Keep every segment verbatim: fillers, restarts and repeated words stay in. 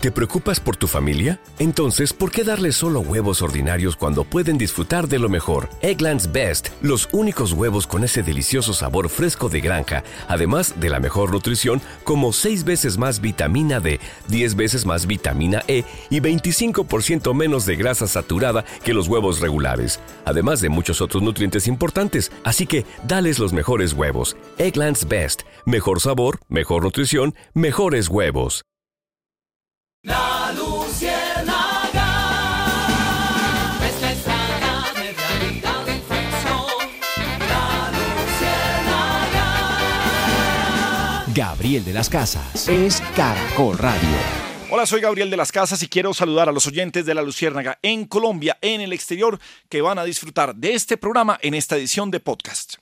¿Te preocupas por tu familia? Entonces, ¿por qué darles solo huevos ordinarios cuando pueden disfrutar de lo mejor? Eggland's Best, los únicos huevos con ese delicioso sabor fresco de granja, además de la mejor nutrición, como seis veces más vitamina D, diez veces más vitamina E y veinticinco por ciento menos de grasa saturada que los huevos regulares, además de muchos otros nutrientes importantes. Así que, dales los mejores huevos. Eggland's Best, mejor sabor, mejor nutrición, mejores huevos. La Luciérnaga, nuestra estrada de realidad y ficción. La Luciérnaga. Gabriel de las Casas es Caracol Radio. Hola, soy Gabriel de las Casas y quiero saludar a los oyentes de La Luciérnaga en Colombia, en el exterior, que van a disfrutar de este programa en esta edición de podcast.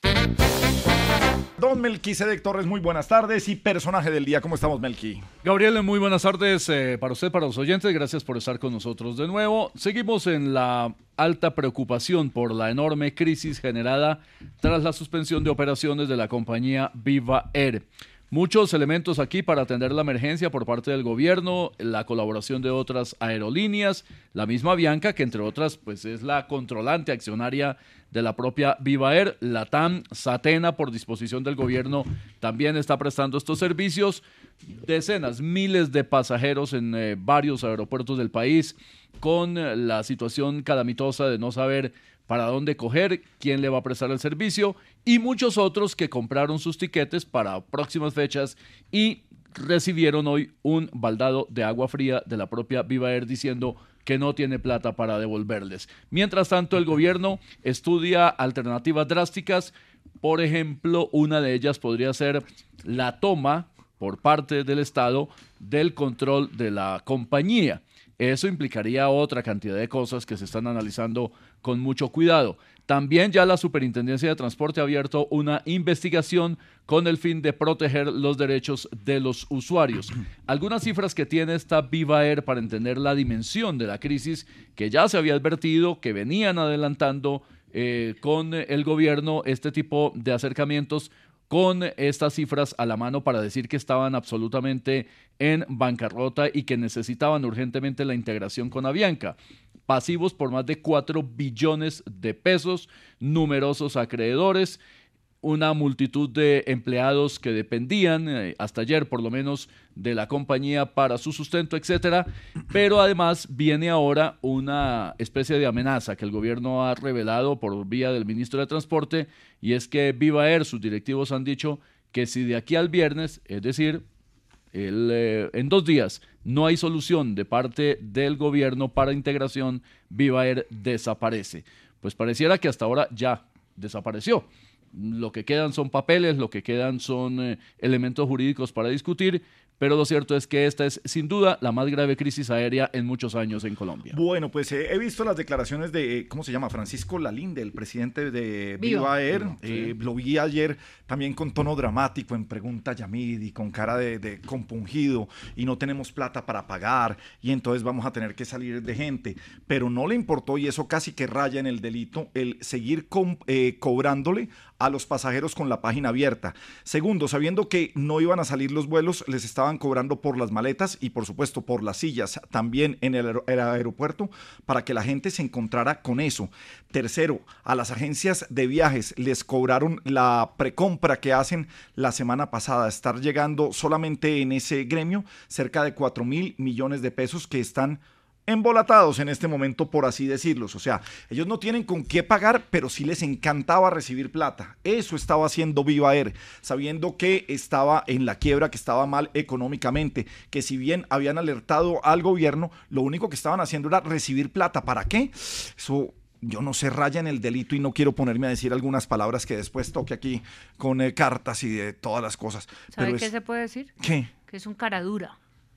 Don Melquisedec Torres, muy buenas tardes y personaje del día. ¿Cómo estamos, Melqui? Gabriel, muy buenas tardes eh, para usted, para los oyentes. Gracias por estar con nosotros de nuevo. Seguimos en la alta preocupación por la enorme crisis generada tras la suspensión de operaciones de la compañía Viva Air. Muchos elementos aquí para atender la emergencia por parte del gobierno, la colaboración de otras aerolíneas, la misma Avianca, que entre otras pues es la controlante accionaria de la propia Viva Air, LATAM, Satena, por disposición del gobierno, también está prestando estos servicios, decenas, miles de pasajeros en eh, varios aeropuertos del país, con eh, la situación calamitosa de no saber para dónde coger, quién le va a prestar el servicio, y muchos otros que compraron sus tiquetes para próximas fechas y recibieron hoy un baldado de agua fría de la propia Viva Air diciendo que no tiene plata para devolverles. Mientras tanto, el gobierno estudia alternativas drásticas. Por ejemplo, una de ellas podría ser la toma por parte del Estado del control de la compañía. Eso implicaría otra cantidad de cosas que se están analizando con mucho cuidado. También ya la Superintendencia de Transporte ha abierto una investigación con el fin de proteger los derechos de los usuarios. Algunas cifras que tiene esta Viva Air para entender la dimensión de la crisis que ya se había advertido, que venían adelantando eh, con el gobierno este tipo de acercamientos, con estas cifras a la mano para decir que estaban absolutamente en bancarrota y que necesitaban urgentemente la integración con Avianca. Pasivos por más de cuatro billones de pesos, numerosos acreedores, una multitud de empleados que dependían, eh, hasta ayer por lo menos, de la compañía para su sustento, etcétera. Pero además viene ahora una especie de amenaza que el gobierno ha revelado por vía del ministro de Transporte, y es que Viva Air, sus directivos han dicho que si de aquí al viernes, es decir, el, eh, en dos días, no hay solución de parte del gobierno para integración, Viva Air desaparece. Pues pareciera que hasta ahora ya desapareció. Lo que quedan son papeles, lo que quedan son eh, elementos jurídicos para discutir, pero lo cierto es que esta es sin duda la más grave crisis aérea en muchos años en Colombia. Bueno, pues eh, he visto las declaraciones de, eh, ¿cómo se llama? Francisco Lalinde, el presidente de Viva, Viva Air. Viva, eh, sí. Lo vi ayer también con tono dramático en Pregunta Yamid y con cara de, de compungido, y no tenemos plata para pagar y entonces vamos a tener que salir de gente. Pero no le importó, y eso casi que raya en el delito, el seguir com, eh, cobrándole a los pasajeros con la página abierta. Segundo, sabiendo que no iban a salir los vuelos, les estaban cobrando por las maletas y por supuesto por las sillas también en el, aer- el aeropuerto para que la gente se encontrara con eso. Tercero, a las agencias de viajes les cobraron la precompra que hacen la semana pasada, estar llegando solamente en ese gremio cerca de cuatro mil millones de pesos que están embolatados en este momento, por así decirlos. O sea, ellos no tienen con qué pagar, pero sí les encantaba recibir plata. Eso estaba haciendo Viva Air, sabiendo que estaba en la quiebra, que estaba mal económicamente, que si bien habían alertado al gobierno, lo único que estaban haciendo era recibir plata. ¿Para qué? Eso, yo no sé, raya en el delito, y no quiero ponerme a decir algunas palabras que después toque aquí con eh, cartas y de todas las cosas. ¿Sabe Pero qué es, se puede decir? ¿qué? Que es un cara dura.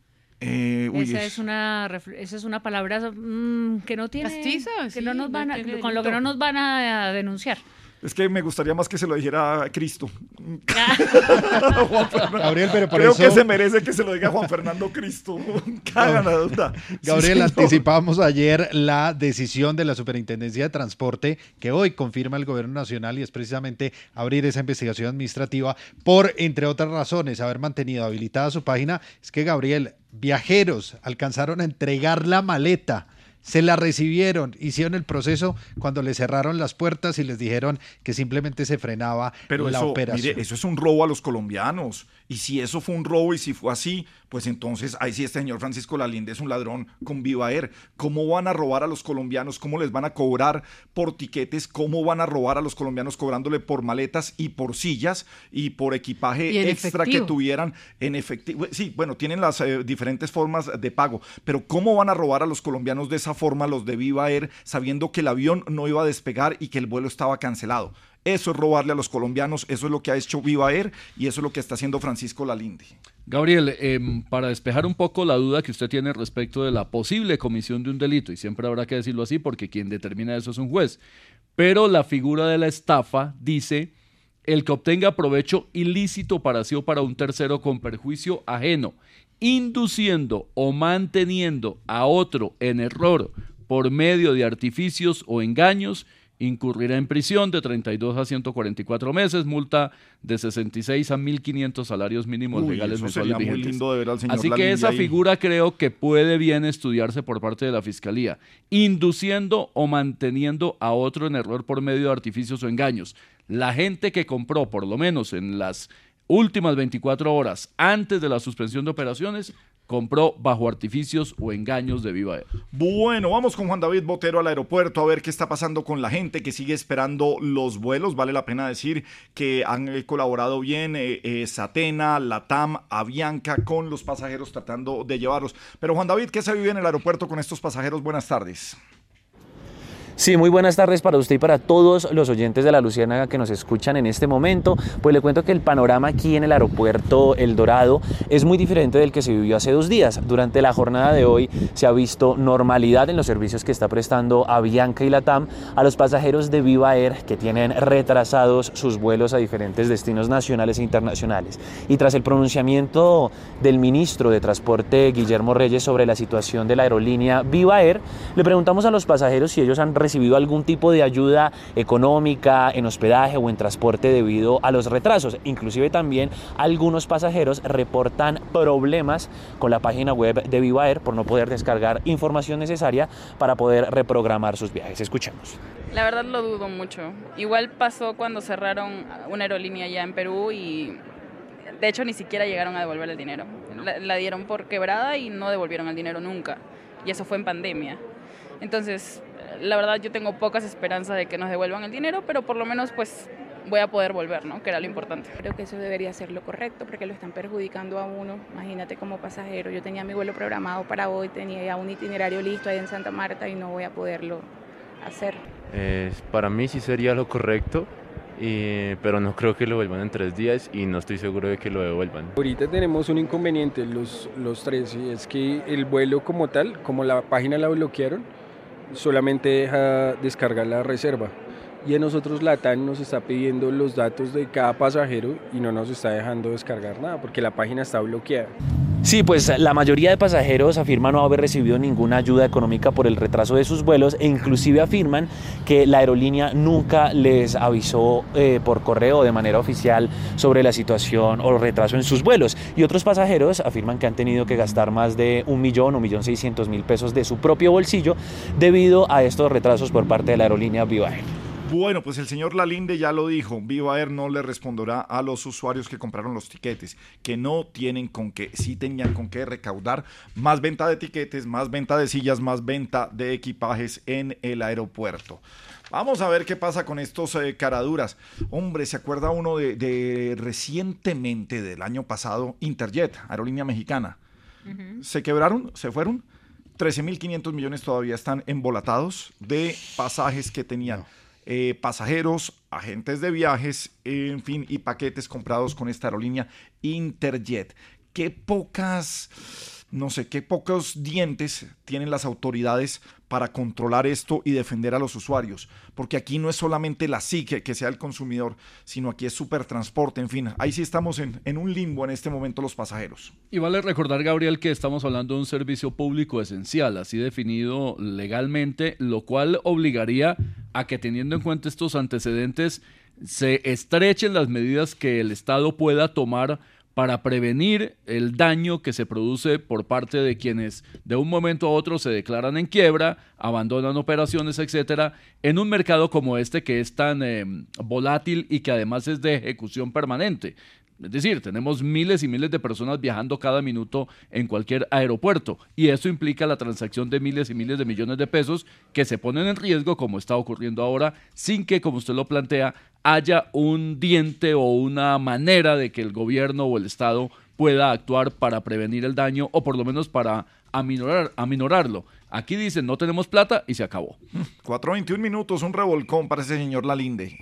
Eh, uy, esa es- es una ref- esa es una palabra mm, que no tiene Castiza, que sí, no nos van a, no tiene con lo que no delito. nos van a, a denunciar. Es que me gustaría más que se lo dijera Cristo. Gabriel, pero por Creo eso... que se merece que se lo diga Juan Fernando Cristo. Cagan la duda. Gabriel, Sí, anticipábamos ayer la decisión de la Superintendencia de Transporte que hoy confirma el Gobierno Nacional y es precisamente abrir esa investigación administrativa por, entre otras razones, haber mantenido habilitada su página. Es que, Gabriel, viajeros alcanzaron a entregar la maleta, se la recibieron, hicieron el proceso cuando les cerraron las puertas y les dijeron que simplemente se frenaba Pero la eso, operación. mire, eso es un robo a los colombianos. Y si eso fue un robo y si fue así, pues entonces ahí sí este señor Francisco Lalinde es un ladrón con Viva Air. ¿Cómo van a robar a los colombianos? ¿Cómo les van a cobrar por tiquetes? ¿Cómo van a robar a los colombianos cobrándole por maletas y por sillas y por equipaje Y en extra efectivo. que tuvieran en efectivo? Sí, bueno, tienen las eh, diferentes formas de pago, pero ¿cómo van a robar a los colombianos de esa forma los de Viva Air sabiendo que el avión no iba a despegar y que el vuelo estaba cancelado? Eso es robarle a los colombianos, eso es lo que ha hecho Viva Air y eso es lo que está haciendo Francisco Lalinde. Gabriel, eh, para despejar un poco la duda que usted tiene respecto de la posible comisión de un delito, y siempre habrá que decirlo así porque quien determina eso es un juez, pero la figura de la estafa dice el que obtenga provecho ilícito para sí o para un tercero con perjuicio ajeno, induciendo o manteniendo a otro en error por medio de artificios o engaños, incurrirá en prisión de treinta y dos a ciento cuarenta y cuatro meses, multa de sesenta y seis a mil quinientos salarios mínimos Uy, legales eso mensuales sería muy vigentes. lindo de ver al señor Así que Lalinde esa ahí. figura creo que puede bien estudiarse por parte de la Fiscalía, induciendo o manteniendo a otro en error por medio de artificios o engaños. La gente que compró, por lo menos en las últimas veinticuatro horas antes de la suspensión de operaciones, compró bajo artificios o engaños de Viva Air. Bueno, vamos con Juan David Botero al aeropuerto a ver qué está pasando con la gente que sigue esperando los vuelos. Vale la pena decir que han eh, colaborado bien eh, eh, Satena, Latam, Avianca con los pasajeros tratando de llevarlos. Pero Juan David, ¿qué se vive en el aeropuerto con estos pasajeros? Buenas tardes. Sí, muy buenas tardes para usted y para todos los oyentes de La Luciérnaga que nos escuchan en este momento. Pues le cuento que el panorama aquí en el aeropuerto El Dorado es muy diferente del que se vivió hace dos días. Durante la jornada de hoy se ha visto normalidad en los servicios que está prestando Avianca y Latam a los pasajeros de Viva Air que tienen retrasados sus vuelos a diferentes destinos nacionales e internacionales. Y tras el pronunciamiento del ministro de Transporte, Guillermo Reyes, sobre la situación de la aerolínea Viva Air, le preguntamos a los pasajeros si ellos han recibido algún tipo de ayuda económica en hospedaje o en transporte debido a los retrasos. Inclusive también algunos pasajeros reportan problemas con la página web de Viva Air por no poder descargar información necesaria para poder reprogramar sus viajes. Escuchemos. La verdad lo dudo mucho. Igual pasó cuando cerraron una aerolínea allá en Perú y de hecho ni siquiera llegaron a devolver el dinero. La, la dieron por quebrada y no devolvieron el dinero nunca. Y eso fue en pandemia. Entonces, la verdad yo tengo pocas esperanzas de que nos devuelvan el dinero, pero por lo menos pues voy a poder volver, ¿no? Que era lo importante. Creo que eso debería ser lo correcto porque lo están perjudicando a uno. Imagínate como pasajero, yo tenía mi vuelo programado para hoy, tenía ya un itinerario listo ahí en Santa Marta y no voy a poderlo hacer. Eh, para mí sí sería lo correcto, y, pero no creo que lo vuelvan en tres días y no estoy seguro de que lo devuelvan. Ahorita tenemos un inconveniente los, los tres y es que el vuelo como tal, como la página la bloquearon, solamente deja descargar la reserva y a nosotros Latam nos está pidiendo los datos de cada pasajero y no nos está dejando descargar nada porque la página está bloqueada. Sí, pues la mayoría de pasajeros afirman no haber recibido ninguna ayuda económica por el retraso de sus vuelos e inclusive afirman que la aerolínea nunca les avisó eh, por correo o de manera oficial sobre la situación o retraso en sus vuelos. Y otros pasajeros afirman que han tenido que gastar más de un millón o un millón seiscientos mil pesos de su propio bolsillo debido a estos retrasos por parte de la aerolínea Viva Air. Bueno, pues el señor Lalinde ya lo dijo, Viva Air no le responderá a los usuarios que compraron los tiquetes, que no tienen con qué, sí tenían con qué recaudar más venta de tiquetes, más venta de sillas, más venta de equipajes en el aeropuerto. Vamos a ver qué pasa con estos eh, caraduras. Hombre, ¿se acuerda uno de, de recientemente del año pasado, Interjet, aerolínea mexicana? Uh-huh. ¿Se quebraron? ¿Se fueron? trece mil quinientos millones todavía están embolatados de pasajes que tenían. No. Eh, pasajeros, agentes de viajes, eh, en fin, y paquetes comprados con esta aerolínea Interjet. Qué pocas, no sé qué pocos dientes tienen las autoridades para controlar esto y defender a los usuarios, porque aquí no es solamente la psique que sea el consumidor, sino aquí es Supertransporte, en fin, ahí sí estamos en, en un limbo en este momento los pasajeros. Y vale recordar, Gabriel, que estamos hablando de un servicio público esencial, así definido legalmente, lo cual obligaría a que, teniendo en cuenta estos antecedentes, se estrechen las medidas que el Estado pueda tomar para prevenir el daño que se produce por parte de quienes de un momento a otro se declaran en quiebra, abandonan operaciones, etcétera, en un mercado como este que es tan eh, volátil y que además es de ejecución permanente. Es decir, tenemos miles y miles de personas viajando cada minuto en cualquier aeropuerto y eso implica la transacción de miles y miles de millones de pesos que se ponen en riesgo, como está ocurriendo ahora, sin que, como usted lo plantea, haya un diente o una manera de que el gobierno o el Estado pueda actuar para prevenir el daño o por lo menos para aminorar, aminorarlo. Aquí dicen no tenemos plata y se acabó. cuatro veintiún minutos, un revolcón para ese señor Lalinde.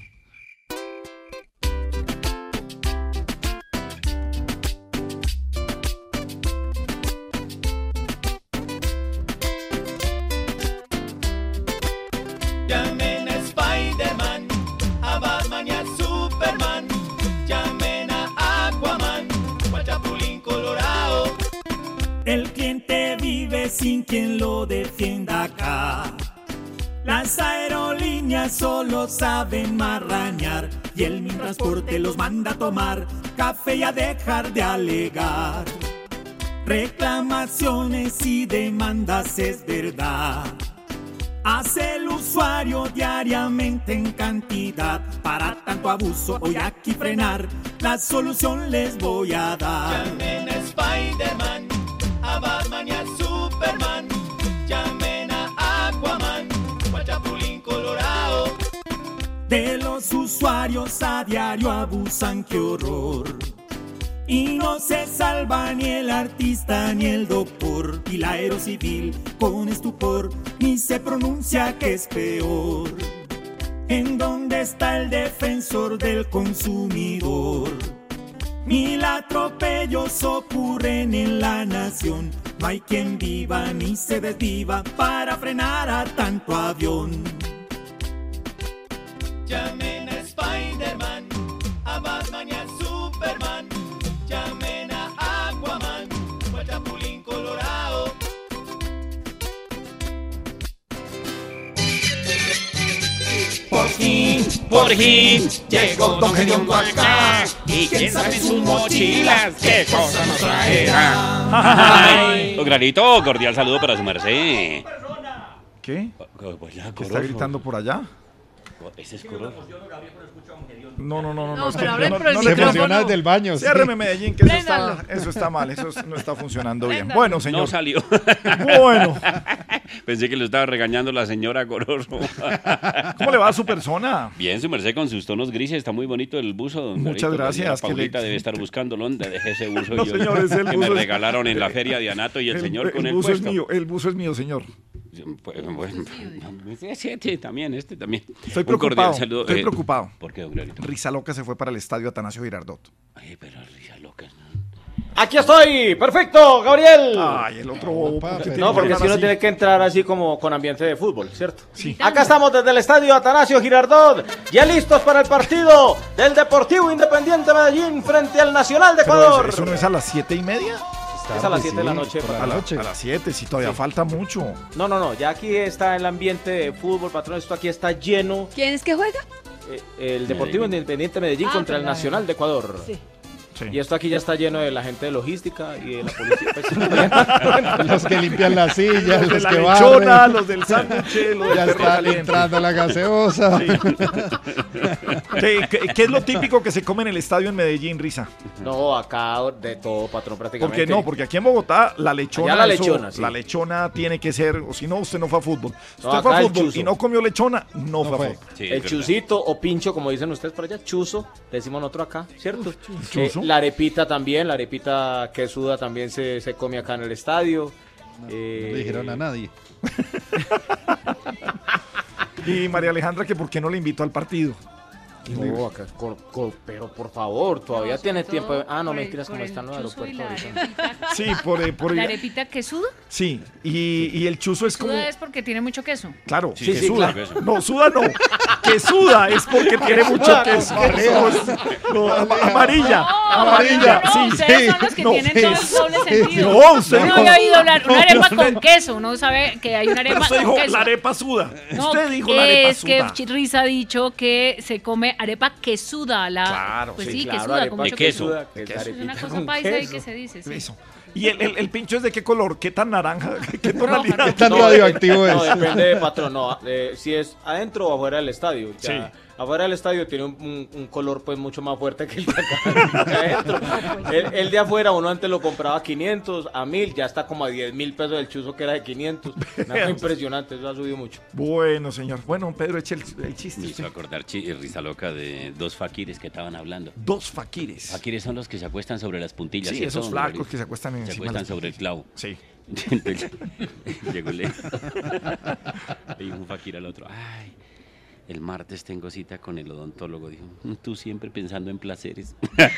Llamen a Spider-Man, a Batman y a Superman. Llamen a Aquaman, o al Chapulín Colorado. El cliente vive sin quien lo defienda acá. Las aerolíneas solo saben marrañar y el Mintransporte los manda a tomar café y a dejar de alegar. Reclamaciones y demandas es verdad. Hace el usuario diariamente en cantidad. Para tanto abuso voy aquí frenar, la solución les voy a dar. Llamen a Spider-Man, a Batman y a Superman. Llamen a Aquaman, o al Chapulín Colorado. De los usuarios a diario abusan, qué horror. Y no se salva ni el artista ni el doctor. Y la aerocivil con estupor ni se pronuncia que es peor. ¿En dónde está el defensor del consumidor? Mil atropellos ocurren en la nación. No hay quien viva ni se desviva para frenar a tanto avión. Llamen a Spider-Man, a Batman y a Superman. Llamen a Aquaman, o al Chapulín Colorado. Por fin, por fin, llegó Don Gediondo acá. Y quién sabe sus mochilas, qué cosa nos traerá. Ay, don Granito, cordial saludo para su merced. ¿Qué? ¿Qué está gritando por allá? Ese es Corozo. No, no, no, no. No, es pero que hable no- por el no le micrófono. funciona desde el baño. sí. Ciérreme Medellín, que eso está, Préndalo. eso está mal, eso es- no está funcionando bien. Préndalo. Bueno, señor. No salió. Bueno. Pensé que lo estaba regañando la señora Corozo. ¿Cómo le va a su persona? Bien, su merced con sus tonos grises, está muy bonito el buzo. Don Muchas Granito. gracias, La que le- Paulita debe estar buscándolo, ¿dónde dejé ese buzo No, yo? señor, es el que me buzo. regalaron en la feria de Anato y el, señor con el, buzo puesto. es mío, el buzo es mío, señor. Pues, bueno, sí, sí, sí, también, este también. Estoy Un cordial preocupado, saludo. estoy Eh, preocupado. ¿Por qué, don Granito? Risa Loca se fue para el estadio Atanasio Girardot. Ay, pero risa loca. Aquí estoy, perfecto, Gabriel. Ay, el otro bobo. ¿por qué tiene No, que porque hablar si uno así? tiene que entrar así como con ambiente de fútbol, ¿cierto? Sí. Acá estamos desde el estadio Atanasio Girardot, ya listos para el partido del Deportivo Independiente Medellín frente al Nacional de Pero Ecuador. eso, ¿eso no es a las siete y media? Es a las siete de la noche. A, patrón. la- a las siete, si todavía Sí. falta mucho. No, no, no, ya aquí está el ambiente de fútbol, patrón, esto aquí está lleno. ¿Quién es que juega? Eh, el Deportivo Independiente Medellín Ah, contra el claro. Nacional de Ecuador. Sí. Sí. Y esto aquí ya está lleno de la gente de logística y de la policía. Pues, Los que limpian las sillas, Los de los la que lechona, barren. los del sándwich, los del Ya perro está caliente. entrando la gaseosa. Sí. ¿Qué, qué, qué es lo típico que se come en el estadio en Medellín, Risa? no, acá de todo, patrón, ¿Por prácticamente. qué no? Porque aquí en Bogotá la lechona, Allá la eso- lechona, sí. la lechona tiene que ser, o si no, usted no fue a fútbol. Si No, usted fue acá a el fútbol chuzo. y no comió lechona, no, No fue a fue. fútbol. Sí, es El verdad. chusito o pincho, como dicen ustedes por allá, chuzo, le decimos nosotros acá, ¿cierto? Eh, Chuzo. la arepita también, la arepita que suda también se, se come acá en el estadio. Eh, No le dijeron a nadie. Y María Alejandra, que por qué no le invitó al partido. No, acá, con- con- pero por favor, todavía No, tiene sobre tiempo. de- todo Ah, no, por el- mentiras, por como el están en el chuzo y aeropuerto la ahorita. arepita. Sí, por, eh, por ¿La el- arepita quesuda? Sí, y, y el chuzo es como... Suda es porque tiene mucho queso. Claro, Sí, que sí, suda. claro. No, suda no. Que suda es porque tiene mucho Suda, queso. queso. No, ama- amarilla. No, amarilla. no, sí, ustedes sí. son los que No, tienen sí, todo el doble sí, sentido. No, usted Uno dijo- había oído hablar, una No, arepa usted- con queso, uno sabe que hay una Pero arepa usted con dijo queso. la arepa suda. No, Usted dijo la arepa es que suda. Ch- Riz ha dicho que se come arepa quesuda. La, Claro, pues sí, sí, claro, quesuda, arepa con de mucho queso. queso. De queso. Es una Arepita cosa con paisa ahí queso. que se dice, sí. Eso. ¿Y el, el, el pincho es de qué color? ¿Qué tan naranja? ¿Qué tonalidad? ¿Qué tan No, radioactivo no, es? depende de patrón. No, eh, si es adentro o afuera del estadio. Ya, Sí. Afuera del estadio tiene un, un- un color pues mucho más fuerte que el de acá, que adentro. El, el de afuera uno antes lo compraba a quinientos, a mil, ya está como a diez mil pesos el chuzo que era de quinientos. Una cosa impresionante, eso ha subido mucho. Bueno, señor. Bueno, Pedro, eche el, el chiste. Me hizo sí. acordar chi- risa loca de dos faquires que estaban hablando. Dos faquires. Faquires son los que se acuestan sobre las puntillas. Sí, ¿cierto, esos don flacos David? que se acuestan Se encima de acuestan las sobre el clavo. Sí. Entonces, llegó le, le dijo un faquir al otro, ay, el martes tengo cita con el odontólogo. Dijo, tú siempre pensando en placeres.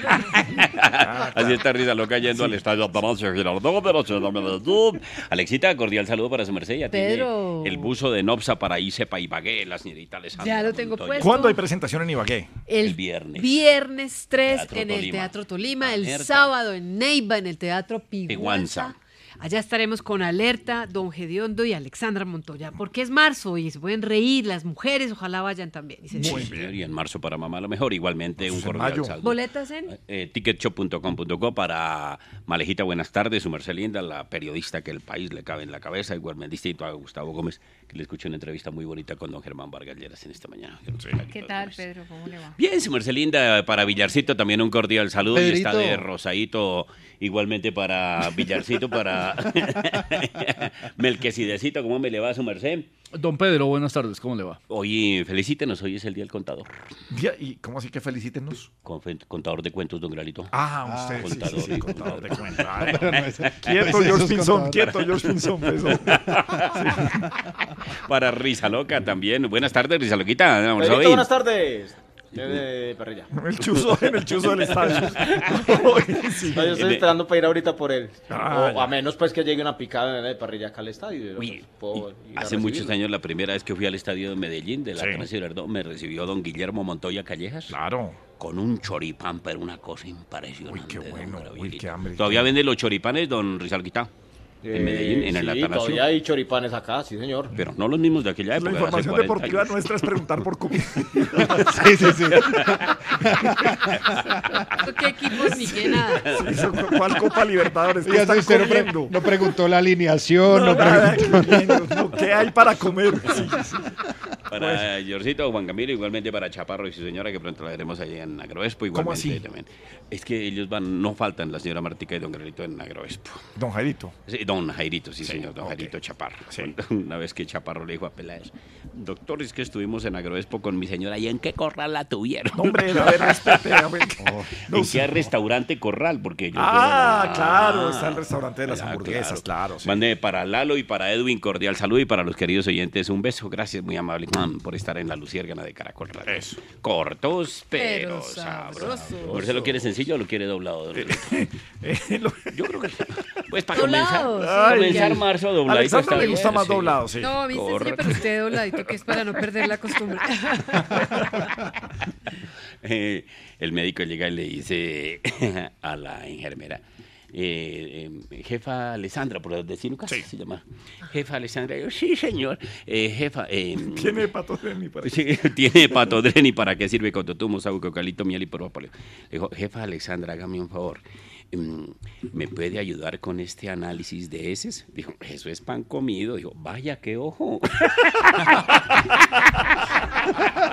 Así está risa loca yendo al estadio Atanasio Girardot de la ciudad de Medellín. Alexita, cordial saludo para su merced. Ya Pedro. tiene el buzo de Nopsa para irse para Ibagué, la señorita Alessandra Ya lo tengo Montoya. puesto. ¿Cuándo hay presentación en Ibagué? El, El viernes. Viernes tres Teatro en el Tolima. Teatro Tolima, el Alerta. sábado en Neiva, en el Teatro Piguanza. Piguanza. Allá estaremos con Alerta, Don Gediondo y Alexandra Montoya, porque es marzo y se pueden reír las mujeres, ojalá vayan también. Y se Sí, diviertan. señor, y en marzo para mamá lo mejor. Igualmente un en cordial mayo. saludo. ¿Boletas en? Eh, ticketshop punto com punto co para Malejita, buenas tardes, su merced linda, la periodista que el país le cabe en la cabeza, igualmente distinto a Gustavo Gómez, que le escuché una entrevista muy bonita con don Germán Vargas Lleras en esta mañana. ¿Qué tal, Pedro? ¿Cómo le va? Bien, su merced linda, para Villarcito también un cordial saludo, y está Pedrito. de Rosadito, igualmente para Villarcito, para Melquisidecito, ¿cómo me le va su merced? Don Pedro, buenas tardes, ¿cómo le va? Hoy, felicítenos, hoy es el Día del Contador. Día- ¿Y cómo así que felicítenos? Confe- Contador de cuentos, don Granito. Ah, usted. sí, contador, sí, sí, contador de cuentas. Ay, Pero no es- Quieto, no es George esos Pinzón, contadores. quieto, George Pinzón. Eso. Para Risa Loca también. Buenas tardes, Risa Loquita. Vamos a Pedrito, oír. buenas tardes. De, de Parrilla. El chuzo, en el chuzo del estadio. Sí. No, yo estoy esperando para ir ahorita por él. Ah, o a menos pues que llegue una picada de parrilla acá al estadio. Yo, Uy, pues, puedo ir a Hace recibirlo. muchos años, la primera vez que fui al estadio de Medellín, de la Sí. Atanasio Girardot, me recibió don Guillermo Montoya Callejas. Claro. Con un choripán, pero una cosa impresionante. Uy, qué don bueno. Gabrielito. Uy, qué hambre. Todavía vende los choripanes, don Rizalguita, Eh, en Medellín, en el sí, Atanasio. todavía hay choripanes acá, sí señor. Pero no los mismos de aquella La época. de hace información cuarenta deportiva años. nuestra es preguntar por comida. Sí, sí, sí. ¿Qué equipos ni qué nada? Sí, eso, ¿cuál Copa Libertadores? ¿Qué Oiga, están usted no, pre- comiendo? no preguntó la alineación, no, No, nada, preguntó. no, ¿qué hay para comer? Sí, sí. Para Yorcito, Juan Camilo, igualmente para Chaparro y su señora, que pronto la veremos allí en Agroexpo. Igualmente ¿Cómo así? También. Es que ellos van, no faltan la señora Martica y don Granito en Agroexpo. Don Jairito. Sí, don Jairito, sí, Sí, señor, don ok. Jairito Chaparro. Sí. Una vez que Chaparro le dijo a Peláez, doctor, es que estuvimos en Agroexpo con mi señora, ¿y en qué corral la tuvieron? No, hombre, a ver, respete. A ver. No ¿En sé. qué restaurante corral? Porque yo Ah, yo- claro, está el restaurante de las Ah, hamburguesas, claro. sí. Mande para Lalo y para Edwin, cordial saludo, y para los queridos oyentes, un beso. Gracias, muy amable, mm, por estar en la Luciérgana de Caracol Radio. Eso. Cortos, pero, Pero sabrosos. sabrosos. ¿Por eso lo quiere sencillo o lo quiere doblado? don Enrique? Eh, lo- Yo creo que, pues para Doblado, comenzar, sí. para comenzar Ay. marzo, dobladito. A Alexandra está le bien, gusta más sí. doblado, sí. No, a mí sencillo, Correcto. pero usted dobladito, que es para no perder la costumbre. Eh, el médico llega y le dice a la enfermera, eh, eh, jefa Alessandra, por decir un caso, Sí. se llama. Jefa Alessandra, yo, sí, señor. Eh, jefa, eh, Tiene patodreni para sí, tiene patodreni, ¿para qué sirve cototumo, sabuco, calito, miel y propóleo? Le dijo, jefa Alessandra, hágame un favor. mm, ¿Me puede ayudar con este análisis de heces? Dijo, eso es pan comido. Dijo, vaya, qué ojo.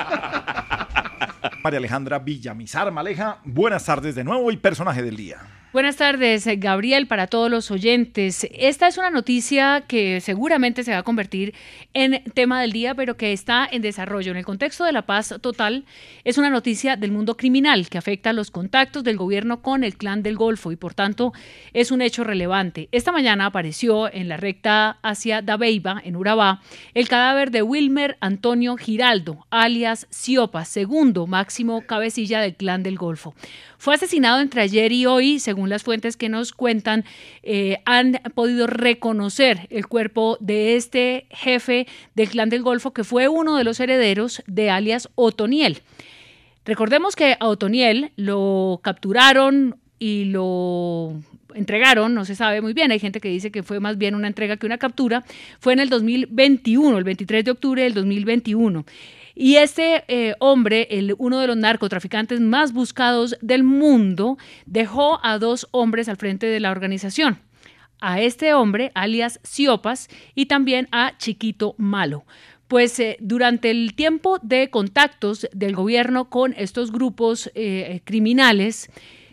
María Alejandra Villamizar Maleja, buenas tardes de nuevo y personaje del día. Buenas tardes, Gabriel, para todos los oyentes. Esta es una noticia que seguramente se va a convertir en tema del día, pero que está en desarrollo. En el contexto de la paz total, es una noticia del mundo criminal que afecta a los contactos del gobierno con el Clan del Golfo y, por tanto, es un hecho relevante. Esta mañana apareció en la recta hacia Dabeiba, en Urabá, el cadáver de Wilmer Antonio Giraldo, alias Siopas, segundo máximo cabecilla del Clan del Golfo. Fue asesinado entre ayer y hoy, según las fuentes que nos cuentan, eh, han podido reconocer el cuerpo de este jefe del Clan del Golfo, que fue uno de los herederos de alias Otoniel. Recordemos que a Otoniel lo capturaron y lo entregaron, no se sabe muy bien, hay gente que dice que fue más bien una entrega que una captura, fue en el dos mil veintiuno, el veintitrés de octubre del dos mil veintiuno. Y este eh, hombre, el, uno de los narcotraficantes más buscados del mundo, dejó a dos hombres al frente de la organización. A este hombre, alias Siopas, y también a Chiquito Malo. Pues eh, durante el tiempo de contactos del gobierno con estos grupos eh, criminales,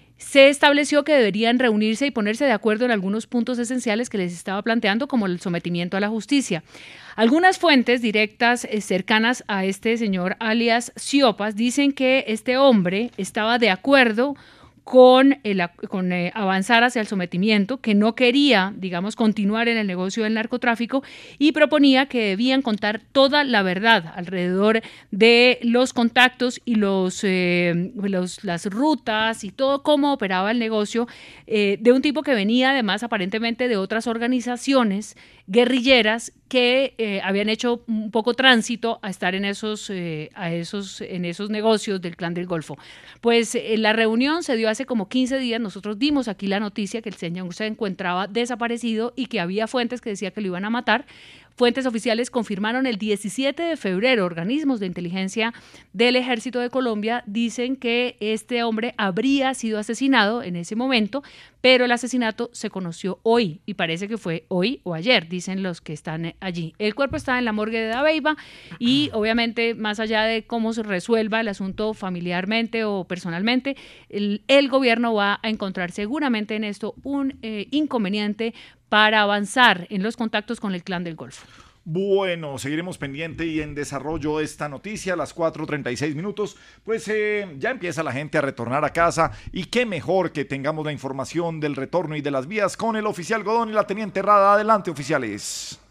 se estableció que deberían reunirse y ponerse de acuerdo en algunos puntos esenciales que les estaba planteando, como el sometimiento a la justicia. Algunas fuentes directas eh, cercanas a este señor alias Siopas dicen que este hombre estaba de acuerdo con, el, con eh, avanzar hacia el sometimiento, que no quería, digamos, continuar en el negocio del narcotráfico y proponía que debían contar toda la verdad alrededor de los contactos y los, eh, los las rutas y todo cómo operaba el negocio eh, de un tipo que venía además aparentemente de otras organizaciones guerrilleras que eh, habían hecho un poco tránsito a estar en esos, eh, a esos, en esos negocios del Clan del Golfo. Pues eh, la reunión se dio hace como quince días, nosotros dimos aquí la noticia que el señor se encontraba desaparecido y que había fuentes que decían que lo iban a matar. Fuentes oficiales confirmaron el diecisiete de febrero, organismos de inteligencia del Ejército de Colombia dicen que este hombre habría sido asesinado en ese momento, pero el asesinato se conoció hoy y parece que fue hoy o ayer, dicen los que están allí. El cuerpo está en la morgue de Dabeiba y obviamente más allá de cómo se resuelva el asunto familiarmente o personalmente, el, el gobierno va a encontrar seguramente en esto un eh, inconveniente para avanzar en los contactos con el Clan del Golfo. Bueno, seguiremos pendiente y en desarrollo esta noticia a las cuatro treinta y seis minutos, pues eh, ya empieza la gente a retornar a casa y qué mejor que tengamos la información del retorno y de las vías con el oficial Godón y la teniente Rada. Adelante, oficiales.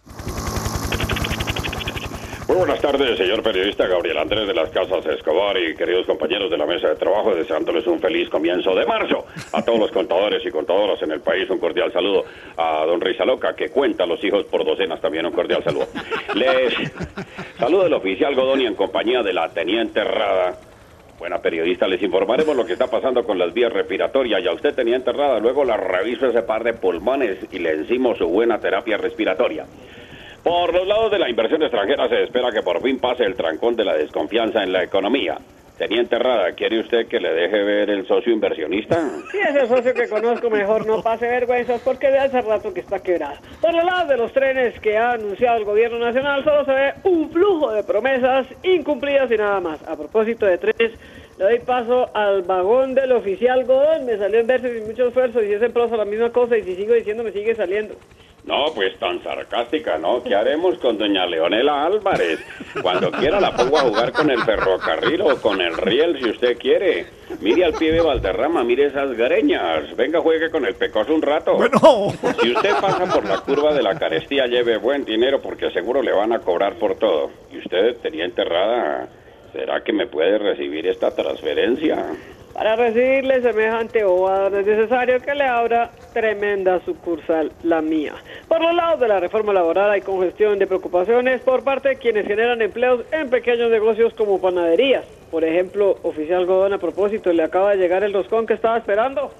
Muy buenas tardes, señor periodista Gabriel Andrés de las Casas Escobar y queridos compañeros de la mesa de trabajo, deseándoles un feliz comienzo de marzo. A todos los contadores y contadoras en el país, un cordial saludo. A don Rizaloca, que cuenta los hijos por docenas, también un cordial saludo. Les saludo el oficial Godón y en compañía de la teniente Rada. Buena periodista, les informaremos lo que está pasando con las vías respiratorias. Y a usted, teniente Rada, luego la reviso ese par de pulmones y le encimo su buena terapia respiratoria. Por los lados de la inversión extranjera se espera que por fin pase el trancón de la desconfianza en la economía. Teniente Rada, ¿quiere usted que le deje ver el socio inversionista? Sí, ese socio que conozco mejor no pase vergüenzas porque de hace rato que está quebrado. Por los lados de los trenes que ha anunciado el gobierno nacional solo se ve un flujo de promesas incumplidas y nada más. A propósito de trenes, le doy paso al vagón del oficial Godón. Me salió en verso sin mucho esfuerzo y es en prosa la misma cosa y si sigo diciendo me sigue saliendo. No, pues tan sarcástica, ¿no? ¿Qué haremos con doña Leonela Álvarez? Cuando quiera la pongo a jugar con el ferrocarril o con el riel, si usted quiere. Mire al pibe Valderrama, mire esas greñas. Venga, juegue con el pecoso un rato. Bueno. Si usted pasa por la curva de la carestía, lleve buen dinero porque seguro le van a cobrar por todo. Y usted, teniente Rada, ¿será que me puede recibir esta transferencia? Para recibirle semejante bobada no es necesario que le abra tremenda sucursal, la mía. Por los lados de la reforma laboral hay congestión de preocupaciones por parte de quienes generan empleos en pequeños negocios como panaderías. Por ejemplo, oficial Godón, a propósito, ¿le acaba de llegar el roscón que estaba esperando?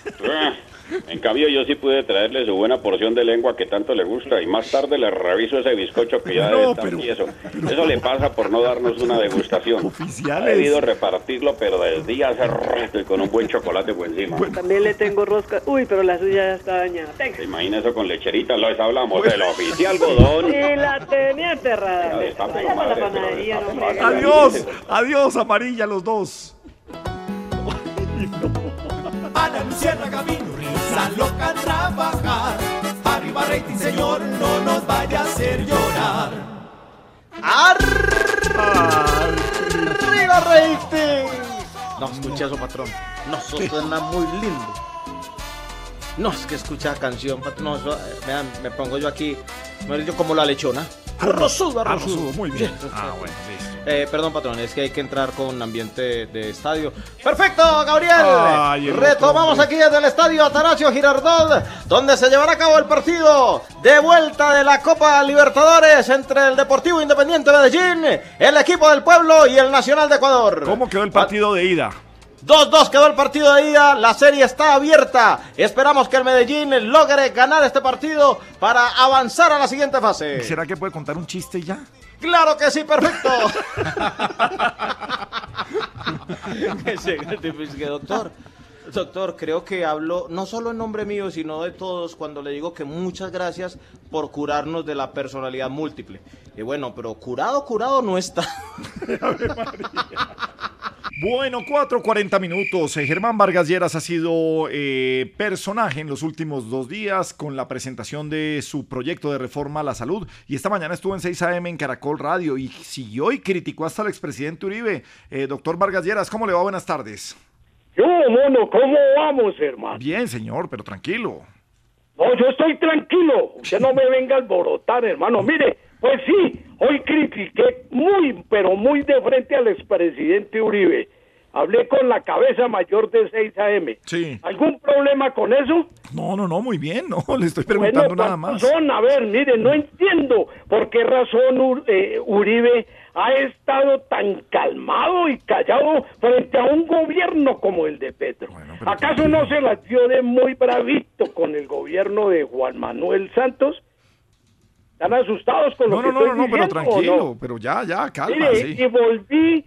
En cambio, yo sí pude traerle su buena porción de lengua que tanto le gusta y más tarde le reviso ese bizcocho que ya no, debe estar pero, tieso. Pero... Eso le pasa por no darnos una degustación. Oficiales. Ha debido repartirlo, pero desde día hace rato y con un buen chocolate por encima. Bueno. También le tengo rosca. Uy, pero la suya ya está dañada. ¿Se imagina eso con lecherita? Les hablamos del oficial Godón. Y la teniente Rada. Adiós, adiós, amarilla los dos. Ana Luciana Gavino, esa loca a trabajar. Arriba rating, señor, no nos vaya a hacer llorar. ¡Arriba rating! No escuché eso, patrón. No, eso suena muy lindo. No, es que escucha la canción, patrón. No, eso, eh, vean, me pongo yo aquí, me yo como la lechona. Arrozudo, arrozudo. Muy bien. Ah, bueno, listo. Eh, perdón, patrón, es que hay que entrar con ambiente de, de estadio. ¡Perfecto, Gabriel! Ay, retomamos aquí desde el estadio Atanasio Girardot, donde se llevará a cabo el partido de vuelta de la Copa Libertadores entre el Deportivo Independiente Medellín, el equipo del pueblo y el Nacional de Ecuador. ¿Cómo quedó el partido de ida? dos dos quedó el partido de ida, la serie está abierta. Esperamos que el Medellín logre ganar este partido para avanzar a la siguiente fase. ¿Será que puede contar un chiste ya? ¡Claro que sí, perfecto! Doctor, doctor, creo que hablo no solo en nombre mío, sino de todos cuando le digo que muchas gracias por curarnos de la personalidad múltiple. Y bueno, pero curado, curado no está. Bueno, cuatro cuarenta minutos. Eh, Germán Vargas Lleras ha sido eh, personaje en los últimos dos días con la presentación de su proyecto de reforma a la salud. Y esta mañana estuvo en seis a eme en Caracol Radio y siguió y criticó hasta al expresidente Uribe. Eh, doctor Vargas Lleras, ¿cómo le va? Buenas tardes. Yo, mono, ¿cómo vamos, hermano? Bien, señor, pero tranquilo. No, yo estoy tranquilo. Usted no me venga a alborotar, hermano. Mire, pues sí, hoy critiqué muy, pero muy de frente al expresidente Uribe. Hablé con la cabeza mayor de seis a eme. Sí. ¿Algún problema con eso? No, no, no, muy bien, no, le estoy preguntando bueno, nada más. Razón, a ver, mire, no entiendo por qué razón Ur, eh, Uribe ha estado tan calmado y callado frente a un gobierno como el de Petro. Bueno, ¿acaso tranquilo. No se las dio de muy bravito con el gobierno de Juan Manuel Santos? ¿Están asustados con no, lo no, que no, estoy no, no, diciendo? pero tranquilo, ¿no? pero ya, ya, calma, Mire, sí. y volví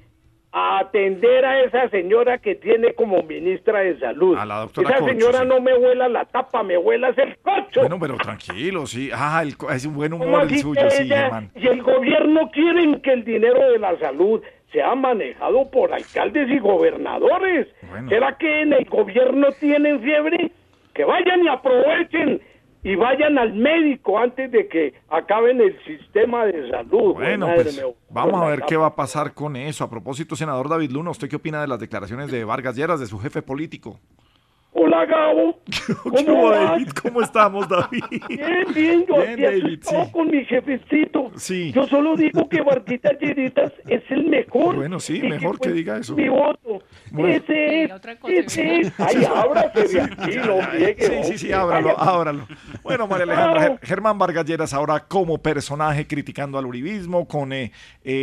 a atender a esa señora que tiene como ministra de salud. A la doctora Esa Corcho, señora sí. no me vuela la tapa, me vuelas el cocho. Bueno, pero tranquilo, sí. Ah, el, es un buen ¿Cómo humor el así suyo, que sí, ella Germán. y el gobierno quieren que el dinero de la salud sea manejado por alcaldes y gobernadores? Bueno. ¿Será que en el gobierno tienen fiebre? Que vayan y aprovechen y vayan al médico antes de que acaben el sistema de salud. Bueno, Madre pues mía. vamos a ver qué va a pasar con eso. A propósito, senador David Luna, ¿usted qué opina de las declaraciones de Vargas Lleras, de su jefe político? Hola, Gabo. ¿Cómo, David? ¿Cómo estamos, David? Bien, bien, yo Bien, aquí David, asustado sí. con mi jefecito. Sí. Yo solo digo que Varguitas Lleritas es el mejor. Bueno, sí, y mejor que pues, diga eso. Mi voto. Bueno. Ese es, ese es. Ay, ábrase de aquí, no friegue, Sí, sí, sí, ábralo, ábralo. Bueno, María Alejandra, Ger- Germán Vargas Lleras ahora como personaje criticando al uribismo con eh,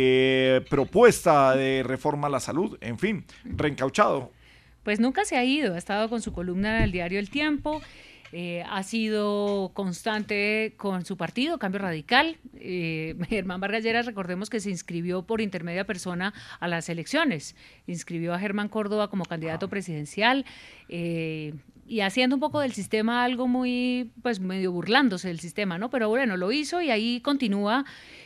eh, propuesta de reforma a la salud, en fin, reencauchado. Pues nunca se ha ido, ha estado con su columna en el diario El Tiempo, eh, ha sido constante con su partido, Cambio Radical. Eh, Germán Vargas Lleras, recordemos que se inscribió por intermedia persona a las elecciones, inscribió a Germán Córdoba como candidato presidencial, eh, y haciendo un poco del sistema algo muy, pues medio burlándose del sistema, ¿no? Pero bueno, lo hizo y ahí continúa.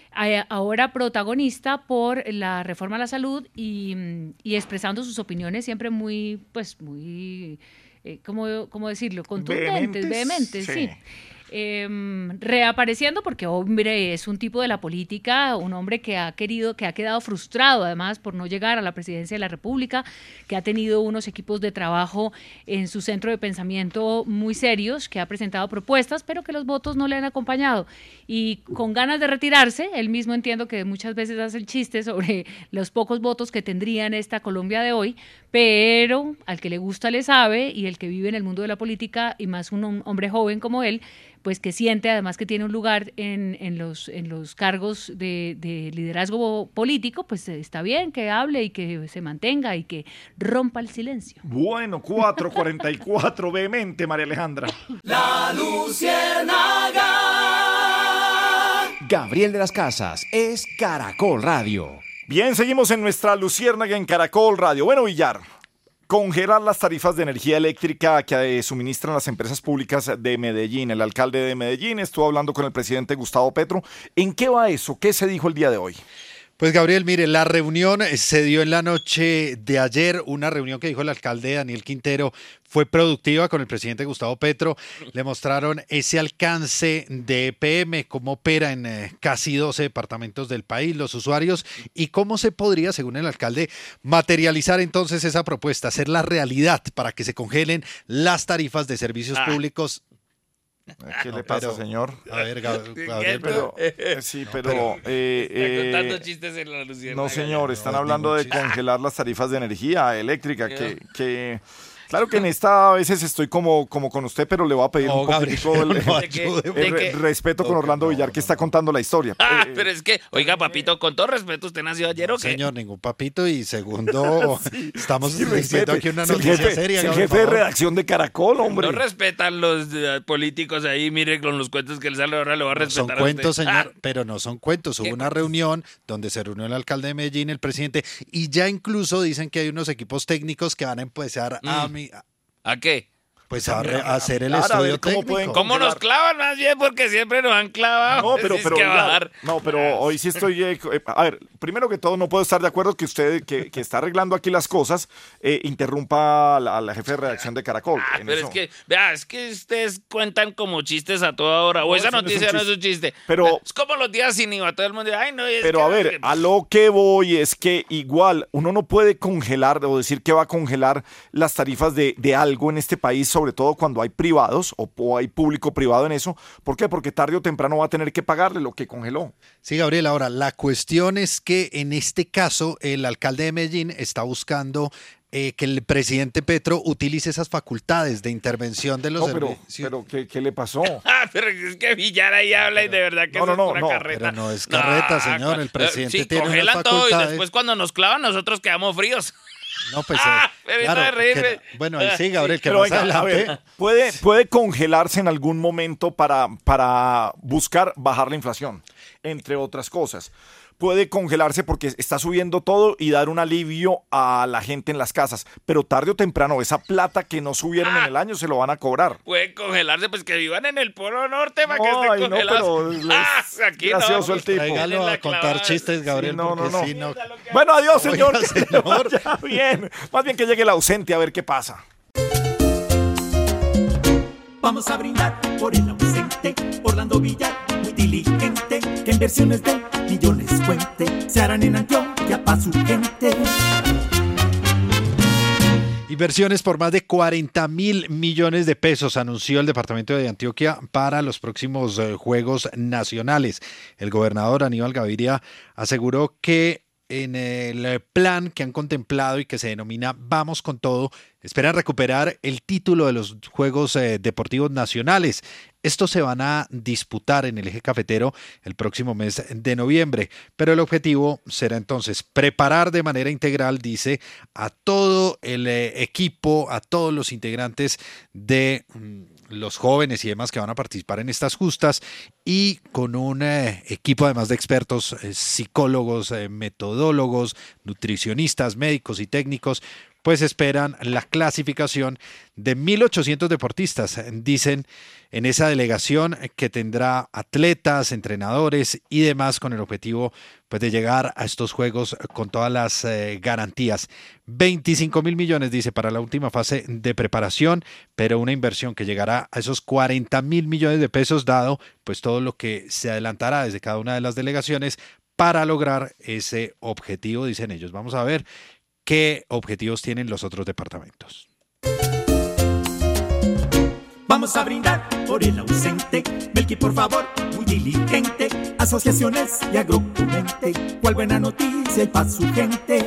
Ahora protagonista por la reforma a la salud y, y expresando sus opiniones siempre muy, pues muy, eh, ¿cómo, cómo decirlo? Contundentes, vehementes, sí. sí. Eh, reapareciendo porque hombre es un tipo de la política, un hombre que ha querido, que ha quedado frustrado además por no llegar a la presidencia de la República, que ha tenido unos equipos de trabajo en su centro de pensamiento muy serios, que ha presentado propuestas, pero que los votos no le han acompañado y con ganas de retirarse. Él mismo entiendo que muchas veces hace el chiste sobre los pocos votos que tendría en esta Colombia de hoy, pero al que le gusta le sabe, y el que vive en el mundo de la política y más un hombre joven como él, pues que siente además que tiene un lugar en, en, los, en los cargos de, de liderazgo político, pues está bien que hable y que se mantenga y que rompa el silencio. Bueno, cuatro cuarenta y cuatro, vehemente, María Alejandra. La Luciérnaga. Gabriel de las Casas es Caracol Radio. Bien, seguimos en nuestra Luciérnaga en Caracol Radio. Bueno, Villar, congelar las tarifas de energía eléctrica que eh, suministran las empresas públicas de Medellín. El alcalde de Medellín estuvo hablando con el presidente Gustavo Petro. ¿En qué va eso? ¿Qué se dijo el día de hoy? Pues Gabriel, mire, la reunión se dio en la noche de ayer, una reunión que dijo el alcalde Daniel Quintero fue productiva con el presidente Gustavo Petro. Le mostraron ese alcance de E P M, cómo opera en eh, casi doce departamentos del país, los usuarios, y cómo se podría, según el alcalde, materializar entonces esa propuesta, hacer la realidad para que se congelen las tarifas de servicios Ah. públicos. ¿Qué No, le pasa, pero- señor? A ver, Gab- Gabriel, pero, eh, sí, pero... eh, Está contando eh, chistes en la Luciana. no, señor, están No, hablando de ningún chiste. congelar las tarifas de energía eléctrica, que... que claro que en esta a veces estoy como, como con usted, pero le voy a pedir No, un Gabriel, poquitico el, no el- ayude, el ¿De re- qué? respeto con Orlando Villar, que está contando la historia. Ah, Eh, pero es que, oiga, papito, con todo respeto, ¿usted nació ayer o qué? señor, ningún papito, y segundo, estamos sí, diciendo respete. aquí una Es el noticia jefe- seria. es el Gabriel, jefe de por favor. redacción de Caracol, hombre. No respetan los eh, políticos ahí, mire, con los cuentos que les sale ahora, le va a No respetar son a cuentos, usted. señor, Ah, pero no son cuentos. Hubo ¿Qué una cuentos? reunión donde se reunió el alcalde de Medellín, el presidente, y ya incluso dicen que hay unos equipos técnicos que van a empezar a, Mm. mi- ¿a qué? pues a, re- a hacer el Claro, a estudio ver cómo técnico. pueden ¿Cómo nos clavan más bien? Porque siempre nos han clavado. No, pero, Decís pero, que oiga, bajar. no, pero hoy sí estoy. eh, eh, a ver, primero que todo, no puedo estar de acuerdo que usted, que, que está arreglando aquí las cosas, eh, interrumpa a la, a la jefe de redacción de Caracol. Ah, en pero eso. es que, vea, es que ustedes cuentan como chistes a toda hora. O No, esa eso no es un noticia no es chiste. un chiste. Pero- Es como los días sin I V A. Todo el mundo dice, ay, no, es Pero que- a ver, a lo que voy es que igual uno no puede congelar o decir que va a congelar las tarifas de, de algo en este país, sobre todo cuando hay privados o, o hay público privado en eso. ¿Por qué? Porque tarde o temprano va a tener que pagarle lo que congeló. Sí, Gabriel, ahora la cuestión es que en este caso el alcalde de Medellín está buscando eh, que el presidente Petro utilice esas facultades de intervención de los No, pero, servicios. pero ¿qué, qué le pasó? Ah, pero es que Villar ahí habla y de verdad que No, eso no, es no, una no, carreta. pero no es carreta, señor, el eh, presidente sí, tiene unas congelan todo y facultades. después cuando nos clavan nosotros quedamos fríos. No, pues, Ah, eh, me evita claro, de reírme. que- bueno, ahí sí, Gabriel, que Pero más venga, a adelante. ver, puede, puede congelarse en algún momento para, para buscar bajar la inflación, entre otras cosas. Puede congelarse porque está subiendo todo y dar un alivio a la gente en las casas. Pero tarde o temprano, esa plata que no subieron en el año se lo van a cobrar. Pueden congelarse, pues que vivan en el Polo Norte para No, que estén ay, no, congelados. pero ah, es aquí gracioso no. el tipo. Tráigalo a contar chistes, Gabriel, Sí, no, porque no, no. si no... Bueno, adiós, Oiga, señor. que le señor. vaya bien. Más bien que llegue el ausente a ver qué pasa. Vamos a brindar por el ausente, Orlando Villar, muy diligente, que inversiones de millones cuente, se harán en Antioquia pa' su gente. Inversiones por más de cuarenta mil millones de pesos anunció el departamento de Antioquia para los próximos eh, Juegos Nacionales. El gobernador Aníbal Gaviria aseguró que en el plan que han contemplado y que se denomina Vamos con Todo, esperan recuperar el título de los Juegos eh, Deportivos Nacionales. Estos se van a disputar en el eje cafetero el próximo mes de noviembre, pero el objetivo será entonces preparar de manera integral, dice, a todo el eh, equipo, a todos los integrantes de mm, los jóvenes y demás que van a participar en estas justas, y con un eh, equipo además de expertos, eh, psicólogos, eh, metodólogos, nutricionistas, médicos y técnicos, pues esperan la clasificación de mil ochocientos deportistas, dicen en esa delegación que tendrá atletas, entrenadores y demás con el objetivo pues, de llegar a estos juegos con todas las eh, garantías. veinticinco mil millones, dice, para la última fase de preparación, pero una inversión que llegará a esos cuarenta mil millones de pesos, dado pues todo lo que se adelantará desde cada una de las delegaciones para lograr ese objetivo, dicen ellos. Vamos a ver qué objetivos tienen los otros departamentos. Vamos a brindar por el ausente, Melqui, por favor, muy diligente, asociaciones y agrocomente, cuál buena noticia hay pa' su gente.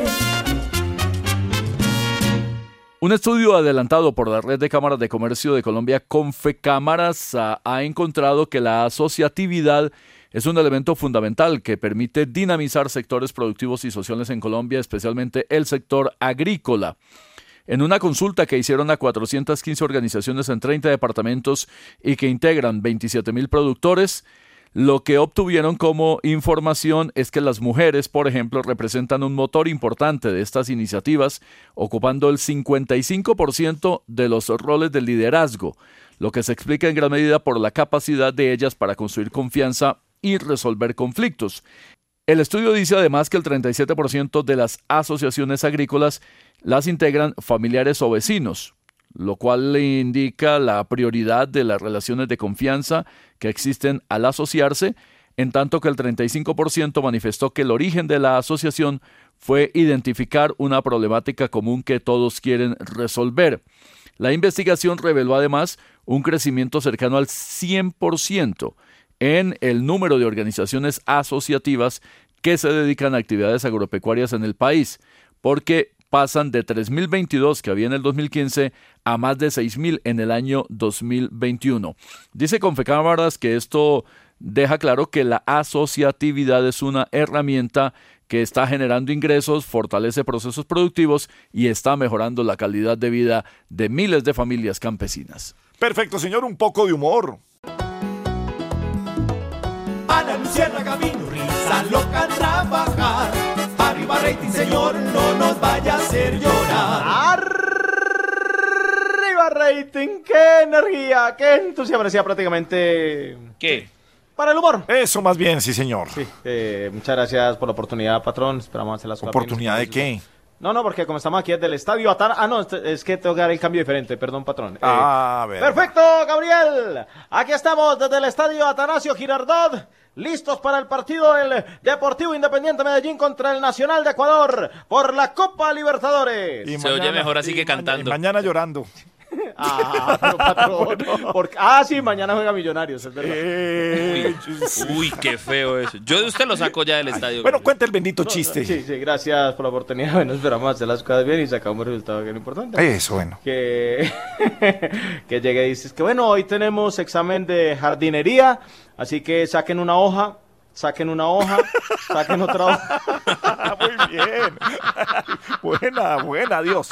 Un estudio adelantado por la Red de Cámaras de Comercio de Colombia, Confecámaras, ha, ha encontrado que la asociatividad es un elemento fundamental que permite dinamizar sectores productivos y sociales en Colombia, especialmente el sector agrícola. En una consulta que hicieron a cuatrocientas quince organizaciones en treinta departamentos y que integran veintisiete mil productores, lo que obtuvieron como información es que las mujeres, por ejemplo, representan un motor importante de estas iniciativas, ocupando el cincuenta y cinco por ciento de los roles de liderazgo, lo que se explica en gran medida por la capacidad de ellas para construir confianza y resolver conflictos. El estudio dice además que el treinta y siete por ciento de las asociaciones agrícolas las integran familiares o vecinos, lo cual le indica la prioridad de las relaciones de confianza que existen al asociarse, en tanto que el treinta y cinco por ciento manifestó que el origen de la asociación fue identificar una problemática común que todos quieren resolver. La investigación reveló además un crecimiento cercano al cien por ciento en el número de organizaciones asociativas que se dedican a actividades agropecuarias en el país, porque pasan de tres mil veintidós que había en el dos mil quince a más de seis mil en el año dos mil veintiuno. Dice Confecámaras que esto deja claro que la asociatividad es una herramienta que está generando ingresos, fortalece procesos productivos y está mejorando la calidad de vida de miles de familias campesinas. Perfecto, señor, un poco de humor. A la luciérnaga vino risa loca a trabajar. Arriba rating, señor, no nos vaya a hacer llorar. Arriba rating, qué energía, qué entusiasmo, decía prácticamente... ¿Qué? Para el humor. Eso más bien, sí, señor. Sí, eh, muchas gracias por la oportunidad, patrón. Esperamos hacer las cosas. ¿Oportunidad de qué? No, no, porque como estamos aquí desde el estadio Atana... Ah, no, es que tengo que dar el cambio diferente, perdón, patrón. Ah, eh, a ver. Perfecto, Gabriel. Aquí estamos desde el estadio Atanasio Girardot, listos para el partido del Deportivo Independiente Medellín contra el Nacional de Ecuador por la Copa Libertadores. Y Se mañana, oye mejor así que cantando. Y mañana llorando. Ah, pero patrón. Porque, ah, sí, mañana juega Millonarios, es verdad. Eh, uy, uy, qué feo eso. Yo de usted lo saco ya del estadio. Bueno, cuenta el bendito no, chiste. No, sí, sí, gracias por la oportunidad. Bueno, esperamos hacer las cosas bien y sacamos un resultado bien importante. Eso, bueno. Que, que llegue y dices que, bueno, hoy tenemos examen de jardinería, así que saquen una hoja. Saquen una hoja, saquen otra hoja. Muy bien. Buena, buena, Dios.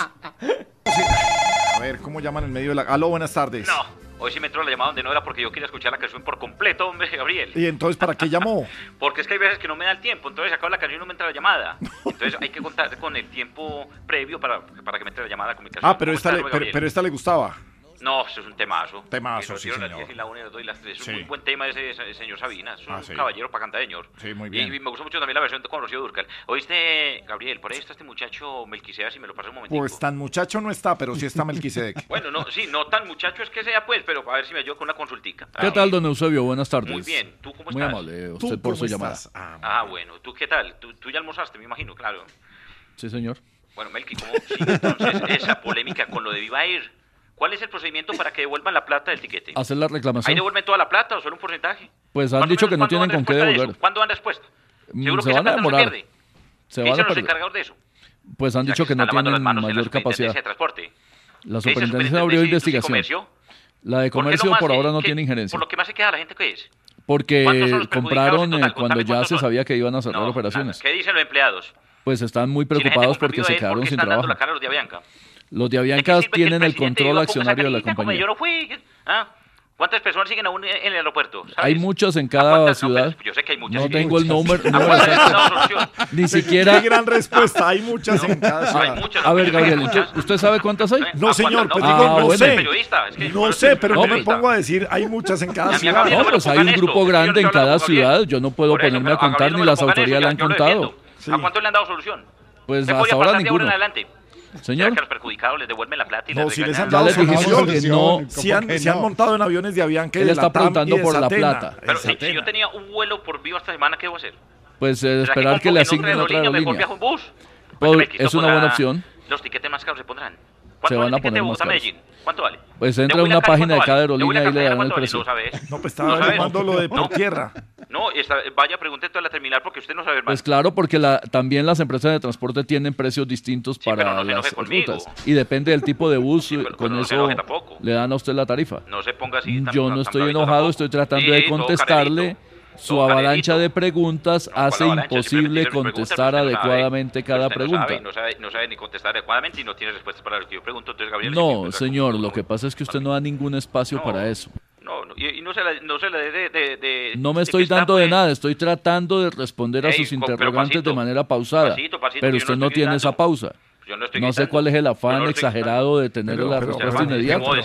Sí. A ver, ¿cómo llaman en medio de la... Aló, buenas tardes. No, hoy sí me entró la llamada donde no era porque yo quería escuchar la canción por completo, hombre, Gabriel. ¿Y entonces para qué llamó? Porque es que hay veces que no me da el tiempo, entonces acaba la canción y no me entra la llamada. Entonces hay que contar con el tiempo previo para, para que me entre la llamada con mi canción. Ah, pero esta, le, pero, pero esta le gustaba. No, eso es un temazo. Temazo, sí, señor. Las diez y la una y las dos y las tres. Es sí. un muy buen tema ese, ese señor Sabina. Es un ah, sí. caballero para cantar, señor. Sí, muy bien. Y, y me gustó mucho también la versión con Rocío Dúrcal. ¿Oíste, Gabriel? Por ahí está este muchacho Melquisedec, si me lo pasas un momentito. Pues tan muchacho no está, pero sí está Melquisedec. Bueno, no, sí, no tan muchacho es que sea, pues, pero a ver si me ayudo con una consultica. ¿Qué ah, tal, don Eusebio? Buenas tardes. Muy bien. ¿Tú cómo estás? Muy amable, usted por su llamada. Ah, ah, bueno. ¿Tú qué tal? ¿Tú, tú ya almorzaste, me imagino, claro. Sí, señor. Bueno, Melqui, ¿cómo sigue entonces esa polémica con lo de Viva Air? ¿Cuál es el procedimiento para que devuelvan la plata del tiquete? Hacer la reclamación. ¿Ahí devuelven toda la plata o solo un porcentaje? Pues han dicho que no tienen con qué devolver. ¿Cuándo dan respuesta? ¿Seguro se que van a demorar? No se, se van a los encargados de eso? Pues han dicho que, que no tienen mayor capacidad. De transporte. La superintendencia abrió investigación. La de comercio por ahora no que, tiene injerencia. ¿Por lo que más se queda la gente qué es? Porque compraron eh, cuando ya se sabía que iban a cerrar no, operaciones. Nada. ¿Qué dicen los empleados? Pues están muy preocupados porque se quedaron sin trabajo. La cara a los de Avianca? Los de Avianca tienen el control accionario de la compañía. Yo no fui. ¿Ah? ¿Cuántas personas siguen aún en el aeropuerto? ¿Sabes? Hay muchos en cada ciudad. No, pues, yo sé que hay muchas. No tengo el número. No, no, ni siquiera. Qué gran respuesta. Hay muchas en cada ciudad. Muchas, a ver, Gabriel, ¿usted sabe cuántas hay? No, señor, pues ah, digo, no bueno. sé. Es que no sé, pero no me pongo a decir, hay muchas en cada ciudad. No, pues hay un grupo grande en cada ciudad. Yo no puedo ponerme a contar ni las autoridades le han contado. ¿A cuánto le han dado solución? Pues hasta ahora ninguno. Señor, que a los perjudicados les devuelven la plata y no, les si les han dado solución, que no, si han, si han montado en aviones de Avianca y él de está la TAM preguntando y de por la Satena. plata. Pero si, si yo tenía un vuelo por Viva esta semana, ¿qué debo hacer? Pues eh, esperar que le asignen otra aerolínea. ¿Mejor viajo en bus? Pues, es una buena opción. Los tiquetes más caros se pondrán. Se van a poner más caros. ¿Cuánto vale? Pues entra en una página de cada aerolínea y le dan el precio. No, pues estaba llamando lo de por tierra. No, esta, vaya, pregunte toda la terminal porque usted no sabe, hermano. Pues claro, porque la, también las empresas de transporte tienen precios distintos sí, para no las rutas. Y depende del tipo de bus, sí, pero, con pero eso no le dan a usted la tarifa. No se ponga así. Yo no estoy enojado, tampoco. Estoy tratando sí, de contestarle. Su todo avalancha de preguntas no, hace imposible contestar adecuadamente no cada pregunta. No sabe, no, sabe, no sabe ni contestar adecuadamente y no tiene respuestas para lo que yo pregunto. Entonces, Gabriel, no, señor, lo que pasa es que usted no da ningún espacio no, para eso. No, no, y, y no se la, no se la de, de, de, No me estoy dando de nada, estoy tratando de responder a sus Ey, interrogantes pasito, de manera pausada. Pasito, pasito, pero usted no, no tiene esa pausa. Yo no, estoy no sé cuál es el afán no exagerado de tener pero, la pero, respuesta pero, inmediata. ¿Cómo de ser?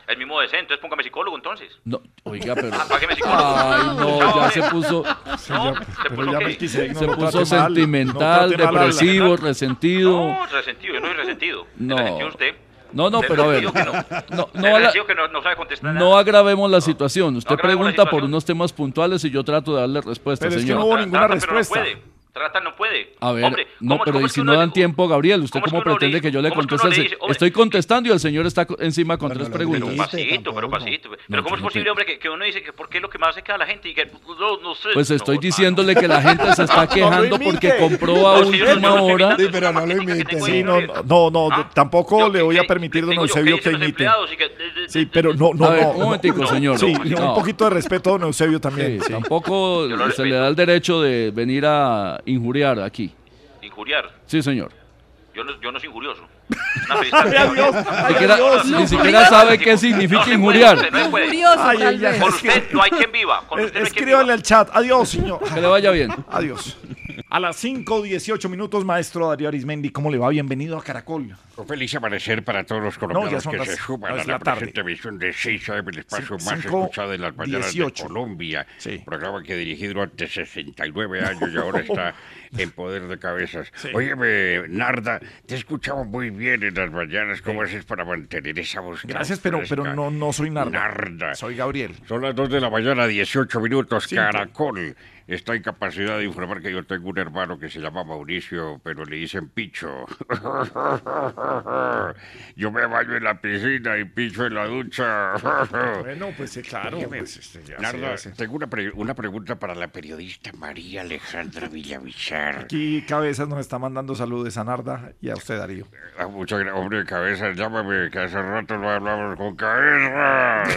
El mismo deseo, entonces póngame psicólogo entonces. No, oiga, pero... Ah, págueme psicólogo. Ay, no, ya se puso... No, se puso qué? Se puso sentimental, depresivo, resentido. No, resentido, yo no soy resentido. No. Resentido usted. No, no, Usted pero a ver, resentido que no, no, Usted a la- resentido que no, no sabe contestar nada. no agravemos la situación. Usted agravemos la pregunta por situación. unos temas puntuales y yo trato de darle respuesta, Pero es que señor. no hubo ninguna Trata, pero no respuesta. puede. Trata no puede. A ver, Hombre, no, ¿cómo- pero cómo y es si que no uno dan le- tiempo, Gabriel, ¿usted cómo es cómo que uno pretende le- que yo le cómo es que uno conteste? le al se- dice, hombre, Estoy contestando y el señor está co- encima con tres Pero preguntas. pasito, pero pasito. Pero ¿cómo es posible, hombre, que, que uno dice que por qué es lo que más se queda a la gente y que no, no sé? Pues estoy No, diciéndole que la gente se está No lo quejando imite. porque compró a No, si yo no- última yo no estoy hora. imitando, Sí, pero no lo imite. Sí, no, no, no, no, tampoco le voy a permitir, don Eusebio, que imite. Sí, pero no, no, A ver, no. un momentico, no, señor. Sí, No. un poquito de respeto a don Eusebio también. Sí, sí. Tampoco se le da el derecho de venir a injuriar aquí. Injuriar. Sí, señor. Yo no, yo no soy injurioso. Una felicitación. Ay, Dios, ay, Ni siquiera- Dios. ni siquiera sabe qué significa No se puede, injuriar. usted no se puede. Injurioso, Ay, tal ay, vez. Con usted no hay quien viva. Con usted no hay quien Escríbanle al chat. Adiós, señor. Que le vaya bien. Adiós. A las cinco dieciocho minutos, maestro Darío Arismendi, ¿cómo le va? Bienvenido a Caracol. Un feliz amanecer para todos los No, colombianos ya son que las- se suman no, a es la, la tarde. presente emisión de seis A M, el espacio Cin- más cinco escuchado de las mañanas dieciocho. de Colombia. Programa que dirigí durante sesenta y nueve años y ahora está en poder de cabezas. Sí. Óyeme, Narda, te escuchamos muy bien en las mañanas. ¿Cómo haces para mantener esa voz tan Gracias, pero, fresca? pero no, no soy Narda. Narda. Soy Gabriel. Son las dos de la mañana, dieciocho minutos. Cinco. Caracol está en capacidad de informar que yo tengo un hermano que se llama Mauricio, pero le dicen Picho. Yo me baño en la piscina y Picho en la ducha. Bueno, pues sí, claro. Óyeme, Pues, este, ya Narda, se hace. tengo una, pre- una pregunta para la periodista María Alejandra Villamizar. Aquí Cabezas nos está mandando saludos a Narda y a usted, Darío. Ah, muchas gracias, hombre, Cabeza, llámame, que hace rato no hablamos con Cabeza.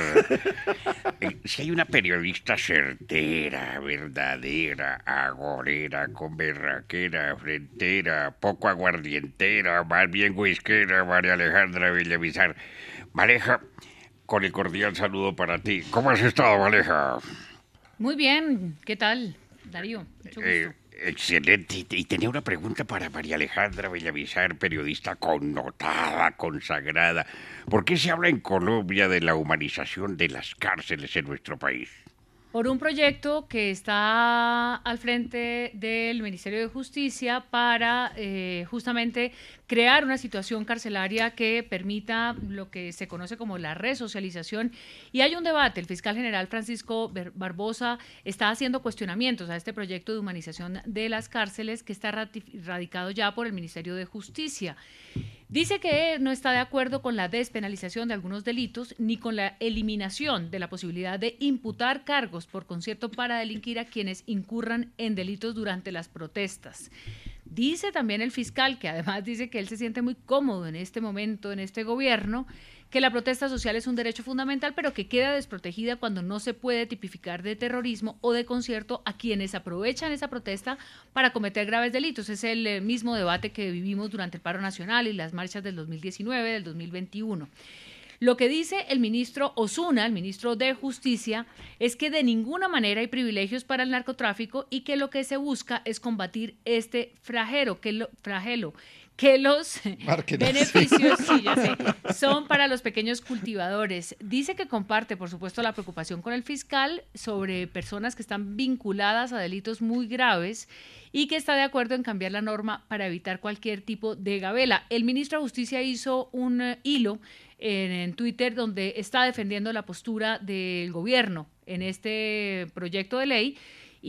Eh, Si hay una periodista certera, verdadera, agorera, con berraquera, frentera, poco aguardientera, más bien whiskera, María Alejandra Villamizar. Maleja, con el cordial saludo para ti. ¿Cómo has estado, Maleja? Muy bien, ¿qué tal, Darío? Mucho gusto. Eh, excelente. Y- Y tenía una pregunta para María Alejandra Villamizar, periodista connotada, consagrada. ¿Por qué se habla en Colombia de la humanización de las cárceles en nuestro país? Por un proyecto que está al frente del Ministerio de Justicia para eh, justamente crear una situación carcelaria que permita lo que se conoce como la resocialización. Y hay un debate, el fiscal general Francisco Ber- Barbosa está haciendo cuestionamientos a este proyecto de humanización de las cárceles que está ratif- radicado ya por el Ministerio de Justicia. Dice que no está de acuerdo con la despenalización de algunos delitos ni con la eliminación de la posibilidad de imputar cargos por concierto para delinquir a quienes incurran en delitos durante las protestas. Dice también el fiscal, que además dice que él se siente muy cómodo en este momento, en este gobierno, que la protesta social es un derecho fundamental, pero que queda desprotegida cuando no se puede tipificar de terrorismo o de concierto a quienes aprovechan esa protesta para cometer graves delitos. Es el eh, mismo debate que vivimos durante el paro nacional y las marchas del dos mil diecinueve, del dos mil veintiuno. Lo que dice el ministro Osuna, el ministro de Justicia, es que de ninguna manera hay privilegios para el narcotráfico y que lo que se busca es combatir este flagelo, que lo, flagelo, que los Márquenos. beneficios, sí, ya sé, son para los pequeños cultivadores. Dice que comparte, por supuesto, la preocupación con el fiscal sobre personas que están vinculadas a delitos muy graves y que está de acuerdo en cambiar la norma para evitar cualquier tipo de gabela. El ministro de Justicia hizo un eh, hilo en, en Twitter donde está defendiendo la postura del gobierno en este proyecto de ley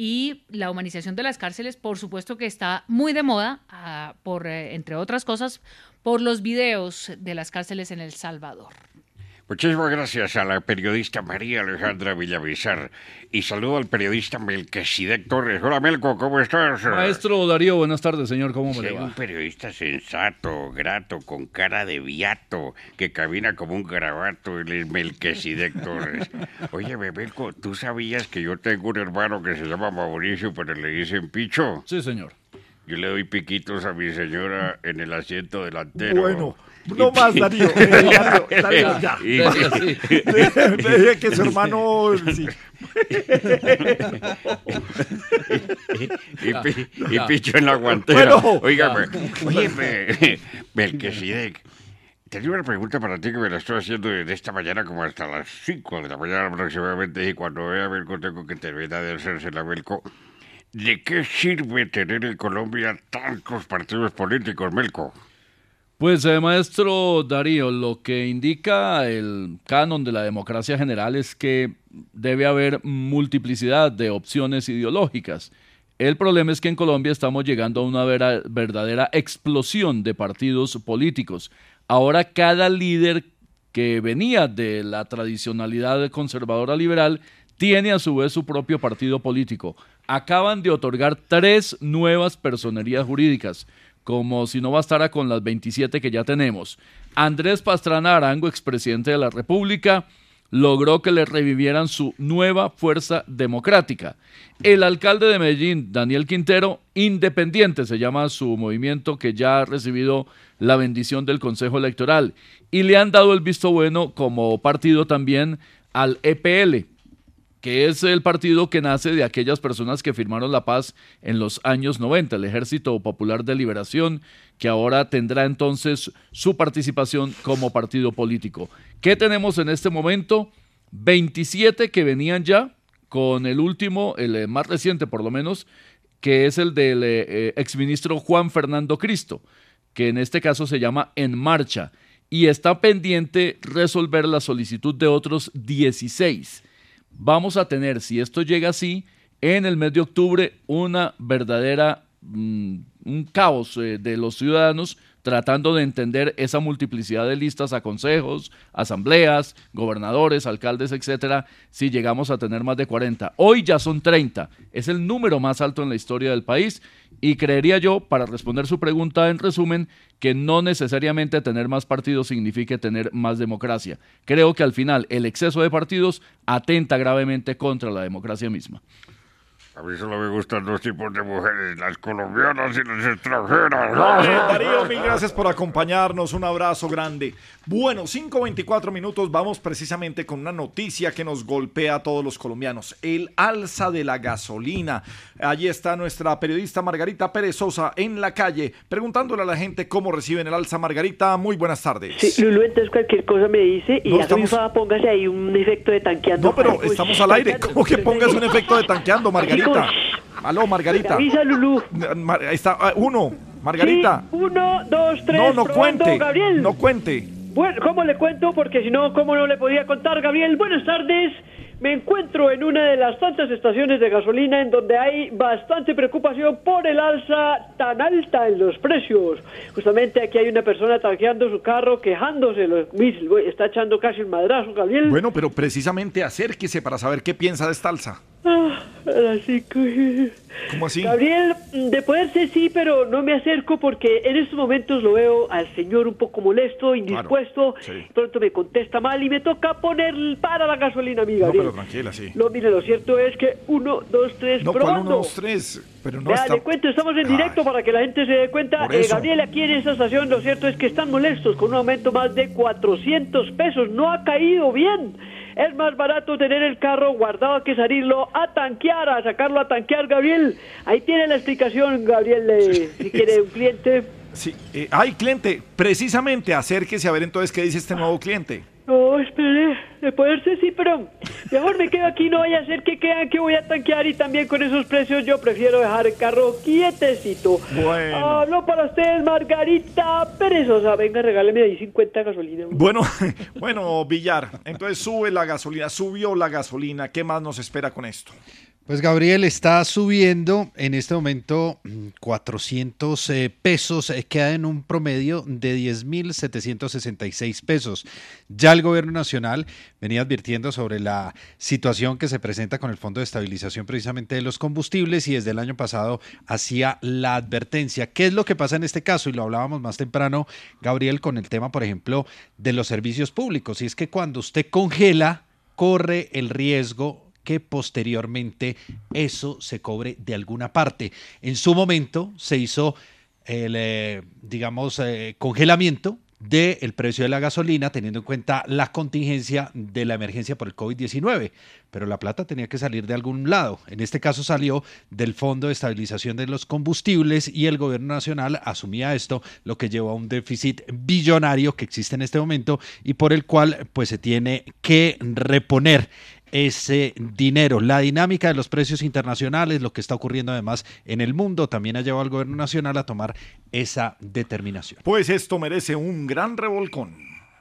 y la humanización de las cárceles, por supuesto que está muy de moda, ah, por eh, entre otras cosas, por los videos de las cárceles en El Salvador. Muchísimas gracias a la periodista María Alejandra Villamizar y saludo al periodista Melquisedec Torres. Hola, Melco, ¿cómo estás? Maestro Darío, buenas tardes, señor, ¿cómo Sí, me le hay va? un periodista sensato, grato, con cara de viato, que camina como un garabato, él es Melquisedec Torres. Oye, Melco, ¿tú sabías que yo tengo un hermano que se llama Mauricio, pero le dicen Picho? Sí, señor. Yo le doy piquitos a mi señora en el asiento delantero. Bueno, no más, Darío. Eh, Darío, Darío, ya. Y- Deje deje que su hermano... sí. y, pi- y Ya. Picho en la guantera. Bueno. Óigame, Ya. óyeme, Melquisedec, Tenía una pregunta para ti que me la estoy haciendo desde esta mañana como hasta las cinco de la mañana aproximadamente, y cuando vea Melco tengo que terminar de hacerse la Melco. ¿De qué sirve tener en Colombia tantos partidos políticos, Melco? Pues, eh, maestro Darío, lo que indica el canon de la democracia general es que debe haber multiplicidad de opciones ideológicas. El problema es que en Colombia estamos llegando a una vera- verdadera explosión de partidos políticos. Ahora cada líder que venía de la tradicionalidad conservadora liberal tiene a su vez su propio partido político. Acaban de otorgar tres nuevas personerías jurídicas, como si no bastara con las veintisiete que ya tenemos. Andrés Pastrana Arango, expresidente de la República, logró que le revivieran su nueva fuerza democrática. El alcalde de Medellín, Daniel Quintero, independiente se llama su movimiento, que ya ha recibido la bendición del Consejo Electoral, y le han dado el visto bueno como partido también al E P L, que es el partido que nace de aquellas personas que firmaron la paz en los años noventa, el Ejército Popular de Liberación, que ahora tendrá entonces su participación como partido político. ¿Qué tenemos en este momento? veintisiete que venían ya, con el último, el más reciente por lo menos, que es el del eh, exministro Juan Fernando Cristo, que en este caso se llama En Marcha, y está pendiente resolver la solicitud de otros dieciséis. Vamos a tener, si esto llega así, en el mes de octubre una verdadera, mmm, un caos eh, de los ciudadanos tratando de entender esa multiplicidad de listas a consejos, asambleas, gobernadores, alcaldes, etcétera, si llegamos a tener más de cuarenta. Hoy ya son treinta, es el número más alto en la historia del país, y creería yo, para responder su pregunta en resumen, que no necesariamente tener más partidos signifique tener más democracia. Creo que al final el exceso de partidos atenta gravemente contra la democracia misma. A mí solo me gustan dos tipos de mujeres, las colombianas y las extranjeras. Gracias, Darío, mil gracias por acompañarnos, un abrazo grande. Bueno, cinco veinticuatro minutos, vamos precisamente con una noticia que nos golpea a todos los colombianos, el alza de la gasolina. Allí está nuestra periodista Margarita Pérez Sosa en la calle, preguntándole a la gente cómo reciben el alza. Margarita, muy buenas tardes. Sí, Lulu, entonces cualquier cosa me dice y no, a estamos... estamos... póngase ahí un efecto de tanqueando. No, pero estamos al aire, ¿cómo que pongas un efecto de tanqueando, Margarita? Aló, Margarita. Avisa, Lulú. Está, uno, Margarita. Sí, uno, dos, tres. No, no probando, cuente. Gabriel. No cuente. Bueno, ¿cómo le cuento? Porque si no, ¿cómo no le podía contar, Gabriel? Buenas tardes. Me encuentro en una de las tantas estaciones de gasolina en donde hay bastante preocupación por el alza tan alta en los precios. Justamente aquí hay una persona tanqueando su carro, quejándose. Está echando casi un madrazo, Gabriel. Bueno, pero precisamente acérquese para saber qué piensa de esta alza. Ah, así que... ¿Cómo así? Gabriel, de poderse sí, pero no me acerco porque en estos momentos lo veo al señor un poco molesto, indispuesto. Claro, sí. Pronto me contesta mal y me toca poner para la gasolina, mi Gabriel. No, pero tranquila, sí. No, mire, lo cierto es que uno, dos, tres, no, probando. No, uno, dos, tres, pero no Vea, está... le cuento, estamos en directo. Ay, para que la gente se dé cuenta. Eh, Gabriel, aquí en esta estación lo cierto es que están molestos con un aumento más de cuatrocientos pesos. No ha caído bien. Es más barato tener el carro guardado que salirlo a tanquear, a sacarlo a tanquear, Gabriel. Ahí tiene la explicación, Gabriel, eh, sí, si quiere un cliente. Sí, eh, hay cliente, precisamente, acérquese a ver entonces qué dice este nuevo cliente. No, espere, de poderse sí, pero mejor me quedo aquí, no vaya a ser que crean que voy a tanquear y también con esos precios yo prefiero dejar el carro quietecito. Bueno. Hablo para ustedes, Margarita Pérez Sosa. Venga, regáleme ahí cincuenta gasolina. Bueno, bueno, Villar, entonces sube la gasolina, subió la gasolina, ¿qué más nos espera con esto? Pues Gabriel, está subiendo en este momento cuatrocientos eh, pesos, eh, queda en un promedio de diez mil setecientos sesenta y seis pesos. Ya el gobierno nacional venía advirtiendo sobre la situación que se presenta con el Fondo de Estabilización precisamente de los combustibles y desde el año pasado hacía la advertencia. ¿Qué es lo que pasa en este caso? Y lo hablábamos más temprano, Gabriel, con el tema, por ejemplo, de los servicios públicos. Y es que cuando usted congela, corre el riesgo que posteriormente eso se cobre de alguna parte. En su momento se hizo el, eh, digamos, eh, congelamiento, del precio de la gasolina, teniendo en cuenta la contingencia de la emergencia por el COVID diecinueve. Pero la plata tenía que salir de algún lado. En este caso salió del Fondo de Estabilización de los Combustibles y el gobierno nacional asumía esto, lo que llevó a un déficit billonario que existe en este momento y por el cual pues se tiene que reponer ese dinero. La dinámica de los precios internacionales, lo que está ocurriendo además en el mundo, también ha llevado al gobierno nacional a tomar esa determinación. Pues esto merece un gran revolcón.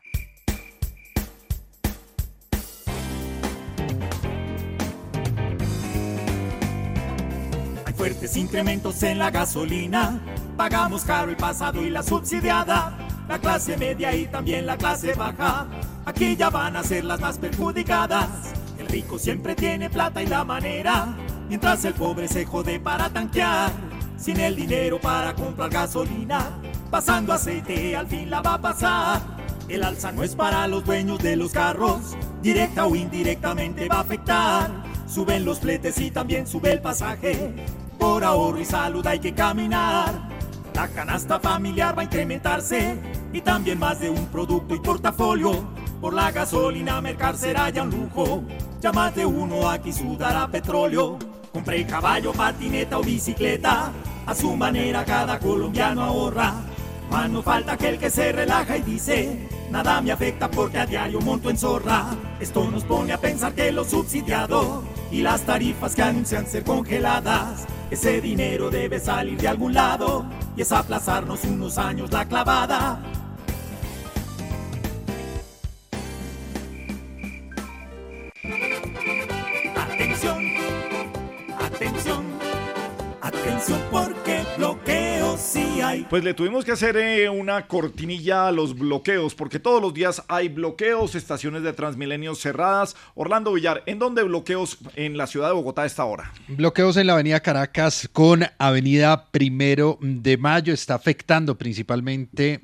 Hay fuertes incrementos en la gasolina, pagamos caro el pasado y la subsidiada, la clase media y también la clase baja, aquí ya van a ser las más perjudicadas. El rico siempre tiene plata y la manera, mientras el pobre se jode para tanquear. Sin el dinero para comprar gasolina, pasando aceite al fin la va a pasar. El alza no es para los dueños de los carros, directa o indirectamente va a afectar. Suben los fletes y también sube el pasaje, por ahorro y salud hay que caminar. La canasta familiar va a incrementarse y también más de un producto y portafolio. Por la gasolina mercar será ya un lujo, ya más de uno aquí sudará petróleo. Compré caballo, patineta o bicicleta, a su manera cada colombiano ahorra. Más no falta aquel que se relaja y dice, nada me afecta porque a diario monto en zorra. Esto nos pone a pensar que lo subsidiado y las tarifas que anuncian ser congeladas, ese dinero debe salir de algún lado y es aplazarnos unos años la clavada. Atención, atención, atención porque bloqueos sí hay. Pues le tuvimos que hacer eh, una cortinilla a los bloqueos, porque todos los días hay bloqueos, estaciones de Transmilenio cerradas. Orlando Villar, ¿en dónde bloqueos en la ciudad de Bogotá a esta hora? Bloqueos en la avenida Caracas con avenida Primero de Mayo. Está afectando principalmente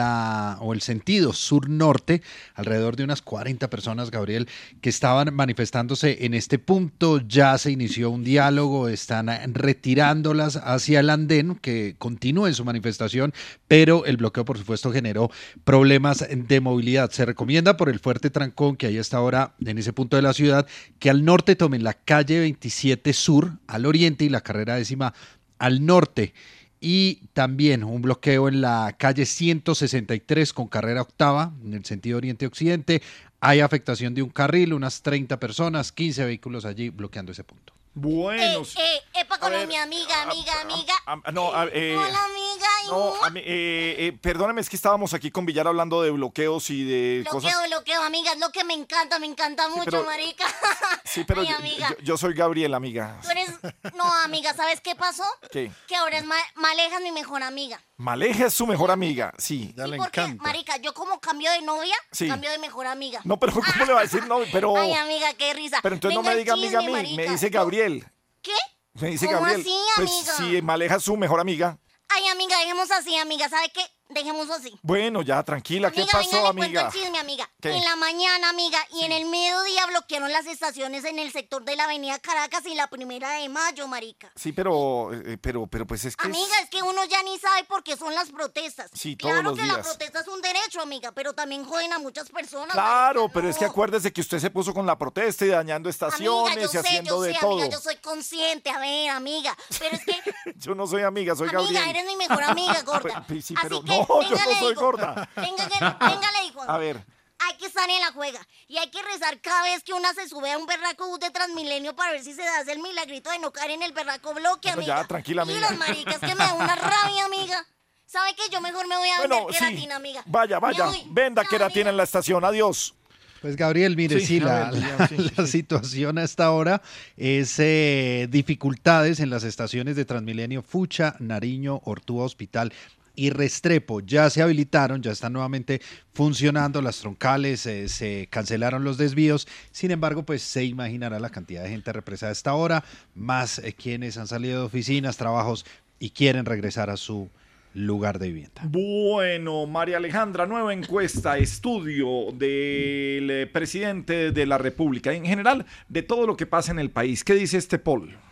la o el sentido sur-norte. Alrededor de unas cuarenta personas, Gabriel, que estaban manifestándose en este punto. Ya se inició un diálogo, están retirándolas hacia el andén, que continúen su manifestación, pero el bloqueo, por supuesto, generó problemas de movilidad. Se recomienda por el fuerte trancón que hay hasta ahora en ese punto de la ciudad, que al norte tomen la calle veintisiete Sur al oriente y la carrera décima al norte. Y también un bloqueo en la calle ciento sesenta y tres con carrera octava en el sentido oriente-occidente. Hay afectación de un carril, unas treinta personas, quince vehículos allí bloqueando ese punto. Bueno. Eh, eh, epa con mi amiga, amiga, amiga. Ah, ah, no, ah, eh, Hola, amiga. no, a mí, eh, eh, perdóname, es que estábamos aquí con Villar hablando de bloqueos y de Bloqueo, cosas. bloqueo, amiga, es lo que me encanta, me encanta mucho, pero- marica. Sí, pero Ay, yo, amiga. yo- yo soy Gabriel, amiga. Tú eres... No, amiga, ¿sabes qué pasó? ¿Qué? Que ahora es Ma- Maleja, es mi mejor amiga. Maleja es su mejor amiga, sí. Sí, porque, marica, yo como cambio de novia, Sí. cambio de mejor amiga. No, pero ¿cómo le va a decir no? Pero, Ay, amiga, qué risa. pero entonces Venga no me el diga amiga a chisme, mí, me marica. dice Gabriel. ¿Qué? Me dice ¿Cómo Gabriel. así, pues amiga? si Maleja es su mejor amiga. Ay, amiga, dejemos así, amiga. ¿Sabe qué? Dejemos así. Bueno, ya, tranquila, ¿qué Amiga, pasó, venga, le cuento amiga? el chisme, amiga. ¿Qué? En la mañana, amiga, y en el mediodía bloquearon las estaciones en el sector de la avenida Caracas y la primera de mayo, marica. Sí, pero, eh, pero, pero pues es que es- Amiga, es que uno ya ni sabe por qué son las protestas. Sí, todos claro los que la días. protesta es un derecho, amiga, pero también joden a muchas personas. Claro, pero es que acuérdese que usted se puso con la protesta y dañando estaciones Amiga, yo y sé, haciendo yo de sé, todo. amiga, yo soy consciente, a ver, amiga, pero es que, Yo no soy amiga, soy amiga, Gabriel. eres mi mejor amiga, gorda. Pues, sí, Así pero que, no, yo venga, no le soy digo, gorda. Venga, que- venga, le digo. A ver, Hay que estar en la juega y hay que rezar cada vez que una se sube a un berraco bus de Transmilenio para ver si se da el milagrito de no caer en el berraco bloque, Bueno, amiga. ya, tranquila, Y amiga. los maricas que me da una rabia, amiga. ¿Sabe que yo mejor me voy a bueno, vender sí. queratina, amiga? Vaya, vaya, Me voy. venda queratina en la estación, adiós. Pues Gabriel, mire, Sí, sí, a la, ver, la- sí, la situación hasta ahora es eh, dificultades en las estaciones de Transmilenio Fucha, Nariño, Ortúa Hospital y Restrepo. Ya se habilitaron, ya están nuevamente funcionando las troncales, eh, se cancelaron los desvíos. Sin embargo, pues se imaginará la cantidad de gente represada a esta hora, más eh, quienes han salido de oficinas, trabajos y quieren regresar a su lugar de vivienda. Bueno, María Alejandra, nueva encuesta, estudio del eh, presidente de la República, en general, de todo lo que pasa en el país. ¿Qué dice este poll?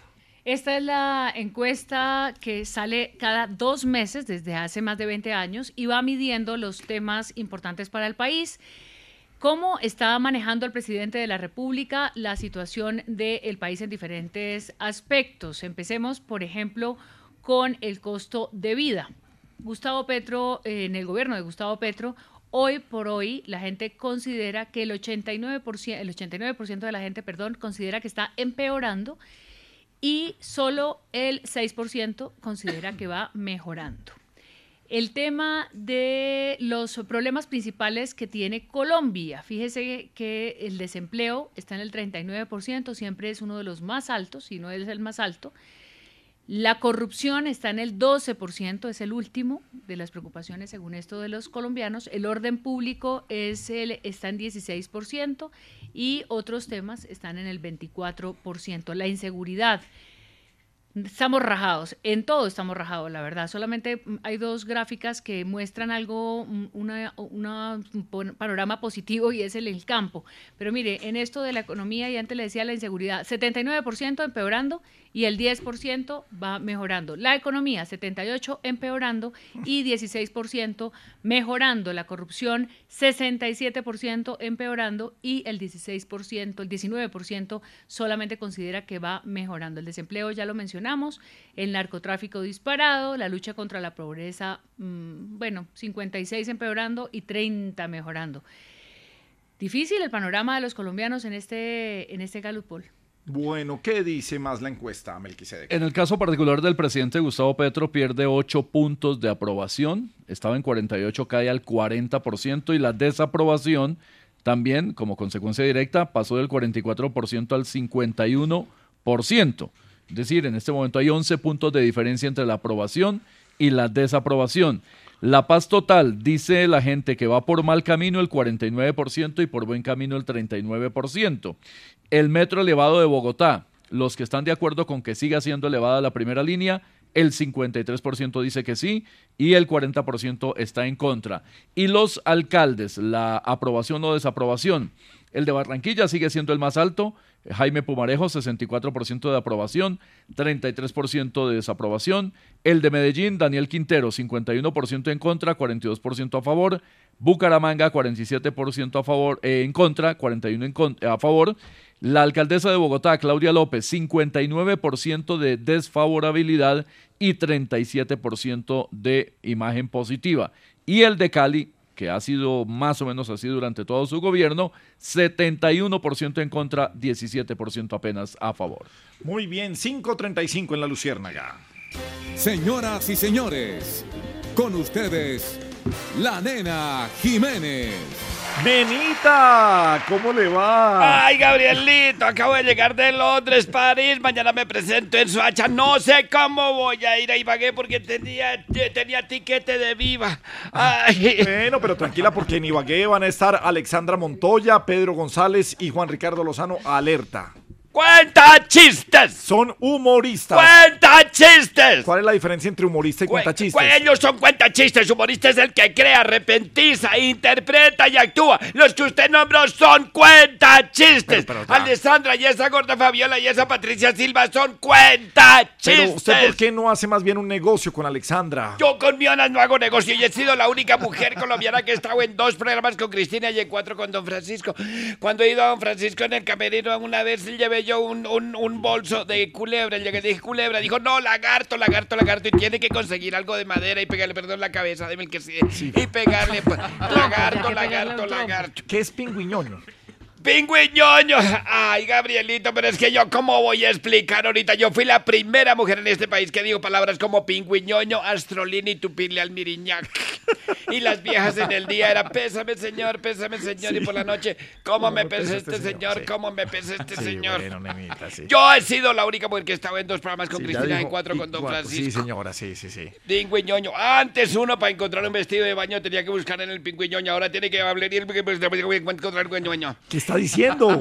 Esta es la encuesta que sale cada dos meses desde hace más de veinte años y va midiendo los temas importantes para el país. ¿Cómo está manejando el presidente de la República la situación del país en diferentes aspectos? Empecemos, por ejemplo, con el costo de vida. Gustavo Petro, eh, en el gobierno de Gustavo Petro, hoy por hoy la gente considera que el ochenta y nueve por ciento, el ochenta y nueve por ciento de la gente, perdón, considera que está empeorando y solo el seis por ciento considera que va mejorando. El tema de los problemas principales que tiene Colombia. Fíjese que el desempleo está en el treinta y nueve por ciento, siempre es uno de los más altos, si no es el más alto. La corrupción está en el doce por ciento, es el último de las preocupaciones según esto de los colombianos. El orden público es el, está en dieciséis por ciento y otros temas están en el veinticuatro por ciento. La inseguridad. Estamos rajados, en todo estamos rajados, la verdad. Solamente hay dos gráficas que muestran algo, una, una, un panorama positivo y es el del campo. Pero mire, en esto de la economía, y antes le decía la inseguridad, setenta y nueve por ciento empeorando y el diez por ciento va mejorando. La economía, setenta y ocho por ciento empeorando y dieciséis por ciento mejorando. La corrupción, sesenta y siete por ciento empeorando y el dieciséis por ciento, el diecinueve por ciento solamente considera que va mejorando. El desempleo ya lo mencionamos, el narcotráfico disparado, la lucha contra la pobreza, mmm, bueno, cincuenta y seis empeorando y treinta mejorando. Difícil el panorama de los colombianos en este, en este Gallup Poll. Bueno, ¿qué dice más la encuesta, Melquisedec? En el caso particular del presidente Gustavo Petro, pierde ocho puntos de aprobación, estaba en cuarenta y ocho, cae al cuarenta por ciento, y la desaprobación también, como consecuencia directa, pasó del cuarenta y cuatro por ciento al cincuenta y uno por ciento. Es decir, en este momento hay once puntos de diferencia entre la aprobación y la desaprobación. La paz total, dice la gente que va por mal camino el cuarenta y nueve por ciento y por buen camino el treinta y nueve por ciento. El metro elevado de Bogotá, los que están de acuerdo con que siga siendo elevada la primera línea, el cincuenta y tres por ciento dice que sí y el cuarenta por ciento está en contra. Y los alcaldes, la aprobación o desaprobación, el de Barranquilla sigue siendo el más alto, Jaime Pumarejo, sesenta y cuatro por ciento de aprobación, treinta y tres por ciento de desaprobación. El de Medellín, Daniel Quintero, cincuenta y uno por ciento en contra, cuarenta y dos por ciento a favor. Bucaramanga, cuarenta y siete por ciento a favor, eh, en contra, cuarenta y uno por ciento en, a favor. La alcaldesa de Bogotá, Claudia López, cincuenta y nueve por ciento de desfavorabilidad y treinta y siete por ciento de imagen positiva. Y el de Cali, que ha sido más o menos así durante todo su gobierno, setenta y uno por ciento en contra, diecisiete por ciento apenas a favor. Muy bien, cinco treinta y cinco en la Luciérnaga. Señoras y señores, con ustedes, la Nena Jiménez. Nenita, ¿cómo le va? Ay, Gabrielito, acabo de llegar de Londres, París. Mañana me presento en Soacha. No sé cómo voy a ir a Ibagué porque tenía, tenía tiquete de Viva. Ay. Bueno, pero tranquila porque en Ibagué van a estar Alexandra Montoya, Pedro González y Juan Ricardo Lozano. Alerta. ¡Cuenta chistes! Son humoristas. ¡Cuenta chistes! ¿Cuál es la diferencia entre humorista y cuenta chistes? Ellos son cuenta chistes. Humorista es el que crea, repentiza, interpreta y actúa. Los que usted nombró son cuenta chistes. Pero, pero, Alessandra y esa gorda Fabiola y esa Patricia Silva son cuenta chistes. Pero usted, ¿por qué no hace más bien un negocio con Alexandra? Yo con Mionas no hago negocio y he sido la única mujer colombiana que he estado en dos programas con Cristina y en cuatro con Don Francisco. Cuando he ido a Don Francisco en el camerino una vez llevé yo un, un, un bolso de culebra. Le dije culebra, dijo no, lagarto, lagarto, lagarto, y tiene que conseguir algo de madera y pegarle, perdón, la cabeza de Melquisedec sí. y pegarle lagarto, lagarto, lagarto. ¿Qué es pingüiñoño? ¡Pingüiñoño! Ay, Gabrielito, pero es que yo, ¿cómo voy a explicar ahorita? Yo fui la primera mujer en este país que dijo palabras como pingüiñoño, astrolini, tupirle al miriñac. Y las viejas en el día era, pésame, señor, pésame, señor. Sí. Y por la noche, ¿cómo me pesa este señor? señor? Sí. ¿Cómo me pesa este sí, señor? Bueno, nenita, sí. Yo he sido la única mujer que estaba en dos programas con sí, Cristina y cuatro con Don cuatro, Francisco. Sí, señora, sí, sí, sí. Pingüiñoño. Antes uno para encontrar un vestido de baño tenía que buscar en el pingüiñoño. Ahora tiene que hablar y encontrar el pingüiñoño. ¿Qué está diciendo?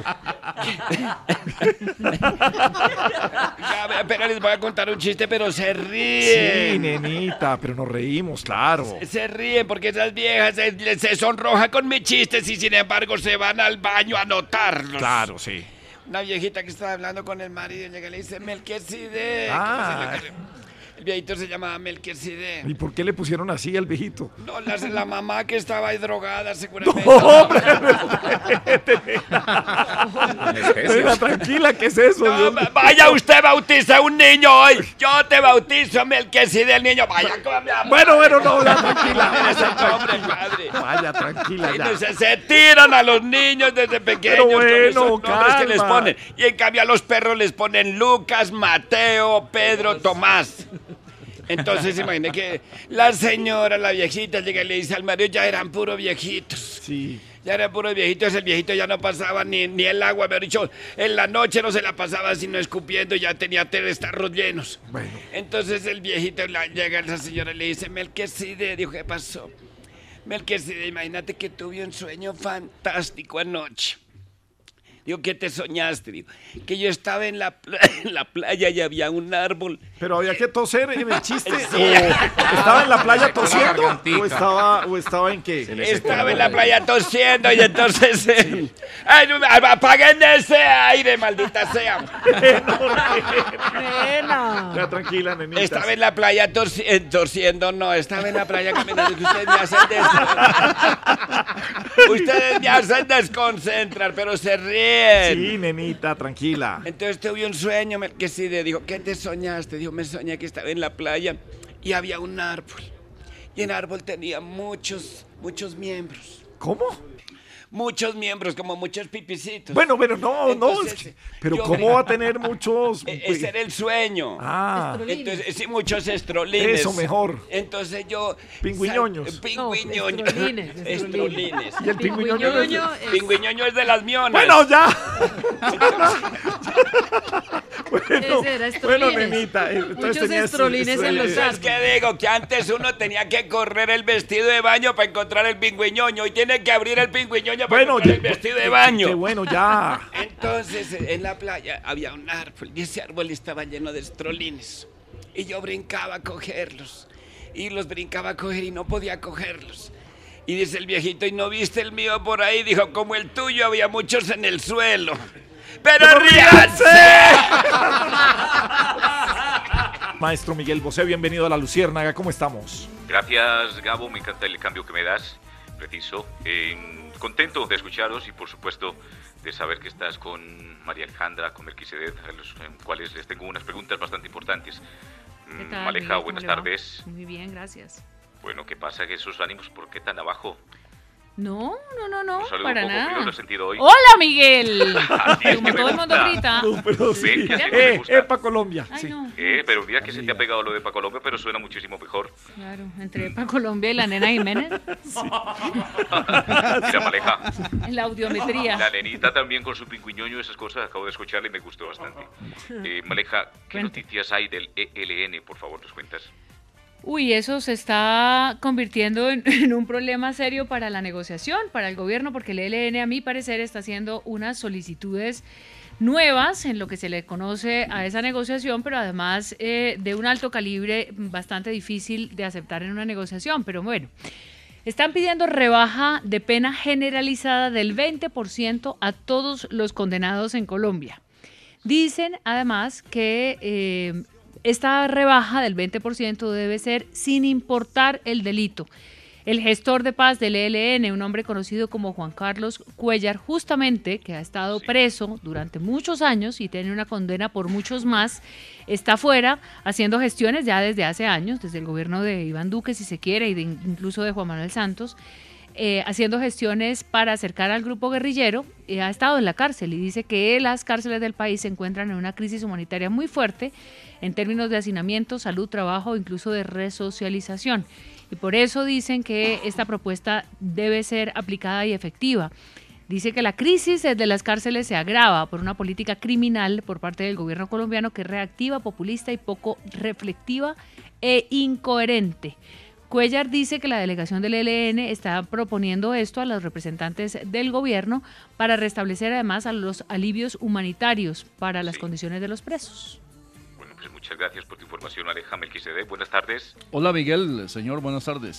Pero les voy a contar un chiste, pero se ríen. Sí, nenita, pero nos reímos, claro. Se, se ríen porque esas viejas se, se sonrojan con mis chistes y sin embargo se van al baño a anotarlos. Claro, sí. Una viejita que estaba hablando con el marido, llega y le dice, Melquisedec. Ah. El viejito se llamaba Melquisedec. ¿Y por qué le pusieron así al viejito? No, la, la mamá que estaba ahí drogada, seguramente. No, Venga, tranquila, ¿qué es eso? No, vaya, usted bautiza a un niño hoy. Yo te bautizo, Melquisedec, el niño. Vaya, come a... Bueno, bueno, no, ya, tranquila. Ese pobre padre. Vaya, tranquila, ya. Entonces se tiran a los niños desde pequeños. Pero bueno, con esos nombres que les calma. ponen. Y en cambio a los perros les ponen Lucas, Mateo, Pedro, Tomás. Entonces imagínate que la señora, la viejita, llega y le dice al marido, ya eran puros viejitos. Sí. Ya eran puros viejitos, el viejito ya no pasaba ni, ni el agua, me ha dicho, en la noche no se la pasaba sino escupiendo, ya tenía tres tarros llenos. Bueno. Entonces el viejito la, llega a esa señora y le dice, Melquisedec, dijo, ¿qué pasó? Melquisedec, imagínate que tuve un sueño fantástico anoche. Digo, ¿qué te soñaste? Digo, que yo estaba en la, pla- en la playa y había un árbol. Pero había que toser en el chiste. Sí. ¿O ¿Estaba en la playa Se secó la tosiendo? gargantica. ¿O estaba, ¿O estaba en qué? Estaba en la playa tosiendo y entonces... eh, ¡ay, no, apaguen ese aire, maldita sea! Nena. Ya, tranquila, nenita. Estaba en la playa torci- eh, tosiendo, no, estaba en la playa caminando, que ustedes me hacen des... Ustedes me hacen desconcentrar, pero se ríen. Sí, nenita, tranquila. Entonces tuve un sueño, Melquisedec, dijo, ¿qué te soñaste? Dijo, me soñé que estaba en la playa y había un árbol. Y el árbol tenía muchos, muchos miembros. ¿Cómo? Muchos miembros, como muchos pipicitos. Bueno, pero no, Entonces, no. es que- pero yo ¿cómo me- va a tener muchos? E- Ese era el sueño. Ah. Entonces, sí, muchos estrolines. Eso, mejor. Entonces yo... Pingüiñoños. sal- Pingüiñoños. No, estrolines, Estrolines. Y el pingüiñoño no es- Pingüiñoño es- Pingüiñoño es de las mionas. Bueno, ya. bueno, Ese era bueno, estrolines. nenita. eh, entonces Muchos tenía estrolines en los Es que digo que antes uno tenía que correr el vestido de baño para encontrar el pingüiñoño y tiene que abrir el pingüiñoño para Bueno, encontrar ya- el vestido de qué- baño. qué bueno, ya. Entonces en la playa había un árbol y ese árbol estaba lleno de estrolines y yo brincaba a cogerlos y los brincaba a coger y no podía cogerlos. Y dice el viejito, ¿y no viste el mío por ahí? Dijo, como el tuyo había muchos en el suelo. ¡Pero ¡Pero ríanse! Maestro Miguel Bosé, bienvenido a La Luciérnaga. ¿Cómo estamos? Gracias, Gabo, me encanta el cambio que me das, preciso. Eh, contento de escucharos y, por supuesto, de saber que estás con María Alejandra, con Melquisedec, a los en cuales les tengo unas preguntas bastante importantes. ¿Qué Mm, tal, Maleja, Miguel? ¿Cómo buenas le va? tardes. Muy bien, gracias. Bueno, ¿qué pasa? ¿Que esos ánimos por qué tan abajo? No, no, no, no, Un saludo para un poco, nada. ¿cómo lo has sentido hoy? ¡Hola, Miguel! Así es Como que me todo el mundo gusta. grita. No, pero sí. Sí, que sí me Eh, gusta. Epa Colombia. Ay, sí. no. Eh, pero mira que se te ha pegado lo de Pa' Colombia, pero suena muchísimo mejor. Claro, entre Pa' Colombia y la nena Jiménez. Mira, Maleja, En la audiometría. la nenita también con su pingüiñoño, esas cosas, acabo de escucharla y me gustó bastante. Eh, Maleja, ¿qué Cuente. noticias hay del E L N? Por favor, nos cuentas. Uy, eso se está convirtiendo en, en un problema serio para la negociación, para el gobierno, porque el E L N, a mi parecer, está haciendo unas solicitudes nuevas en lo que se le conoce a esa negociación, pero además eh, de un alto calibre bastante difícil de aceptar en una negociación. Pero bueno, están pidiendo rebaja de pena generalizada del veinte por ciento a todos los condenados en Colombia. Dicen además que eh, esta rebaja del veinte por ciento debe ser sin importar el delito. El gestor de paz del E L N, un hombre conocido como Juan Carlos Cuellar, justamente, que ha estado preso durante muchos años y tiene una condena por muchos más, está fuera haciendo gestiones ya desde hace años, desde el gobierno de Iván Duque, si se quiere, y de, incluso de Juan Manuel Santos, eh, haciendo gestiones para acercar al grupo guerrillero. Eh, ha estado en la cárcel y dice que las cárceles del país se encuentran en una crisis humanitaria muy fuerte en términos de hacinamiento, salud, trabajo, incluso de resocialización. Y por eso dicen que esta propuesta debe ser aplicada y efectiva. Dice que la crisis de las cárceles se agrava por una política criminal por parte del gobierno colombiano que es reactiva, populista y poco reflexiva e incoherente. Cuellar dice que la delegación del E L N está proponiendo esto a los representantes del gobierno para restablecer además a los alivios humanitarios para las condiciones de los presos. Bueno, pues muchas gracias por tu información, Aleja Melquisedec. Buenas tardes. Hola Miguel, señor, buenas tardes.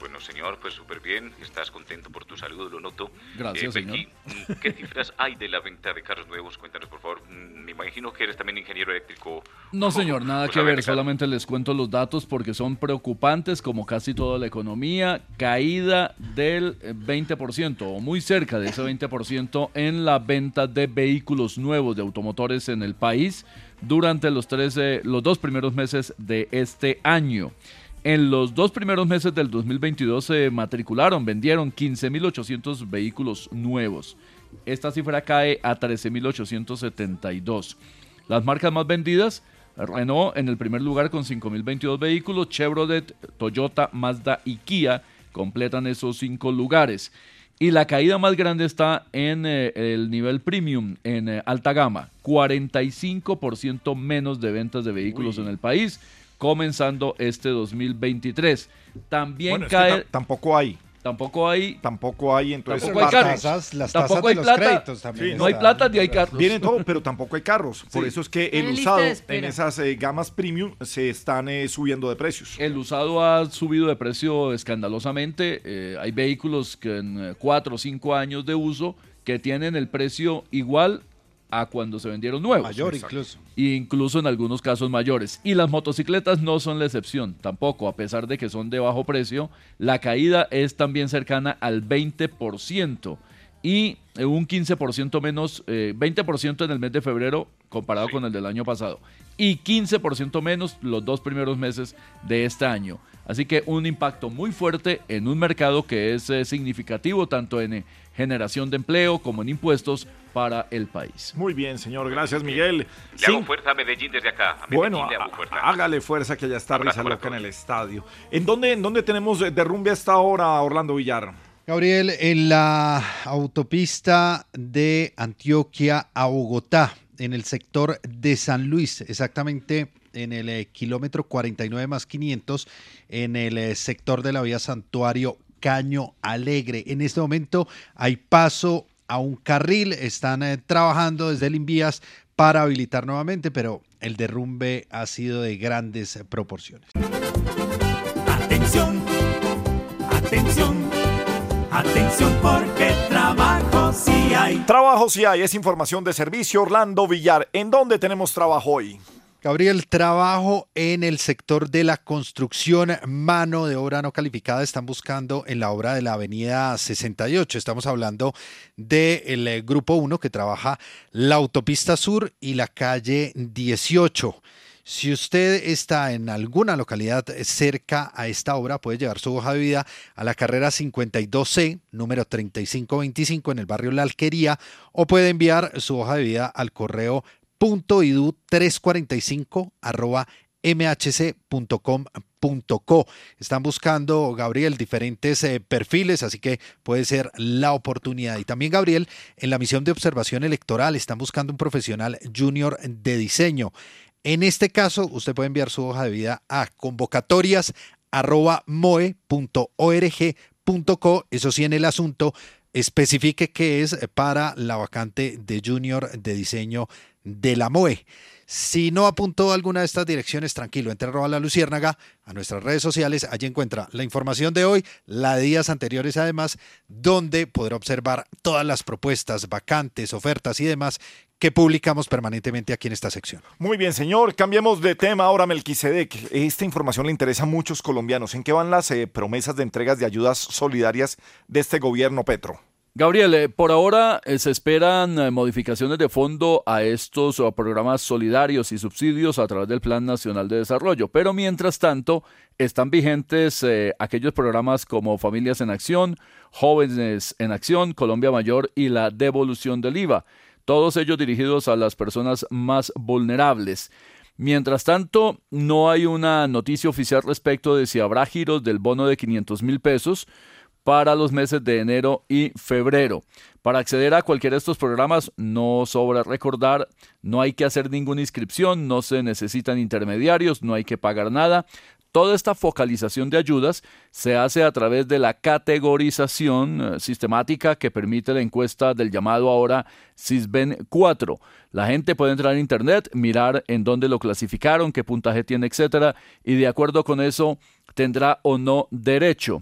Bueno, señor, pues súper bien. Estás contento por tu salud, lo noto. Gracias, eh, Becky, señor. ¿qué cifras hay de la venta de carros nuevos? Cuéntanos, por favor. Me imagino que eres también ingeniero eléctrico. No, señor, nada Pues que a ver, ver, solamente les cuento los datos porque son preocupantes, como casi toda la economía. Caída del eh, veinte por ciento o muy cerca de ese veinte por ciento en la venta de vehículos nuevos de automotores en el país durante los, trece, los dos primeros meses de este año. En los dos primeros meses del dos mil veintidós se matricularon, vendieron quince mil ochocientos vehículos nuevos. Esta cifra cae a trece mil ochocientos setenta y dos. Las marcas más vendidas, Renault en el primer lugar con cinco mil veintidós vehículos, Chevrolet, Toyota, Mazda y Kia completan esos cinco lugares. Y la caída más grande está en eh, el nivel premium, en eh, alta gama, cuarenta y cinco por ciento menos de ventas de vehículos Uy. en el país, comenzando este dos mil veintitrés. También bueno, cae... Es que tampoco hay. Tampoco hay... Tampoco hay, entonces... Tampoco hay carros. Tasas, las tampoco tasas hay de los plata. créditos también. Sí, no hay plata ni hay carros. Viene todo, pero tampoco hay carros. Por Sí. eso es que el En lista usado de espera. en esas eh, gamas premium se están eh, subiendo de precios. El usado ha subido de precio escandalosamente. Eh, hay vehículos que en cuatro o cinco años de uso que tienen el precio igual a cuando se vendieron nuevos. Mayor incluso. E incluso en algunos casos mayores. Y las motocicletas no son la excepción, tampoco, a pesar de que son de bajo precio. La caída es también cercana al veinte por ciento y un quince por ciento menos, eh, veinte por ciento en el mes de febrero comparado con el del año pasado y quince por ciento menos los dos primeros meses de este año. Así que un impacto muy fuerte en un mercado que es eh, significativo tanto en eh, generación de empleo como en impuestos para el país. Muy bien, señor. Gracias, Miguel. Le Sí. hago fuerza a Medellín desde acá. A Medellín Bueno, le hago há- fuerza. hágale fuerza que ya está Abrazo risa para loca en todos. el estadio. ¿En dónde, en dónde tenemos eh, derrumbe hasta ahora, Orlando Villar? Gabriel, en la autopista de Antioquia a Bogotá, en el sector de San Luis, exactamente en el eh, kilómetro cuarenta y nueve más quinientos, en el eh, sector de la vía Santuario Caño Alegre. En este momento hay paso a un carril, están eh, trabajando desde el Invías para habilitar nuevamente, pero el derrumbe ha sido de grandes eh, proporciones. Atención, atención, atención porque trabajo sí hay. Trabajo sí hay, es información de servicio. Orlando Villar, ¿en dónde tenemos trabajo hoy? Gabriel, trabajo en el sector de la construcción, mano de obra no calificada, están buscando en la obra de la avenida sesenta y ocho. Estamos hablando del eh, grupo uno que trabaja la autopista sur y la calle dieciocho. Si usted está en alguna localidad cerca a esta obra, puede llevar su hoja de vida a la carrera cincuenta y dos C, número treinta y cinco veinticinco en el barrio La Alquería, o puede enviar su hoja de vida al correo punto idu trescientos cuarenta y cinco arroba m h c punto com punto co. Están buscando, Gabriel, diferentes eh, perfiles, así que puede ser la oportunidad. Y también, Gabriel, en la misión de observación electoral están buscando un profesional junior de diseño. En este caso, usted puede enviar su hoja de vida a convocatorias arroba moe punto org punto co. Eso sí, en el asunto especifique que es para la vacante de junior de diseño de la MOE. Si no apuntó a alguna de estas direcciones, tranquilo, entre arroba la luciérnaga a nuestras redes sociales. Allí encuentra la información de hoy, la de días anteriores además, donde podrá observar todas las propuestas, vacantes, ofertas y demás que publicamos permanentemente aquí en esta sección. Muy bien, señor. Cambiemos de tema ahora, Melquisedec. Esta información le interesa a muchos colombianos. ¿En qué van las eh, promesas de entregas de ayudas solidarias de este gobierno Petro? Gabriel, eh, por ahora eh, se esperan eh, modificaciones de fondo a estos uh, programas solidarios y subsidios a través del Plan Nacional de Desarrollo, pero mientras tanto están vigentes eh, aquellos programas como Familias en Acción, Jóvenes en Acción, Colombia Mayor y la devolución del I V A, todos ellos dirigidos a las personas más vulnerables. Mientras tanto, no hay una noticia oficial respecto de si habrá giros del bono de quinientos mil pesos para los meses de enero y febrero. Para acceder a cualquiera de estos programas, no sobra recordar, no hay que hacer ninguna inscripción, no se necesitan intermediarios, no hay que pagar nada. Toda esta focalización de ayudas se hace a través de la categorización eh, sistemática que permite la encuesta del llamado ahora SISBEN cuatro. La gente puede entrar a internet, mirar en dónde lo clasificaron, qué puntaje tiene, etcétera, y de acuerdo con eso tendrá o no derecho.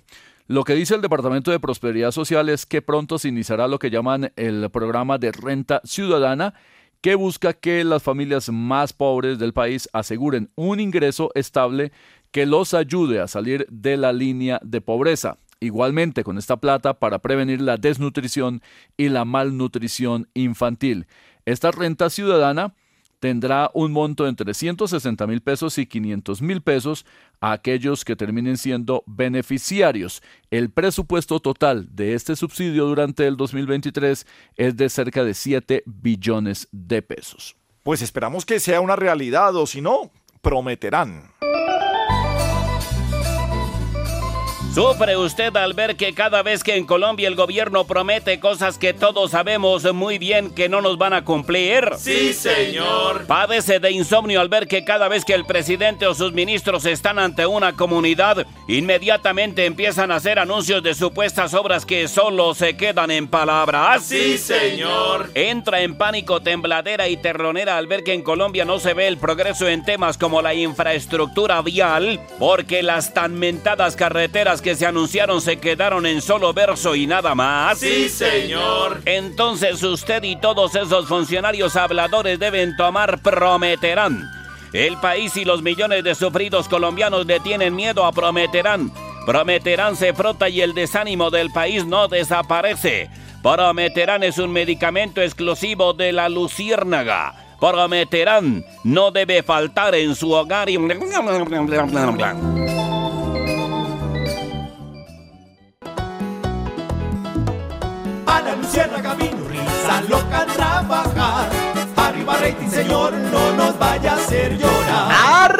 Lo que dice el Departamento de Prosperidad Social es que pronto se iniciará lo que llaman el programa de renta ciudadana, que busca que las familias más pobres del país aseguren un ingreso estable que los ayude a salir de la línea de pobreza. Igualmente con esta plata para prevenir la desnutrición y la malnutrición infantil. Esta renta ciudadana tendrá un monto entre ciento sesenta mil pesos y quinientos mil pesos a aquellos que terminen siendo beneficiarios. El presupuesto total de este subsidio durante el dos mil veintitrés es de cerca de siete billones de pesos. Pues esperamos que sea una realidad, o si no, prometerán. ¿Sufre usted al ver que cada vez que en Colombia el gobierno promete cosas que todos sabemos muy bien que no nos van a cumplir? Sí, señor. ¿Padece de insomnio al ver que cada vez que el presidente o sus ministros están ante una comunidad, inmediatamente empiezan a hacer anuncios de supuestas obras que solo se quedan en palabras? Sí, señor. ¿Entra en pánico, tembladera y terronera al ver que en Colombia no se ve el progreso en temas como la infraestructura vial, porque las tan mentadas carreteras que se anunciaron se quedaron en solo verso y nada más? Sí, señor. Entonces usted y todos esos funcionarios habladores deben tomar prometerán. El país y los millones de sufridos colombianos le tienen miedo a prometerán. Prometerán se frota y el desánimo del país no desaparece. Prometerán es un medicamento exclusivo de la luciérnaga. Prometerán no debe faltar en su hogar y... A la luciérnaga vino risa loca a trabajar. Arriba rating, señor, no nos vaya a hacer llorar.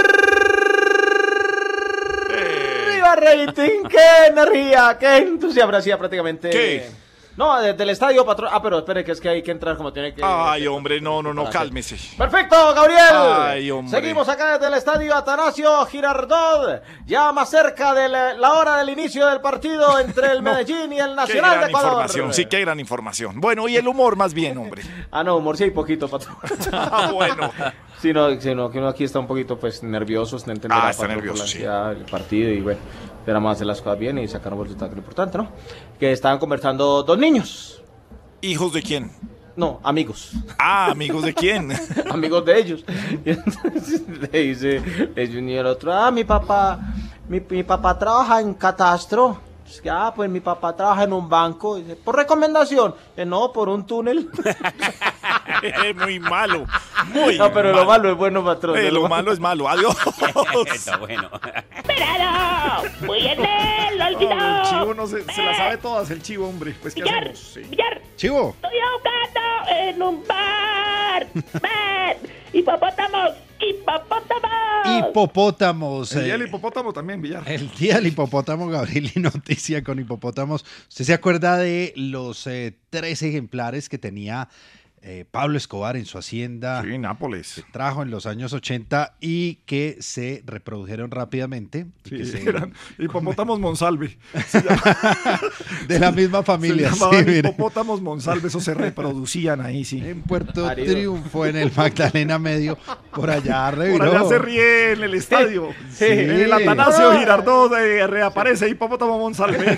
¡Arriba rating! ¡Qué energía! ¡Qué entusiasmo! Hacía prácticamente... ¿Qué? No, desde el estadio, patrón. Ah, pero espere, que es que hay que entrar como tiene que... Ay, hombre, no, no, no, cálmese. ¡Perfecto, Gabriel! Ay, hombre. Seguimos acá desde el estadio Atanasio Girardot, ya más cerca de la, la hora del inicio del partido entre el No, Medellín y el Qué Nacional gran de Ecuador. información, sí, qué gran información. Bueno, y el humor más bien, hombre. Ah, no, humor sí hay poquito, patrón. Ah, bueno. Sí, no, sí, no, que uno aquí está un poquito, pues, nervioso. Usted entenderá, Ah, está patrón, nervioso, por la sí. ansiedad del partido y, bueno, esperamos hacer las cosas bien y sacar un resultado que es lo importante, ¿no? Que estaban conversando dos niños. ¿Hijos de quién? No, amigos. Ah, ¿amigos de quién? Amigos de ellos. Y entonces le dice el uno y el otro, ah, mi papá, mi, mi papá trabaja en catastro. Es que, ah, pues mi papá trabaja en un banco. Dice, ¿por recomendación? Eh, no, por un túnel. Es muy malo. Muy no, pero malo. lo malo es bueno, patrón. Eh, lo malo es malo. Adiós. Está bueno. ¡Esperado! ¡Muy bien, lo olvidó! Oh, el chivo no se, se la sabe todas, el chivo, hombre. Pues, ¿qué Villar, hacemos? Sí. Villar, Chivo. estoy ahogando en un bar. ¡Bar! ¡Hipopótamos! ¡Hipopótamos! Hipopótamos. El día eh, del hipopótamo también, Villar. El día del hipopótamo, Gabriel, y noticia con hipopótamos. ¿Usted se acuerda de los eh, tres ejemplares que tenía eh, Pablo Escobar en su hacienda? Sí, Nápoles. Que trajo en los años ochenta y que se reprodujeron rápidamente. Y Sí, que se- eran hipopótamos Monsalve. de la misma familia. Se sí, llamaban mire. hipopótamos Monsalve, esos se reproducían ahí, sí. En Puerto Marido. Triunfo, en el Magdalena Medio, por allá Por reviró. allá se ríe en el estadio. Sí. En el Atanasio Girardot eh, reaparece hipopótamo Monsalve.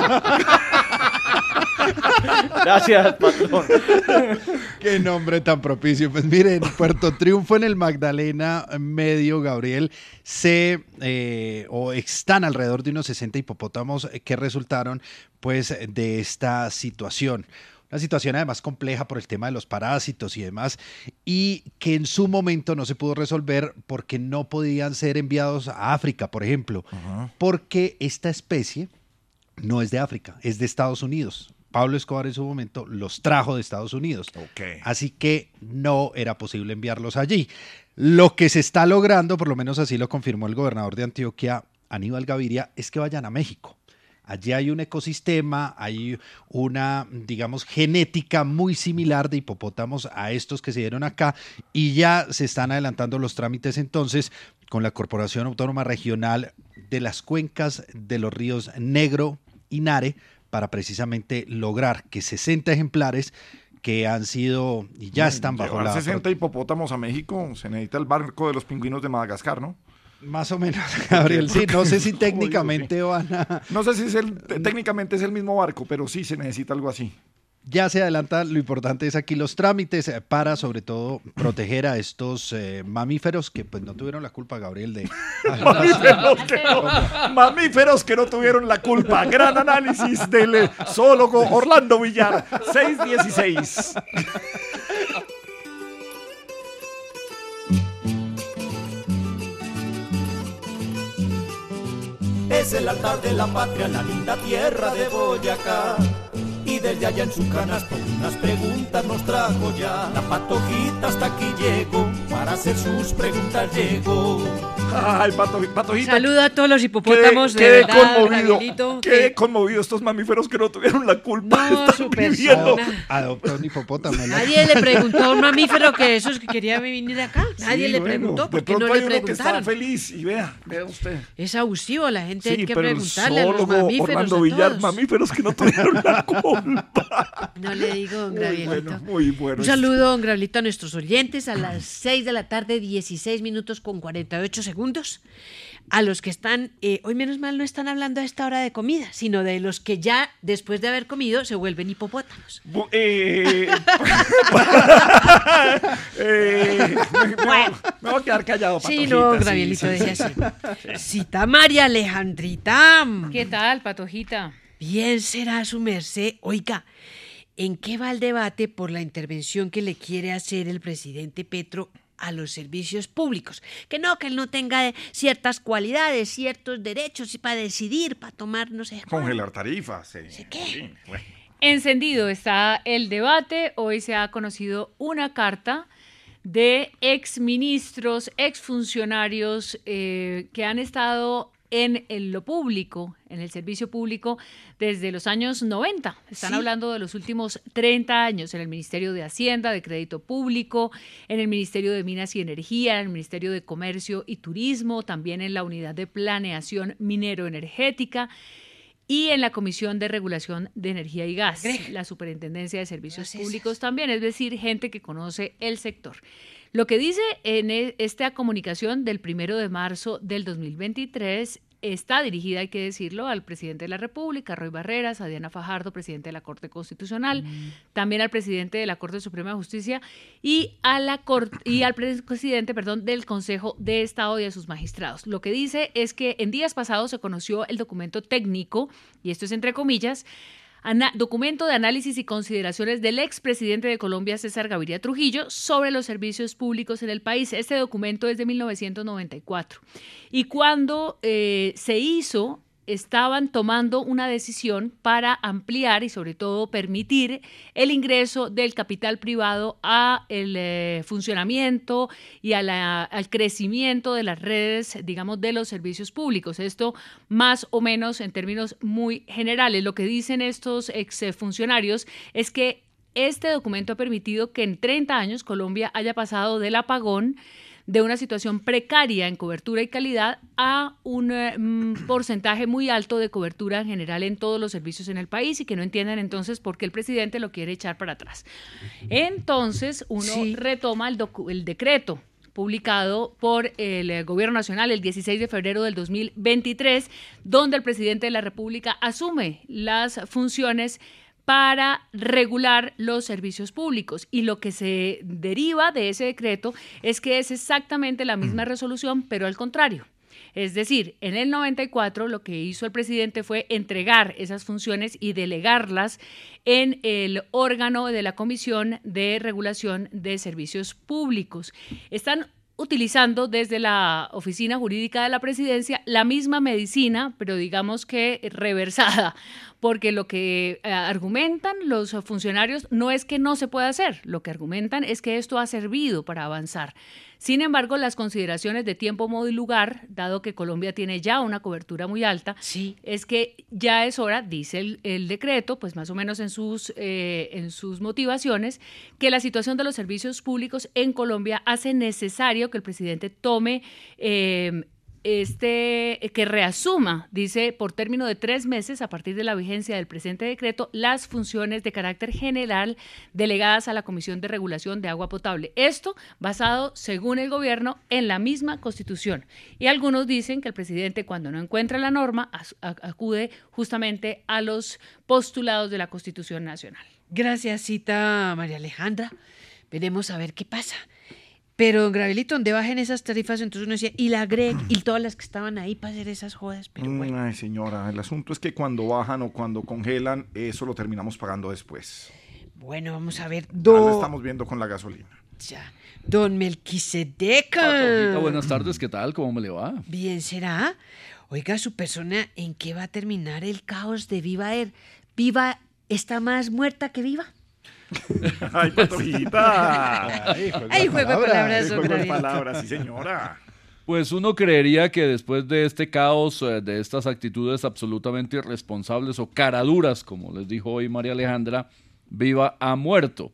Gracias, patrón. Qué nombre tan propicio. Pues miren, Puerto Triunfo en el Magdalena Medio, Gabriel, se eh, o están alrededor de unos sesenta hipopótamos que resultaron pues de esta situación. Una situación además compleja por el tema de los parásitos y demás, y que en su momento no se pudo resolver porque no podían ser enviados a África, por ejemplo, porque esta especie no es de África, es de Estados Unidos. Pablo Escobar en su momento los trajo de Estados Unidos. Okay. Así que no era posible enviarlos allí. Lo que se está logrando, por lo menos así lo confirmó el gobernador de Antioquia, Aníbal Gaviria, es que vayan a México. Allí hay un ecosistema, hay una, digamos, genética muy similar de hipopótamos a estos que se dieron acá, y ya se están adelantando los trámites entonces con la Corporación Autónoma Regional de las Cuencas de los Ríos Negro y Nare, para precisamente lograr que sesenta ejemplares que han sido y ya están bajo Llevar la... sesenta hipopótamos a México, se necesita el barco de los pingüinos de Madagascar, ¿no? Más o menos, Gabriel, sí, no sé si técnicamente van a... No sé si es el, técnicamente es el mismo barco, pero sí se necesita algo así. Ya se adelanta, lo importante es aquí los trámites para, sobre todo, proteger a estos eh, mamíferos que pues no tuvieron la culpa, Gabriel, de... mamíferos, que no, mamíferos que no tuvieron la culpa. Gran análisis del zoólogo Orlando Villar, seis dieciséis. Es el altar de la patria, la linda tierra de Boyacá. Y desde allá en su canasto unas preguntas nos trajo ya. La Patojita hasta aquí llegó, para hacer sus preguntas llegó. Ay, Pato, Patojita. Saludo a todos los hipopótamos, qué, de qué verdad, conmovido, Gabrielito, qué que- conmovido estos mamíferos que no tuvieron la culpa. No, están su viviendo. persona. Adopta un hipopótamo. ¿no? Nadie le preguntó a un mamífero que esos que quería venir acá. Nadie Sí, le bueno, preguntó, de porque pronto no hay le uno que está preguntaron. feliz y vea, vea usted. Es abusivo, la gente Sí, hay que pero el preguntarle a los zoólogo mamíferos. Orlando a Villar, todos. mamíferos que no tuvieron la culpa. No le digo, don Muy Gabrielito. bueno, muy bueno. Un saludo, don Gabrielito, a nuestros oyentes a las seis de la tarde, dieciséis minutos con cuarenta y ocho segundos. A los que están, eh, hoy menos mal no están hablando a esta hora de comida, sino de los que ya después de haber comido se vuelven hipopótamos. Bu- eh, eh, me, me voy- me voy a quedar callado, Sí, Patojita, no, sí, Gabrielito, sí, deje sí. así. Cita María Alejandrita. ¿Qué tal, Patojita? Bien será su merced. Oiga, ¿en qué va el debate por la intervención que le quiere hacer el presidente Petro a los servicios públicos? Que no, que él no tenga eh, ciertas cualidades, ciertos derechos y para decidir, para tomar, no sé. Congelar tarifas. Sí. ¿Qué? Sí, bueno. Encendido está el debate. Hoy se ha conocido una carta de exministros, exfuncionarios eh, que han estado en, en lo público, en el servicio público, desde los años noventa. Están Sí. hablando de los últimos treinta años en el Ministerio de Hacienda, de Crédito Público, en el Ministerio de Minas y Energía, en el Ministerio de Comercio y Turismo, también en la Unidad de Planeación Minero-Energética y en la Comisión de Regulación de Energía y Gas, la Superintendencia de Servicios Públicos también, es decir, gente que conoce el sector. Lo que dice en e- esta comunicación del primero de marzo del dos mil veintitrés está dirigida, hay que decirlo, al presidente de la República, Roy Barreras, a Diana Fajardo, presidente de la Corte Constitucional, también al presidente de la Corte Suprema de Justicia y, a la Corte, y al presidente perdón, del Consejo de Estado y a sus magistrados. Lo que dice es que en días pasados se conoció el documento técnico, y esto es entre comillas, Ana- documento de análisis y consideraciones del expresidente de Colombia, César Gaviria Trujillo, sobre los servicios públicos en el país. Este documento es de mil novecientos noventa y cuatro. Y cuando eh, se hizo, estaban tomando una decisión para ampliar y sobre todo permitir el ingreso del capital privado a el eh, funcionamiento y a la- al crecimiento de las redes, digamos, de los servicios públicos. Esto más o menos en términos muy generales. Lo que dicen estos exfuncionarios es que este documento ha permitido que en treinta años Colombia haya pasado del apagón, de una situación precaria en cobertura y calidad, a un eh, mm, porcentaje muy alto de cobertura en general en todos los servicios en el país, y que no entienden entonces por qué el presidente lo quiere echar para atrás. Entonces uno Sí. retoma el, docu- el decreto publicado por el eh, Gobierno Nacional el dieciséis de febrero del dos mil veintitrés, donde el presidente de la República asume las funciones para regular los servicios públicos. Y lo que se deriva de ese decreto es que es exactamente la misma resolución, pero al contrario. Es decir, en el noventa y cuatro lo que hizo el presidente fue entregar esas funciones y delegarlas en el órgano de la Comisión de Regulación de Servicios Públicos. Están utilizando desde la Oficina Jurídica de la Presidencia la misma medicina, pero digamos que reversada, porque lo que eh, argumentan los funcionarios no es que no se pueda hacer, lo que argumentan es que esto ha servido para avanzar. Sin embargo, las consideraciones de tiempo, modo y lugar, dado que Colombia tiene ya una cobertura muy alta, Sí. es que ya es hora, dice el, el decreto, pues más o menos en sus, eh, en sus motivaciones, que la situación de los servicios públicos en Colombia hace necesario que el presidente tome eh, este que reasuma, dice, por término de tres meses a partir de la vigencia del presente decreto, las funciones de carácter general delegadas a la Comisión de Regulación de Agua Potable. Esto basado, según el gobierno, en la misma Constitución. Y algunos dicen que el presidente, cuando no encuentra la norma, acude justamente a los postulados de la Constitución Nacional. Gracias, Cita María Alejandra. Veremos a ver qué pasa. Pero, Gravelito, donde bajen esas tarifas, entonces uno decía, y la Greg y todas las que estaban ahí para hacer esas jodas, pero bueno. Ay, señora, el asunto es que cuando bajan o cuando congelan, eso lo terminamos pagando después. Bueno, vamos a ver. Do... Ya lo estamos viendo con la gasolina. Ya. Don Melquisedeca. Patojita, buenas tardes, ¿qué tal? ¿Cómo me le va? Bien, ¿será? Oiga, su persona, ¿en qué va a terminar el caos de Viva Air? ¿Viva está más muerta que viva? ¡Ay, Patojita! ¡Ay, juego, Ay, juego de palabras! Ay, juego de palabras, sí, señora. Pues uno creería que después de este caos, de estas actitudes absolutamente irresponsables o caraduras, como les dijo hoy María Alejandra, Viva ha muerto.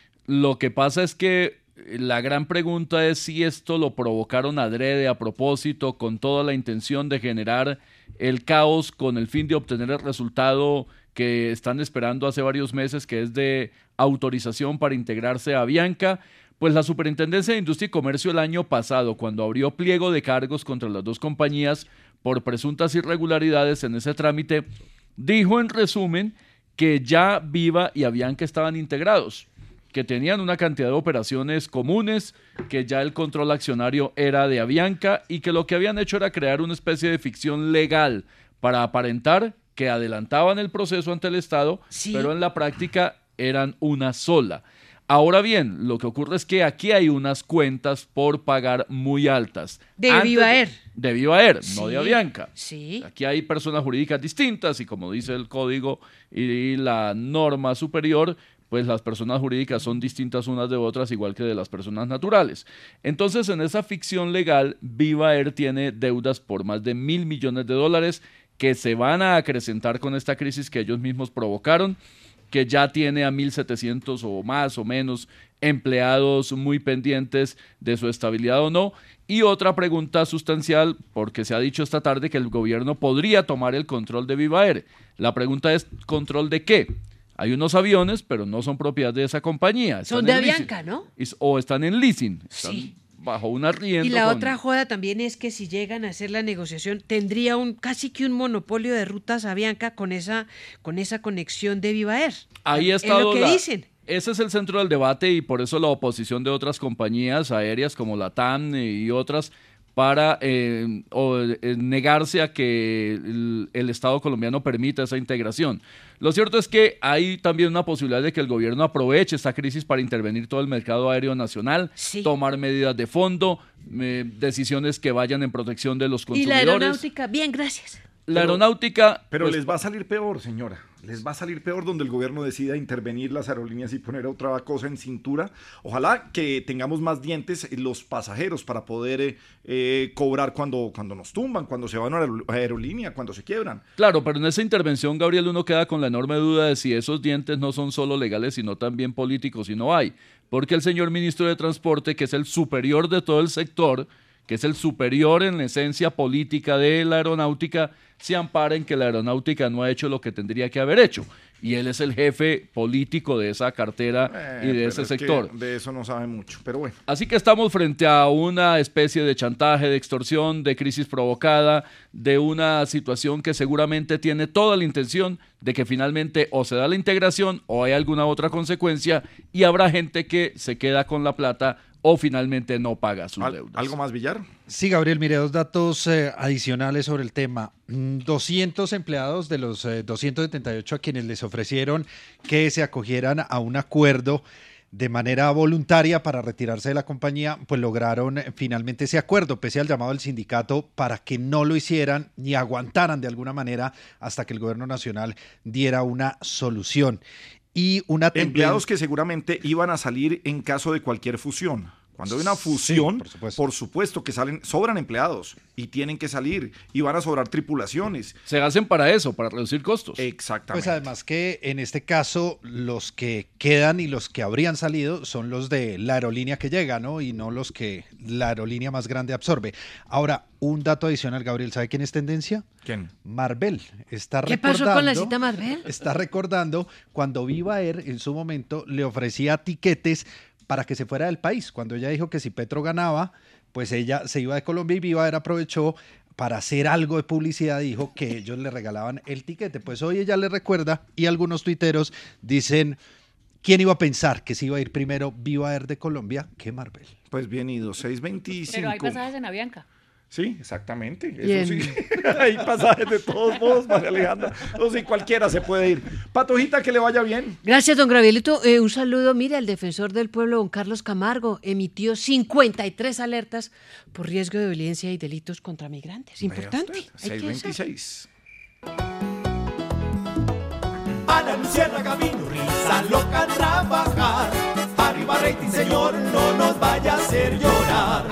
Lo que pasa es que la gran pregunta es si esto lo provocaron adrede, a propósito, con toda la intención de generar el caos con el fin de obtener el resultado que están esperando hace varios meses, que es de autorización para integrarse a Avianca. Pues la Superintendencia de Industria y Comercio el año pasado, cuando abrió pliego de cargos contra las dos compañías por presuntas irregularidades en ese trámite, dijo en resumen que ya Viva y Avianca estaban integrados, que tenían una cantidad de operaciones comunes, que ya el control accionario era de Avianca y que lo que habían hecho era crear una especie de ficción legal para aparentar que adelantaban el proceso ante el Estado, sí, pero en la práctica eran una sola. Ahora bien, lo que ocurre es que aquí hay unas cuentas por pagar muy altas. De Antes Viva Air. De, de Viva Air, sí, no de Avianca. Sí. Aquí hay personas jurídicas distintas y como dice el código y la norma superior, pues las personas jurídicas son distintas unas de otras, igual que de las personas naturales. Entonces, en esa ficción legal, Viva Air tiene deudas por más de mil millones de dólares que se van a acrecentar con esta crisis que ellos mismos provocaron, que ya tiene a mil setecientos o más o menos empleados muy pendientes de su estabilidad o no. Y otra pregunta sustancial, porque se ha dicho esta tarde que el gobierno podría tomar el control de Viva Air. La pregunta es, ¿control de qué? Hay unos aviones, pero no son propiedad de esa compañía. Son de Avianca, ¿no? O están en leasing. Están sí. bajo un arriendo. Y la con... otra joda también es que si llegan a hacer la negociación, tendría un casi que un monopolio de rutas Avianca con esa, con esa conexión de Viva Air. Ahí ha estado es lo que la... dicen. Ese es el centro del debate y por eso la oposición de otras compañías aéreas como la T A M y otras para eh, o, eh, negarse a que el, el Estado colombiano permita esa integración. Lo cierto es que hay también una posibilidad de que el gobierno aproveche esta crisis para intervenir todo el mercado aéreo nacional, sí, tomar medidas de fondo, eh, decisiones que vayan en protección de los consumidores. Y la aeronáutica, bien, gracias. La aeronáutica... Pero, pero pues, les va a salir peor, señora. Les va a salir peor donde el gobierno decida intervenir las aerolíneas y poner otra cosa en cintura. Ojalá que tengamos más dientes los pasajeros para poder eh, eh, cobrar cuando, cuando nos tumban, cuando se van a una aerolínea, cuando se quiebran. Claro, pero en esa intervención, Gabriel, uno queda con la enorme duda de si esos dientes no son solo legales, sino también políticos, y no hay. Porque el señor ministro de Transporte, que es el superior de todo el sector, que es el superior en la esencia política de la aeronáutica, se ampara en que la aeronáutica no ha hecho lo que tendría que haber hecho. Y él es el jefe político de esa cartera eh, y de ese es sector. Que de eso no sabe mucho, pero bueno. Así que estamos frente a una especie de chantaje, de extorsión, de crisis provocada, de una situación que seguramente tiene toda la intención de que finalmente o se da la integración o hay alguna otra consecuencia y habrá gente que se queda con la plata o finalmente no paga sus deudas. ¿Algo más, Villar? Sí, Gabriel, mire, dos datos eh, adicionales sobre el tema. doscientos empleados de los eh, doscientos setenta y ocho a quienes les ofrecieron que se acogieran a un acuerdo de manera voluntaria para retirarse de la compañía, pues lograron eh, finalmente ese acuerdo, pese al llamado del sindicato para que no lo hicieran ni aguantaran de alguna manera hasta que el gobierno nacional diera una solución. Y una empleados que seguramente iban a salir en caso de cualquier fusión. Cuando hay una fusión, Sí, por supuesto. por supuesto que salen, sobran empleados y tienen que salir y van a sobrar tripulaciones. Se hacen para eso, para reducir costos. Exactamente. Pues además que en este caso los que quedan y los que habrían salido son los de la aerolínea que llega, ¿no? Y no los que la aerolínea más grande absorbe. Ahora, un dato adicional, Gabriel, ¿sabe quién es tendencia? ¿Quién? Marvel. Está ¿Qué recordando, pasó con la cita Marvel? Está recordando cuando Viva Air en su momento le ofrecía tiquetes para que se fuera del país. Cuando ella dijo que si Petro ganaba, pues ella se iba de Colombia y Viva Air aprovechó para hacer algo de publicidad, dijo que ellos le regalaban el tiquete. Pues hoy ella le recuerda y algunos tuiteros dicen, ¿quién iba a pensar que se iba a ir primero Viva Air de Colombia que Marvel? Pues bien ido, seis veinticinco. Pero hay pasajes en Avianca. Sí, exactamente. Bien. Eso sí. Hay pasajes de todos modos, María Alejandra. Entonces, cualquiera se puede ir. Patojita, que le vaya bien. Gracias, don Gabrielito. Eh, un saludo. Mira, el defensor del pueblo, don Carlos Camargo, emitió cincuenta y tres alertas por riesgo de violencia y delitos contra migrantes. Importante. Hay que seis veintiséis. A la luciérnaga vino risa loca a trabajar. Arriba rating, señor, no nos vaya a hacer llorar.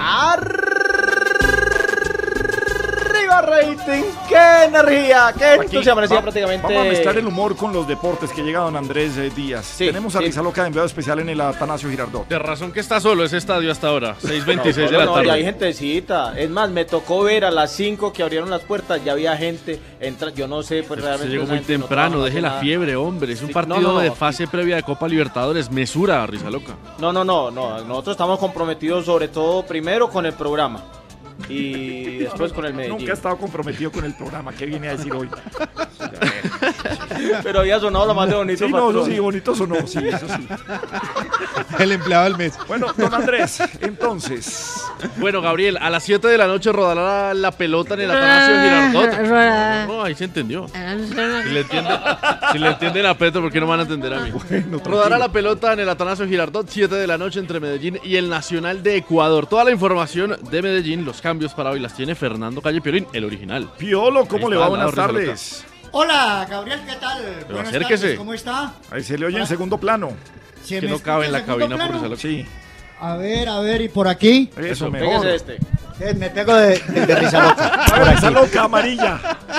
¡Arriba rating! ¡Qué energía! ¡Qué entusiasmo! va- prácticamente... Vamos a mezclar el humor con los deportes que llega don Andrés eh, Díaz. Sí, Tenemos a sí. Risa Loca de enviado especial en el Atanasio Girardot. De razón que está solo ese estadio hasta ahora, seis veintiséis No, de la no, tarde. ya hay gentecita. Es más, me tocó ver a las cinco que abrieron las puertas, ya había gente. Entra, yo no sé, pues Se realmente. llegó esa muy gente no temprano, trabaja, deje no la hace nada. fiebre, hombre. Es un Sí, partido no, no, de no. fase previa de Copa Libertadores. Mesura, Risa Loca. No, no, no, no. Nosotros estamos comprometidos sobre todo primero con el programa y después con el Medellín. Nunca he estado comprometido con el programa. ¿Qué viene a decir hoy? Pero había sonado lo más de bonito. Sí, no, eso patrón. sí, bonito sonó. Sí, eso sí. El empleado del mes. Bueno, don Andrés, entonces. Bueno, Gabriel, a las siete de la noche rodará la pelota en el Atanasio Girardot. Rodar. No, ahí se entendió. Ah, no sé. Si le entienden, si le entienden a Petro, ¿por qué no van a entender a mí? Rodará la pelota en el Atanasio Girardot, siete de la noche entre Medellín y el Nacional de Ecuador. Toda la información de Medellín, los cambios para hoy las tiene Fernando Calle Piolín, el original. Piolo, ¿cómo Ahí le está, va? Buenas Risa Loca. tardes. Hola, Gabriel, ¿qué tal? Buenas acérquese. tardes, ¿cómo está? Ahí se le oye en segundo plano. ¿Se Que me no cabe en la escucha segundo cabina por plano? Risa Loca. Sí. A ver, a ver, ¿y por aquí? Eso, Pégase mejor. de este. Eh, me pego de, de, de risa loca. A ver, Risa Loca, amarilla.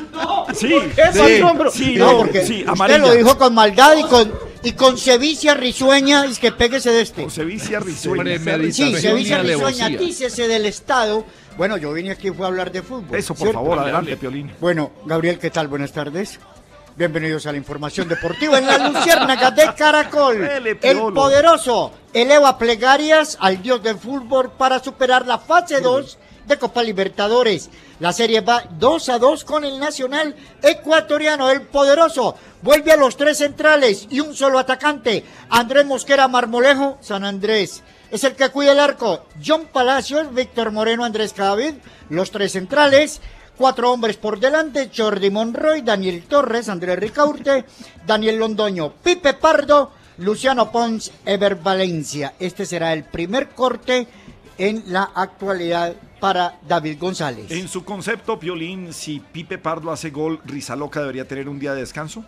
Sí, Sí, patrón? sí, no, no, porque sí, usted amarilla. lo dijo con maldad y con, y con sevicia risueña, es que péguese de este. Sevicia risueña. Sí, sevicia y risueña, alevosía. dícese del Estado. Bueno, yo vine aquí fue a hablar de fútbol. Eso, por ¿cierto? favor, adelante, Piolín. Bueno, Gabriel, ¿qué tal? Buenas tardes. Bienvenidos a la información deportiva en la Luciérnaga de Caracol. Dele, El Piolo. poderoso eleva plegarias al dios del fútbol para superar la fase dos de Copa Libertadores. La serie va dos a dos con el Nacional ecuatoriano. El poderoso vuelve a los tres centrales y un solo atacante. Andrés Mosquera Marmolejo, San Andrés. Es el que cuida el arco. John Palacios, Víctor Moreno, Andrés Cadavid. Los tres centrales. Cuatro hombres por delante, Jordi Monroy, Daniel Torres, Andrés Ricaurte, Daniel Londoño, Pipe Pardo, Luciano Pons, Ever Valencia. Este será el primer corte en la actualidad para David González. En su concepto, Piolín, si Pipe Pardo hace gol, Risa Loca debería tener un día de descanso.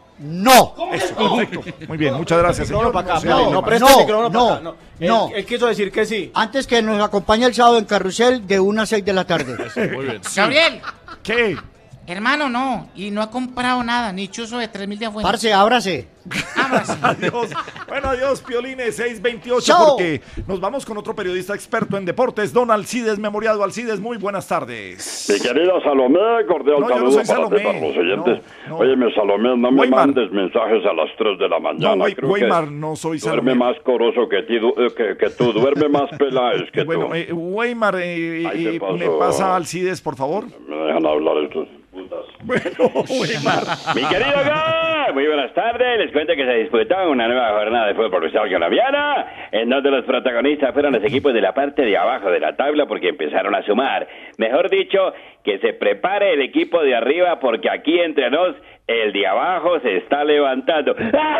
No. Eso, perfecto. Muy bien, muchas gracias, señor. Micrófono para acá, No, no, no, presta no, el micrófono no, para acá. No, Él- no. Él, quiso decir que sí. Antes que nos acompañe el sábado en Carrusel de una a seis de la tarde. Muy bien. Gabriel, ¿Qué? hermano, no. Y no ha comprado nada, ni chuzo de tres mil de afuera. Parce, ábrase. Adiós. Bueno, adiós, Piolines, seis veintiocho, Chao. porque nos vamos con otro periodista experto en deportes, don Alcides Memoriado. Alcides, muy buenas tardes. Mi querida Salomé, cordial No, yo no saludo soy para ti, Salomé. para los oyentes. No, no. Óyeme, Salomé, no me Weimar. mandes mensajes a las tres de la mañana. No, Wey- Creo Weimar, que no soy duerme Salomé. más coroso que, ti, du- eh, que, que tú, duerme más Peláez que Bueno, tú. eh, Weimar, eh, Ahí te eh, paso. ¿me pasa Alcides, por favor? Me dejan hablar estos putas. Bueno, Weimar. Mi querido Gol, muy buenas tardes. Les cuento que se disputó una nueva jornada de fútbol profesional colombiana, en donde los protagonistas fueron los equipos de la parte de abajo de la tabla porque empezaron a sumar. Mejor dicho, que se prepare el equipo de arriba porque aquí entre nos el de abajo se está levantando. ¡Ah,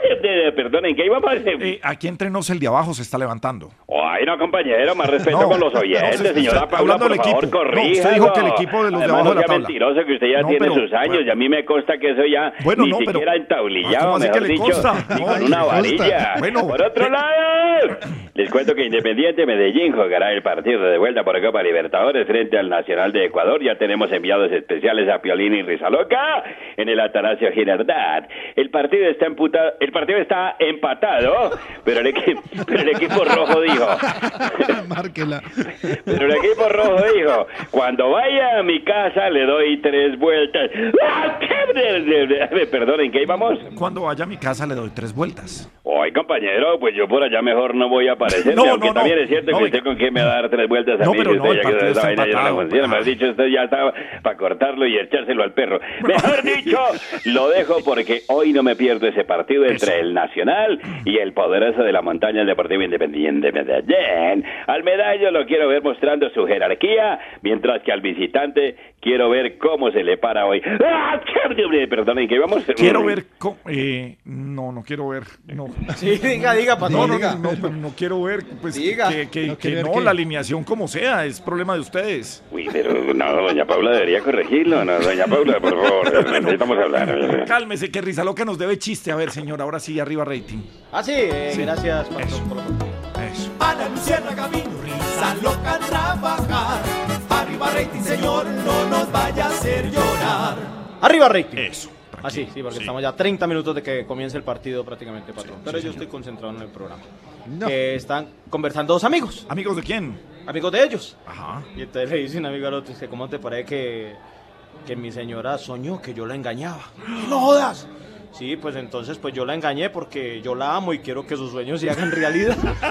Perdonen, ¿qué íbamos a hacer? Eh, aquí entre nos el de abajo se está levantando. Ay, no, compañero, más respeto No, con los oyentes, no, se- señora se- Paula, hablando por del favor, equipo. No, corríjalo. usted dijo que el equipo de los de Además, abajo de no la sea tabla. mentiroso, que usted ya No, tiene pero, sus años, bueno. y a mí me consta que eso ya Bueno, ni no, pero- siquiera Ay, entablillado, ¿cómo así mejor que le dicho, consta? ni Ay, con una le consta. varilla. Bueno, Por otro ¿qué? lado, les cuento que Independiente Medellín jugará el partido de vuelta por Copa Libertadores frente al Nacional de Ecuador. Ya tenemos enviados especiales a Piolín y Rizaloca en el Atanasio Girardot. El partido está emputado, el partido está empatado, pero el, equi- pero el equipo rojo dijo, Márquela. pero el equipo rojo dijo, cuando vaya a mi casa le doy tres vueltas. ¡Ah, qué- Perdonen, ¿qué íbamos? Cuando vaya a mi casa le doy tres vueltas. Oye, compañero, pues yo por allá mejor no voy a aparecer, No, aunque no, no. también es cierto No, que usted con quién me va a dar tres vueltas a No, mí, pero si no, usted el ya que partido esa está vaina ya no empatado. funciona, me ha dicho usted ya estaba para cortarlo y echárselo al perro. Mejor dicho, lo dejo porque hoy no me pierdo ese partido entre el Nacional y el poderoso de la montaña el Deportivo Independiente Medellín. Al medallo lo quiero ver mostrando su jerarquía, mientras que al visitante quiero ver cómo se le para hoy. ¡Ah! Perdonen, ¿qué íbamos? Quiero ver cómo... Eh, no, no quiero ver. No. Sí, diga, diga, patrón, No, no, diga. no, no, no quiero ver. Pues Diga. que, que- No que quiere ver no, qué. la alineación como sea, es problema de ustedes. Uy, pero no, doña Paula debería corregirlo, no, doña Paula, por favor, necesitamos hablar. Cálmese, que Rizaloca nos debe chiste. A ver, señor, ahora sí, arriba rating. Ah, sí, eh, Sí. gracias, patrón, por la partida. Eso. Ana Luciana vino risa loca a trabajar. Arriba rating, señor, no nos vaya a hacer llorar. Arriba rating. Eso. Ah, sí, sí, porque Sí. estamos ya a treinta minutos de que comience el partido prácticamente, patrón. Pero sí, yo señor. estoy concentrado en el programa. No. Que están conversando dos amigos. ¿Amigos de quién? Amigos de ellos. Ajá. Y entonces le dice un amigo al otro, dice, ¿cómo te parece que, que mi señora soñó que yo la engañaba? ¡No jodas! Sí, pues entonces pues yo la engañé porque yo la amo y quiero que sus sueños se hagan realidad.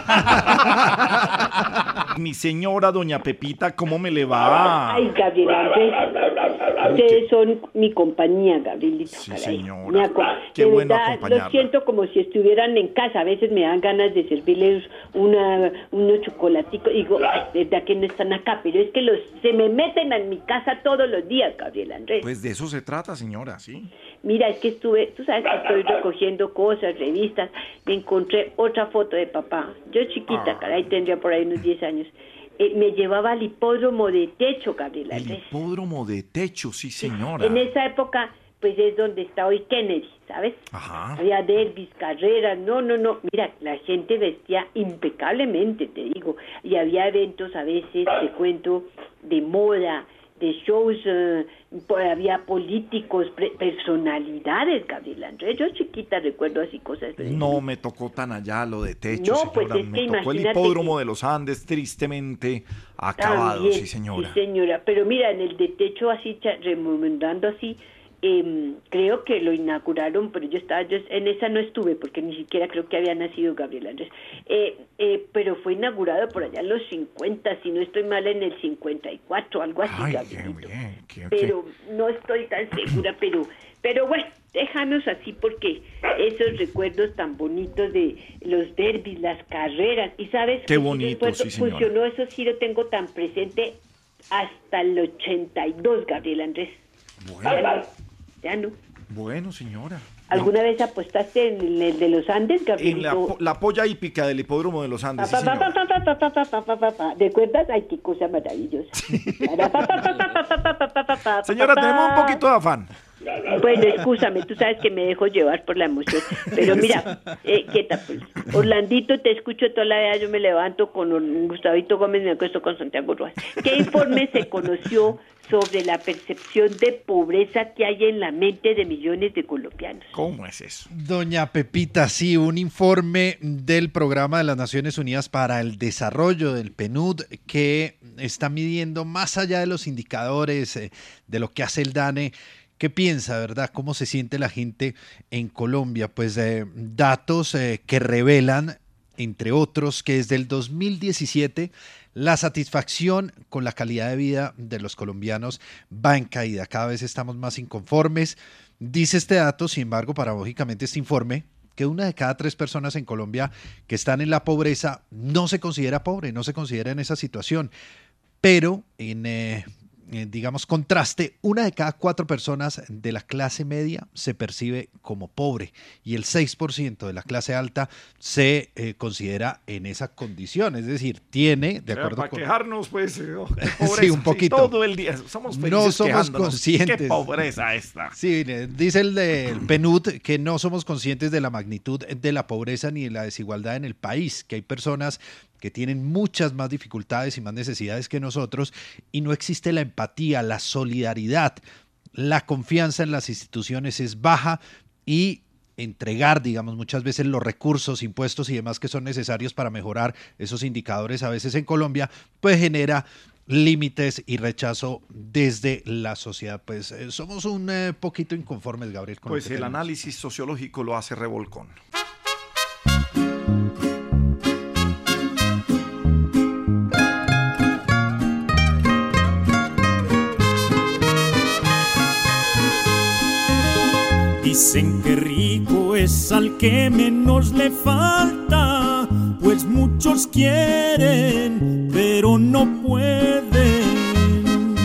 Mi señora, doña Pepita, ¿cómo me le va? Ay, Gabriel Andrés, ustedes son mi compañía, Gabrielito. Sí, caray. señora. Me aco- Qué de bueno verdad, acompañarla. lo siento como si estuvieran en casa. A veces me dan ganas de servirles una, unos chocolaticos. Digo, ay, verdad que no están acá, pero es que los se me meten en mi casa todos los días, Gabriel Andrés. Pues de eso se trata, señora, ¿sí? Mira, es que estuve, tú sabes que estoy recogiendo cosas, revistas, me encontré otra foto de papá. Yo chiquita, Ah. caray, tendría por ahí unos diez años. Eh, me llevaba al hipódromo de techo, Gabriel El Andrés. hipódromo de techo, sí, señora. En esa época, pues es donde está hoy Kennedy, ¿sabes? Ajá. Había derbis, carreras, no, no, no. Mira, la gente vestía impecablemente, te digo. Y había eventos a veces, te cuento, de moda, de shows, eh, po- había políticos, pre- personalidades, Gabriel Andrés. Yo chiquita recuerdo así cosas. pero- No me tocó tan allá lo de techo, No, señora. pues es me que tocó el imagínate hipódromo que- de los Andes, tristemente acabado, También, sí, señora. Sí, señora. Pero mira, en el de techo así, cha- rememorando así, em, creo que lo inauguraron, pero yo estaba, yo en esa no estuve, porque ni siquiera creo que había nacido Gabriel Andrés. Eh, eh, pero fue inaugurado por allá en los cincuenta, si no estoy mal, en el cincuenta y cuatro, algo así, Ay, qué Gabrielito. bien. qué- Pero no estoy tan segura, pero pero bueno, déjanos así porque esos recuerdos tan bonitos de los derbis, las carreras, y sabes Qué que sí bonito, recuerdo, sí, señora. funcionó, eso sí lo tengo tan presente hasta el ochenta y dos, Gabriel Andrés. Bueno. Ya no, ya no. Bueno, señora. ¿Alguna vez apostaste en el de los Andes, En la, Gabrielito? po- la polla hípica del hipódromo de los Andes, sí, Pa, pa, señora. pa, pa, pa, pa, pa, pa, pa, pa, pa. ¿Recuerdas? Ay, qué cosa maravillosa. Señora, tenemos un poquito de afán. Bueno, escúchame, tú sabes que me dejo llevar por la emoción. Pero mira, eh, quieta pues. Orlandito, te escucho toda la vida, yo me levanto con Or- Gustavito Gómez, me acuesto con Santiago Rojas. ¿Qué informe se conoció sobre la percepción de pobreza que hay en la mente de millones de colombianos? ¿Cómo es eso? Doña Pepita, sí, un informe del Programa de las Naciones Unidas para el Desarrollo del P N U D que está midiendo más allá de los indicadores, eh, de lo que hace el DANE. ¿Qué piensa, verdad? ¿Cómo se siente la gente en Colombia? Pues eh, datos eh, que revelan, entre otros, que desde el dos mil diecisiete la satisfacción con la calidad de vida de los colombianos va en caída. Cada vez estamos más inconformes. Dice este dato, sin embargo, paradójicamente este informe, que una de cada tres personas en Colombia que están en la pobreza no se considera pobre, no se considera en esa situación. Pero en... Eh, eh, digamos, contraste, una de cada cuatro personas de la clase media se percibe como pobre y el seis por ciento de la clase alta se eh, considera en esa condición, es decir, tiene, de acuerdo para con... quejarnos, pues, eh, oh, de Sí, pobreza, un poquito. todo el día, somos felices No somos quejándonos. conscientes. Qué pobreza esta. Sí, dice el del P N U D que no somos conscientes de la magnitud de la pobreza ni de la desigualdad en el país, que hay personas que tienen muchas más dificultades y más necesidades que nosotros y no existe la empatía, la solidaridad, la confianza en las instituciones es baja y entregar, digamos, muchas veces los recursos, impuestos y demás que son necesarios para mejorar esos indicadores a veces en Colombia, pues genera límites y rechazo desde la sociedad. Pues eh, somos un eh, poquito inconformes, Gabriel. Con Pues lo que el tenemos. análisis sociológico lo hace Revolcón. Dicen que rico es al que menos le falta, pues muchos quieren, pero no pueden.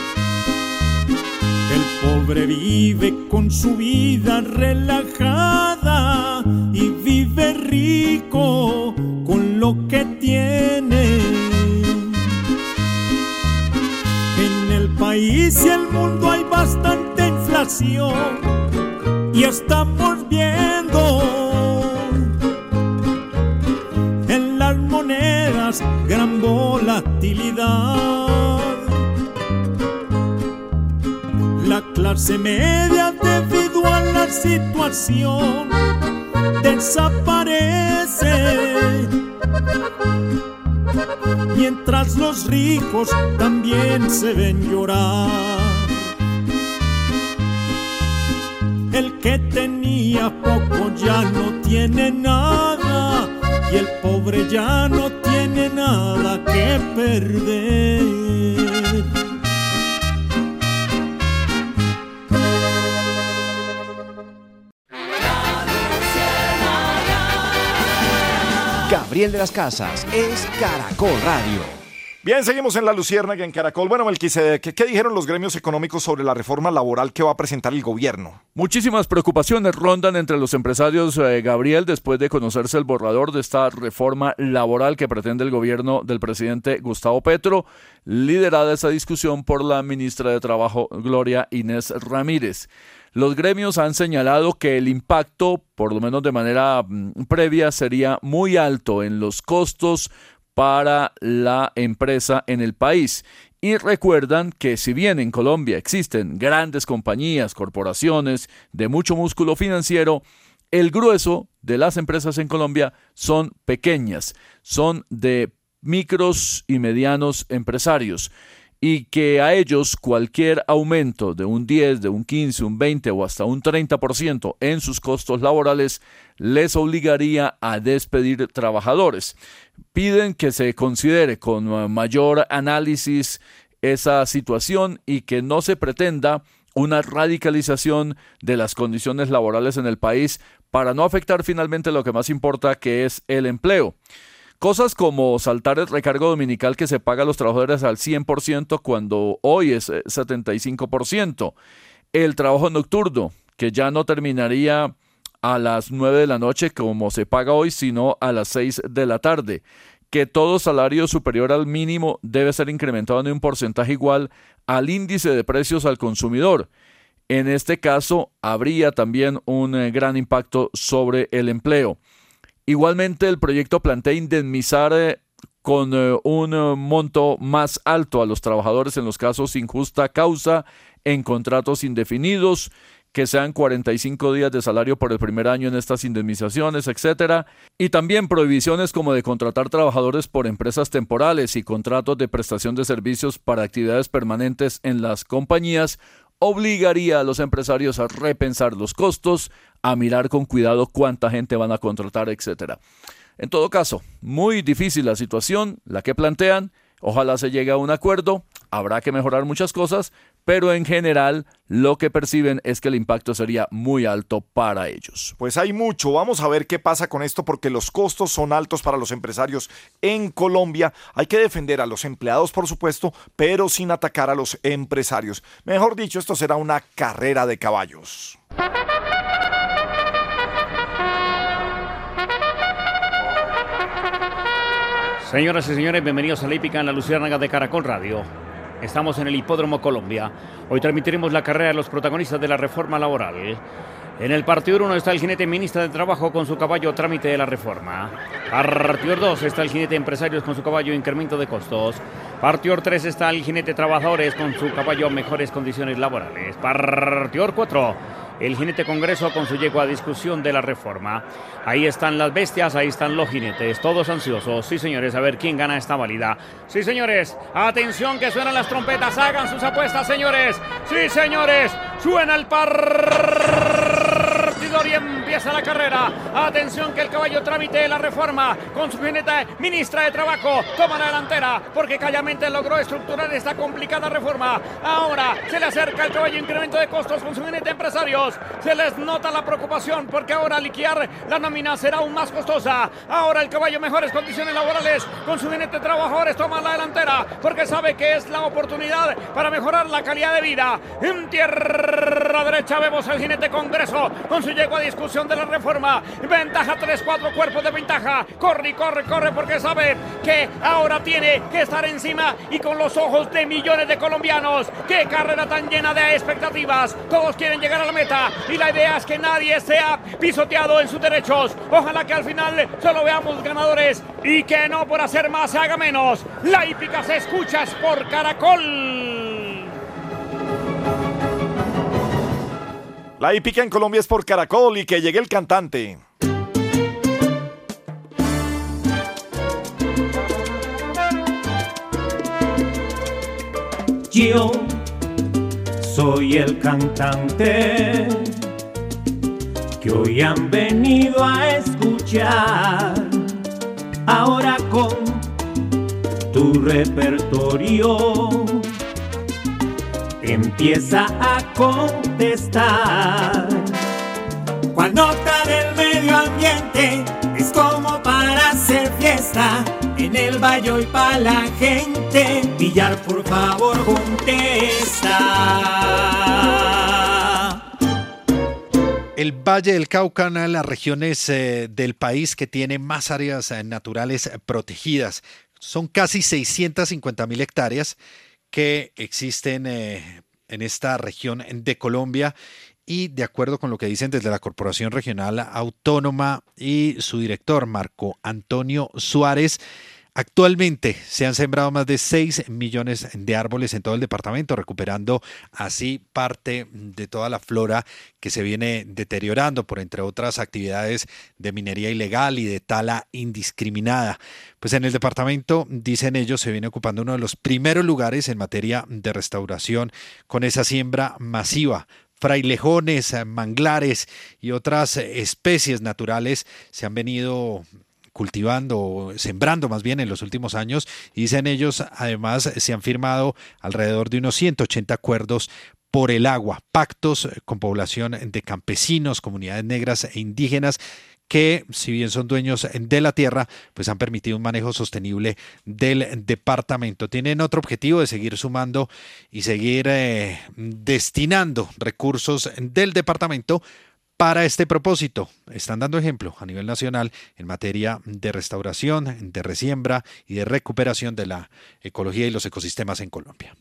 El pobre vive con su vida relajada y vive rico con lo que tiene. En el país y el mundo hay bastante inflación y estamos viendo en las monedas gran volatilidad. La clase media debido a la situación desaparece, mientras los ricos también se ven llorar. El que tenía poco ya no tiene nada y el pobre ya no tiene nada que perder. Gabriel de las Casas es Caracol Radio. Bien, seguimos en La Luciérnaga en Caracol. Bueno, Melquisedec, ¿qué, ¿qué dijeron los gremios económicos sobre la reforma laboral que va a presentar el gobierno? Muchísimas preocupaciones rondan entre los empresarios, eh, Gabriel, después de conocerse el borrador de esta reforma laboral que pretende el gobierno del presidente Gustavo Petro, liderada esa discusión por la ministra de Trabajo, Gloria Inés Ramírez. Los gremios han señalado que el impacto, por lo menos de manera mm, previa, sería muy alto en los costos para la empresa en el país. Y recuerdan que si bien en Colombia existen grandes compañías, corporaciones de mucho músculo financiero, el grueso de las empresas en Colombia son pequeñas, son de micros y medianos empresarios, y que a ellos cualquier aumento de un diez, de un quince, un veinte o hasta un treinta por ciento en sus costos laborales les obligaría a despedir trabajadores. Piden que se considere con mayor análisis esa situación y que no se pretenda una radicalización de las condiciones laborales en el país para no afectar finalmente lo que más importa, que es el empleo. Cosas como saltar el recargo dominical que se paga a los trabajadores al cien por ciento cuando hoy es setenta y cinco por ciento. El trabajo nocturno, que ya no terminaría a las nueve de la noche como se paga hoy, sino a las seis de la tarde. Que todo salario superior al mínimo debe ser incrementado en un porcentaje igual al índice de precios al consumidor. En este caso, habría también un eh, gran impacto sobre el empleo. Igualmente, el proyecto plantea indemnizar eh, con eh, un eh, monto más alto a los trabajadores en los casos sin justa causa, en contratos indefinidos, que sean cuarenta y cinco días de salario por el primer año en estas indemnizaciones, etcétera. Y también prohibiciones como de contratar trabajadores por empresas temporales y contratos de prestación de servicios para actividades permanentes en las compañías obligaría a los empresarios a repensar los costos, a mirar con cuidado cuánta gente van a contratar, etcétera. En todo caso, muy difícil la situación, la que plantean. Ojalá se llegue a un acuerdo, habrá que mejorar muchas cosas, pero en general lo que perciben es que el impacto sería muy alto para ellos. Pues hay mucho, vamos a ver qué pasa con esto porque los costos son altos para los empresarios en Colombia. Hay que defender a los empleados, por supuesto, pero sin atacar a los empresarios. Mejor dicho, esto será una carrera de caballos. Señoras y señores, bienvenidos a la hípica en la Luciérnaga de Caracol Radio. Estamos en el Hipódromo Colombia. Hoy transmitiremos la carrera de los protagonistas de la reforma laboral. En el partido uno está el jinete ministra de Trabajo con su caballo Trámite de la Reforma. Partido dos está el jinete Empresarios con su caballo Incremento de Costos. Partido tres está el jinete Trabajadores con su caballo Mejores Condiciones Laborales. Partido cuatro, el jinete Congreso con su yegua Discusión de la Reforma. Ahí están las bestias, ahí están los jinetes, todos ansiosos. Sí, señores, a ver quién gana esta válida. Sí, señores, atención que suenan las trompetas, hagan sus apuestas, señores. Sí, señores, suena el par... y empieza la carrera. Atención que el caballo Trámite de la Reforma con su jinete ministra de Trabajo toma la delantera porque callamente logró estructurar esta complicada reforma. Ahora se le acerca el caballo Incremento de Costos con su jinete Empresarios. Se les nota la preocupación porque ahora liquidar la nómina será aún más costosa. Ahora el caballo Mejores Condiciones Laborales con su jinete Trabajadores toma la delantera porque sabe que es la oportunidad para mejorar la calidad de vida. En tierra derecha vemos al jinete Congreso con su yegua Discusión de la Reforma. Ventaja tres, cuatro cuerpos de ventaja. Corre y corre, corre porque sabe que ahora tiene que estar encima y con los ojos de millones de colombianos. ¡Qué carrera tan llena de expectativas! Todos quieren llegar a la meta y la idea es que nadie sea pisoteado en sus derechos. Ojalá que al final solo veamos ganadores y que no por hacer más se haga menos. La hípica se escucha por Caracol. La hípica en Colombia es por Caracol y que llegue el cantante. Yo soy el cantante que hoy han venido a escuchar. Ahora con tu repertorio empieza a contestar. Cual nota del medio ambiente es como para hacer fiesta en el valle y para la gente. Villar, por favor, contesta. El Valle del Cauca, una de las regiones eh, del país que tiene más áreas eh, naturales protegidas. Son casi seiscientas cincuenta mil hectáreas que existen eh, en esta región de Colombia y de acuerdo con lo que dicen desde la Corporación Regional Autónoma y su director Marco Antonio Suárez, actualmente se han sembrado más de seis millones de árboles en todo el departamento, recuperando así parte de toda la flora que se viene deteriorando por, entre otras, actividades de minería ilegal y de tala indiscriminada. Pues en el departamento, dicen ellos, se viene ocupando uno de los primeros lugares en materia de restauración con esa siembra masiva. Frailejones, manglares y otras especies naturales se han venido cultivando, sembrando más bien en los últimos años, y dicen ellos, además se han firmado alrededor de unos ciento ochenta acuerdos por el agua, pactos con población de campesinos, comunidades negras e indígenas, que si bien son dueños de la tierra, pues han permitido un manejo sostenible del departamento. Tienen otro objetivo de seguir sumando y seguir eh, destinando recursos del departamento para este propósito. Están dando ejemplo a nivel nacional en materia de restauración, de resiembra y de recuperación de la ecología y los ecosistemas en Colombia.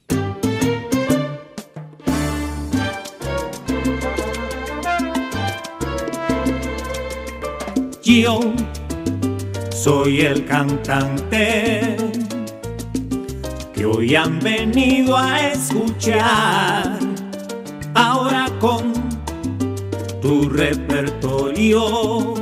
Yo soy el cantante que hoy han venido a escuchar. Ahora con tu repertorio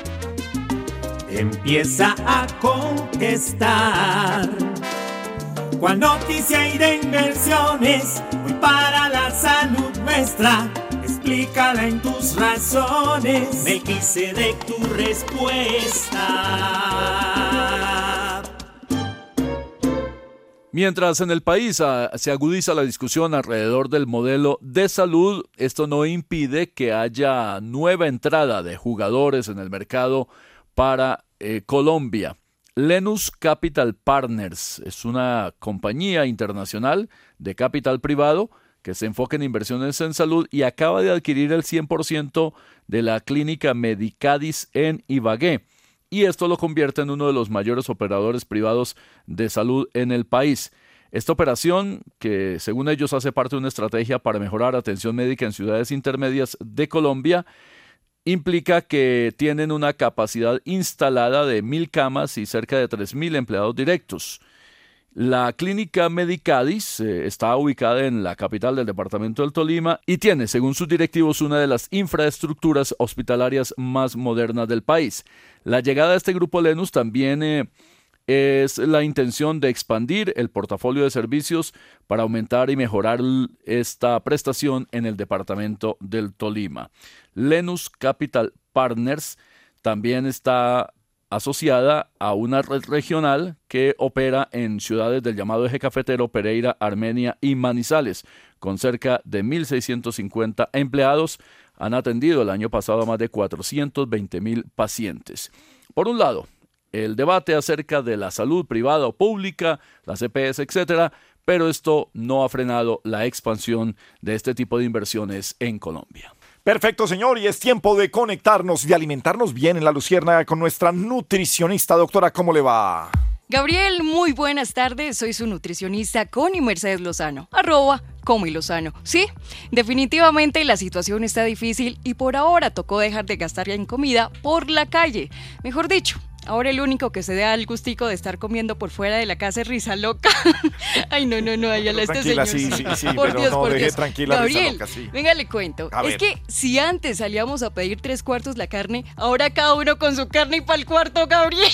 empieza a contestar. Cual noticia y de inversiones hoy para la salud nuestra. Explícala en tus razones, Melquisedec, tu respuesta. Mientras en el país a, se agudiza la discusión alrededor del modelo de salud, esto no impide que haya nueva entrada de jugadores en el mercado para eh, Colombia. Lenus Capital Partners es una compañía internacional de capital privado que se enfoca en inversiones en salud y acaba de adquirir el cien por ciento de la clínica Medicadis en Ibagué. Y esto lo convierte en uno de los mayores operadores privados de salud en el país. Esta operación, que según ellos hace parte de una estrategia para mejorar atención médica en ciudades intermedias de Colombia, implica que tienen una capacidad instalada de mil camas y cerca de tres mil empleados directos. La clínica Medicadis eh, está ubicada en la capital del departamento del Tolima y tiene, según sus directivos, una de las infraestructuras hospitalarias más modernas del país. La llegada de este grupo Lenus también eh, es la intención de expandir el portafolio de servicios para aumentar y mejorar esta prestación en el departamento del Tolima. Lenus Capital Partners también está asociada a una red regional que opera en ciudades del llamado eje cafetero, Pereira, Armenia y Manizales. Con cerca de mil seiscientos cincuenta empleados, han atendido el año pasado a más de cuatrocientos veinte mil pacientes. Por un lado, el debate acerca de la salud privada o pública, las E P S, etcétera, pero esto no ha frenado la expansión de este tipo de inversiones en Colombia. Perfecto, señor, y es tiempo de conectarnos, de alimentarnos bien en La Luciérnaga con nuestra nutricionista. Doctora, ¿cómo le va? Gabriel, muy buenas tardes. Soy su nutricionista Connie Mercedes Lozano, arroba Comi Lozano. Sí, definitivamente la situación está difícil y por ahora tocó dejar de gastar en comida por la calle. Mejor dicho, ahora el único que se da el gustico de estar comiendo por fuera de la casa es Risa Loca. Ay, no, no, no, allá la este señor. Sí, sí, sí, por pero Dios, no por deje Dios. tranquila Gabriel, Risa Loca, sí. Venga, le cuento. A es ver. que si antes salíamos a pedir tres cuartos la carne, ahora cada uno con su carne y para el cuarto, Gabriel.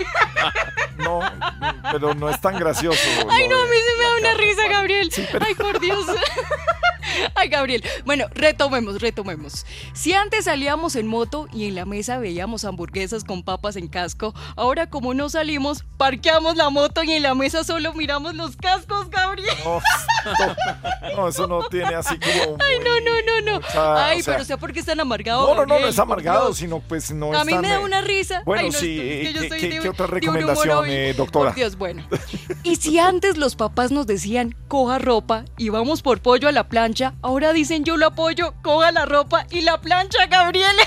No, pero no es tan gracioso. Ay, no, lo a de- mí se me da una risa, Gabriel. Sí, pero- Ay, por Dios. Ay, Gabriel. Bueno, retomemos, retomemos. Si antes salíamos en moto y en la mesa veíamos hamburguesas con papas en casco, ahora como no salimos, parqueamos la moto y en la mesa solo miramos los cascos, Gabriel. No, no, no, eso no tiene así como... Ay, no, no, no, no. mucha- Ay, o sea- pero ¿usted por qué es tan amargado, No, no, no, no Gabriel? es Por amargado, Dios. sino pues no A es mí tan, me da eh, una risa. Bueno, Ay, no, sí, es que yo ¿qué- soy qué- de- qué otra de un humor recomendación, hoy. eh, doctora? Por Dios, bueno. Y si antes los papás nos decían, coja ropa y vamos por pollo a la plancha, ahora dicen yo lo apoyo, coja la ropa y la plancha, Gabriel.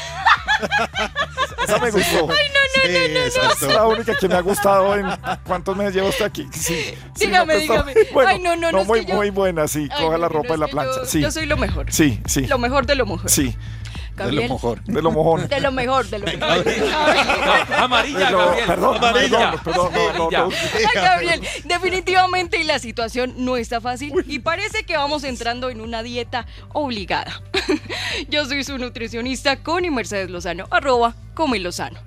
Esa me gustó. Ay, no, no, no, no, no. Esa es la única que me ha gustado en cuántos meses llevo usted aquí. Sí, sí, Dígame, no, pues, dígame. Bueno, Ay, no, no, no, es muy, que yo- muy buena, sí. Ay, Coja no, la no, ropa no, y la es que plancha. yo- Sí. yo soy lo mejor. Sí, sí. Lo mejor de lo mejor. Sí. Gabriel. De lo mejor. De lo mojón. De lo mejor, de lo mejor. Amarilla, De lo- Gabriel. Perdón, Amarilla. perdón, perdón, no, no, no. Ay, Gabriel, definitivamente la situación no está fácil y parece que vamos entrando en una dieta obligada. Yo soy su nutricionista Connie Mercedes Lozano, arroba Comi Lozano.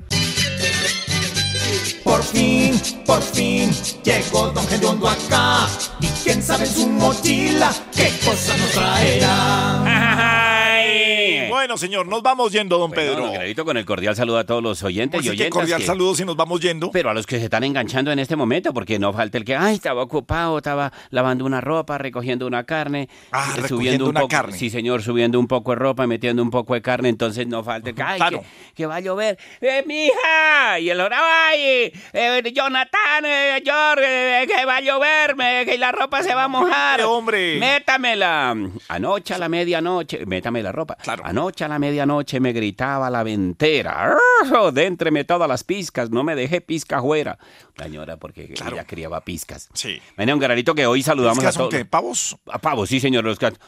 Por fin, por fin, llegó Don Gediondo acá. Y quién sabe en su mochila qué cosa nos traerá. Bueno, señor, nos vamos yendo, don Bueno, Pedro. don Gravito, con el cordial saludo a todos los oyentes Pues y sí, qué oyentas. cordial que- saludo si nos vamos yendo. Pero a los que se están enganchando en este momento, porque no falta el que, ay, estaba ocupado, estaba lavando una ropa, recogiendo una carne, Ah, eh, recogiendo un una poco, carne. sí señor, subiendo un poco de ropa, metiendo un poco de carne, entonces no falta el que, ay, Claro. que, que va a llover, eh, mija, y el hora, ay, eh, Jonathan, eh, George, eh, que va a llover, me- que la ropa se va a mojar, hombre. métamela, anoche a la medianoche, métame la ropa, anoche a la medianoche me gritaba la ventera, ¡arr! Déntreme todas las pizcas, no me dejé pizca fuera. La señora, porque ella criaba pizcas. Sí. Venga, un granito que hoy saludamos ¿Pizcas a son todos. qué, pavos? A pavos, sí, señor, los gatos.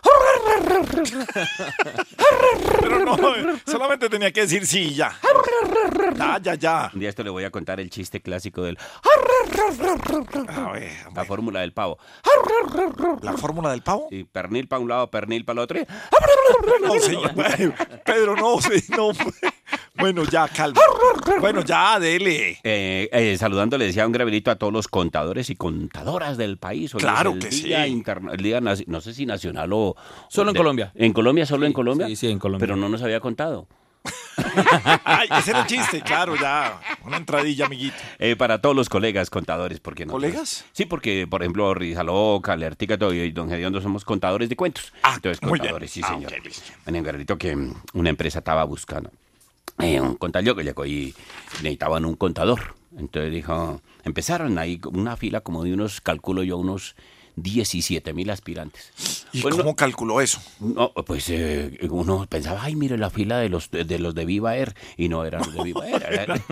Pero no, solamente tenía que decir sí, ya. Ya, ya, ya. Un día esto le voy a contar el chiste clásico del... A ver, La fórmula del pavo. ¿La fórmula del pavo? Sí, pernil para un lado, pernil para el otro. No, señor. Pedro, no, sí, no. Bueno, ya, calma. Bueno, ya, dele. Eh, eh, saludando, le decía un gravelito a todos los contadores y contadoras del país. Hoy Claro es el que día sí. interna- el día naci- no sé si nacional o... Solo en de- Colombia. ¿En Colombia? ¿Solo en Colombia? Sí, sí, en Colombia. Pero no nos había contado. Ay, ese era el chiste, claro, ya. Una entradilla, amiguito. Eh, para todos los colegas contadores, porque no. ¿Colegas? Sí, porque, por ejemplo, Rizaloca, Lertica todo, y Don Gediondo somos contadores de cuentos. Ah, Entonces, muy contadores, bien. sí, Ah, señor. ok, listo. En el garrito que mm, una empresa estaba buscando eh, un contador que llegó y necesitaban un contador. Entonces dijo, empezaron ahí una fila como de unos, calculo yo, unos diecisiete mil aspirantes. ¿Y Pues cómo no- calculó eso? No, pues eh, uno pensaba, ay, mire la fila de los de, de los de Viva Air, y no eran los de Viva Air, eran,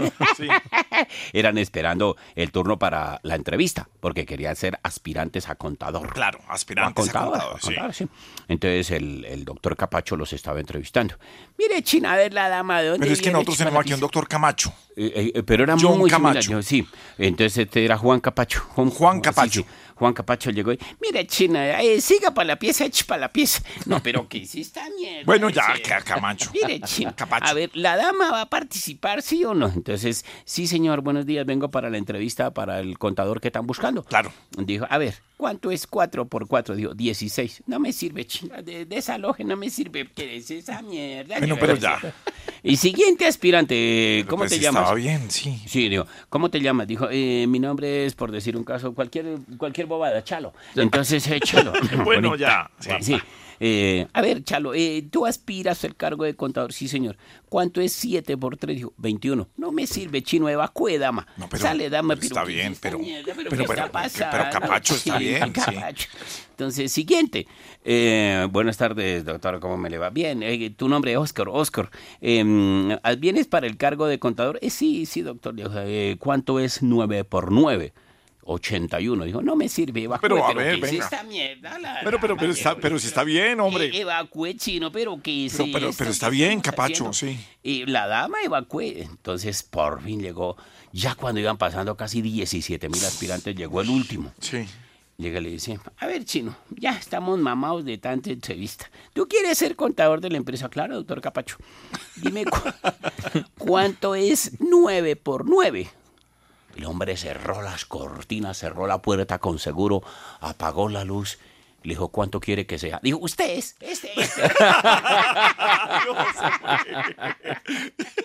eran esperando el turno para la entrevista, porque querían ser aspirantes a contador. Claro, aspirantes a contador, contador, sí. contador, sí. Entonces el, el doctor Capacho los estaba entrevistando. Mire, China, a ver la dama, ¿de dónde Pero es que viene, nosotros China, tenemos la aquí un pizza? doctor Camacho. Eh, eh, pero era John muy Camacho. similar, yo, sí. Entonces este era Juan Capacho. Juan, Juan Capacho. sí, sí. Juan Capacho llegó y, mire, China, eh, siga para la pieza, eche para la pieza. No, pero ¿qué es esta mierda? Bueno, ya, Ese- que Camacho. Mire, China, a ver, ¿la dama va a participar, sí o no? Entonces, sí, señor, buenos días, vengo para la entrevista para el contador que están buscando. Claro. Dijo, a ver, ¿cuánto es cuatro por cuatro? Dijo, dieciséis. No me sirve, China, de, desaloje, no me sirve. ¿Qué es esa mierda? Bueno, pero ya. Y siguiente aspirante, ¿cómo pues te sí llamas? estaba bien, sí. Sí, digo, ¿cómo te llamas? Dijo, eh, mi nombre es, por decir un caso, cualquier, cualquier bobada, Chalo. Entonces, eh, Chalo. Bueno, Bonita. ya, sí. Sí. Eh, a ver, Chalo, eh, ¿tú aspiras al cargo de contador? Sí, señor. ¿Cuánto es siete por tres? Dijo, veintiuno. No me sirve, chino, evacúe, dama. No, pero- Sale, dama. pero está ¿qué bien, es esta pero- mierda? pero- ¿qué pero- está pero pasando? Capacho está Sí, bien, sí. Capacho. Entonces, siguiente. Eh, buenas tardes, doctor, ¿cómo me le va? Bien, eh, tu nombre es Oscar, Oscar. Eh, ¿Vienes para el cargo de contador? Eh, sí, sí, doctor. Dijo, eh, ¿cuánto es nueve por nueve? ochenta y uno. Dijo, no me sirve, evacúe. Pero, a ¿pero ver, qué es venga. esta mierda? La Pero, pero, pero, está, pero si está bien, hombre. eh, evacúe, chino, pero ¿qué es Pero, pero, esto? pero está ¿Qué bien, estamos Capacho, haciendo? sí. Y la dama evacué. Entonces, por fin llegó, ya cuando iban pasando casi diecisiete mil aspirantes, llegó el último. Sí. Llega y le dice, a ver, chino, ya estamos mamados de tanta entrevista. ¿Tú quieres ser contador de la empresa? Claro, doctor Capacho. Dime, cu- ¿cuánto es nueve por nueve? El hombre cerró las cortinas, cerró la puerta con seguro, apagó la luz. Le dijo, ¿cuánto quiere que sea? Dijo, usted es, este, este.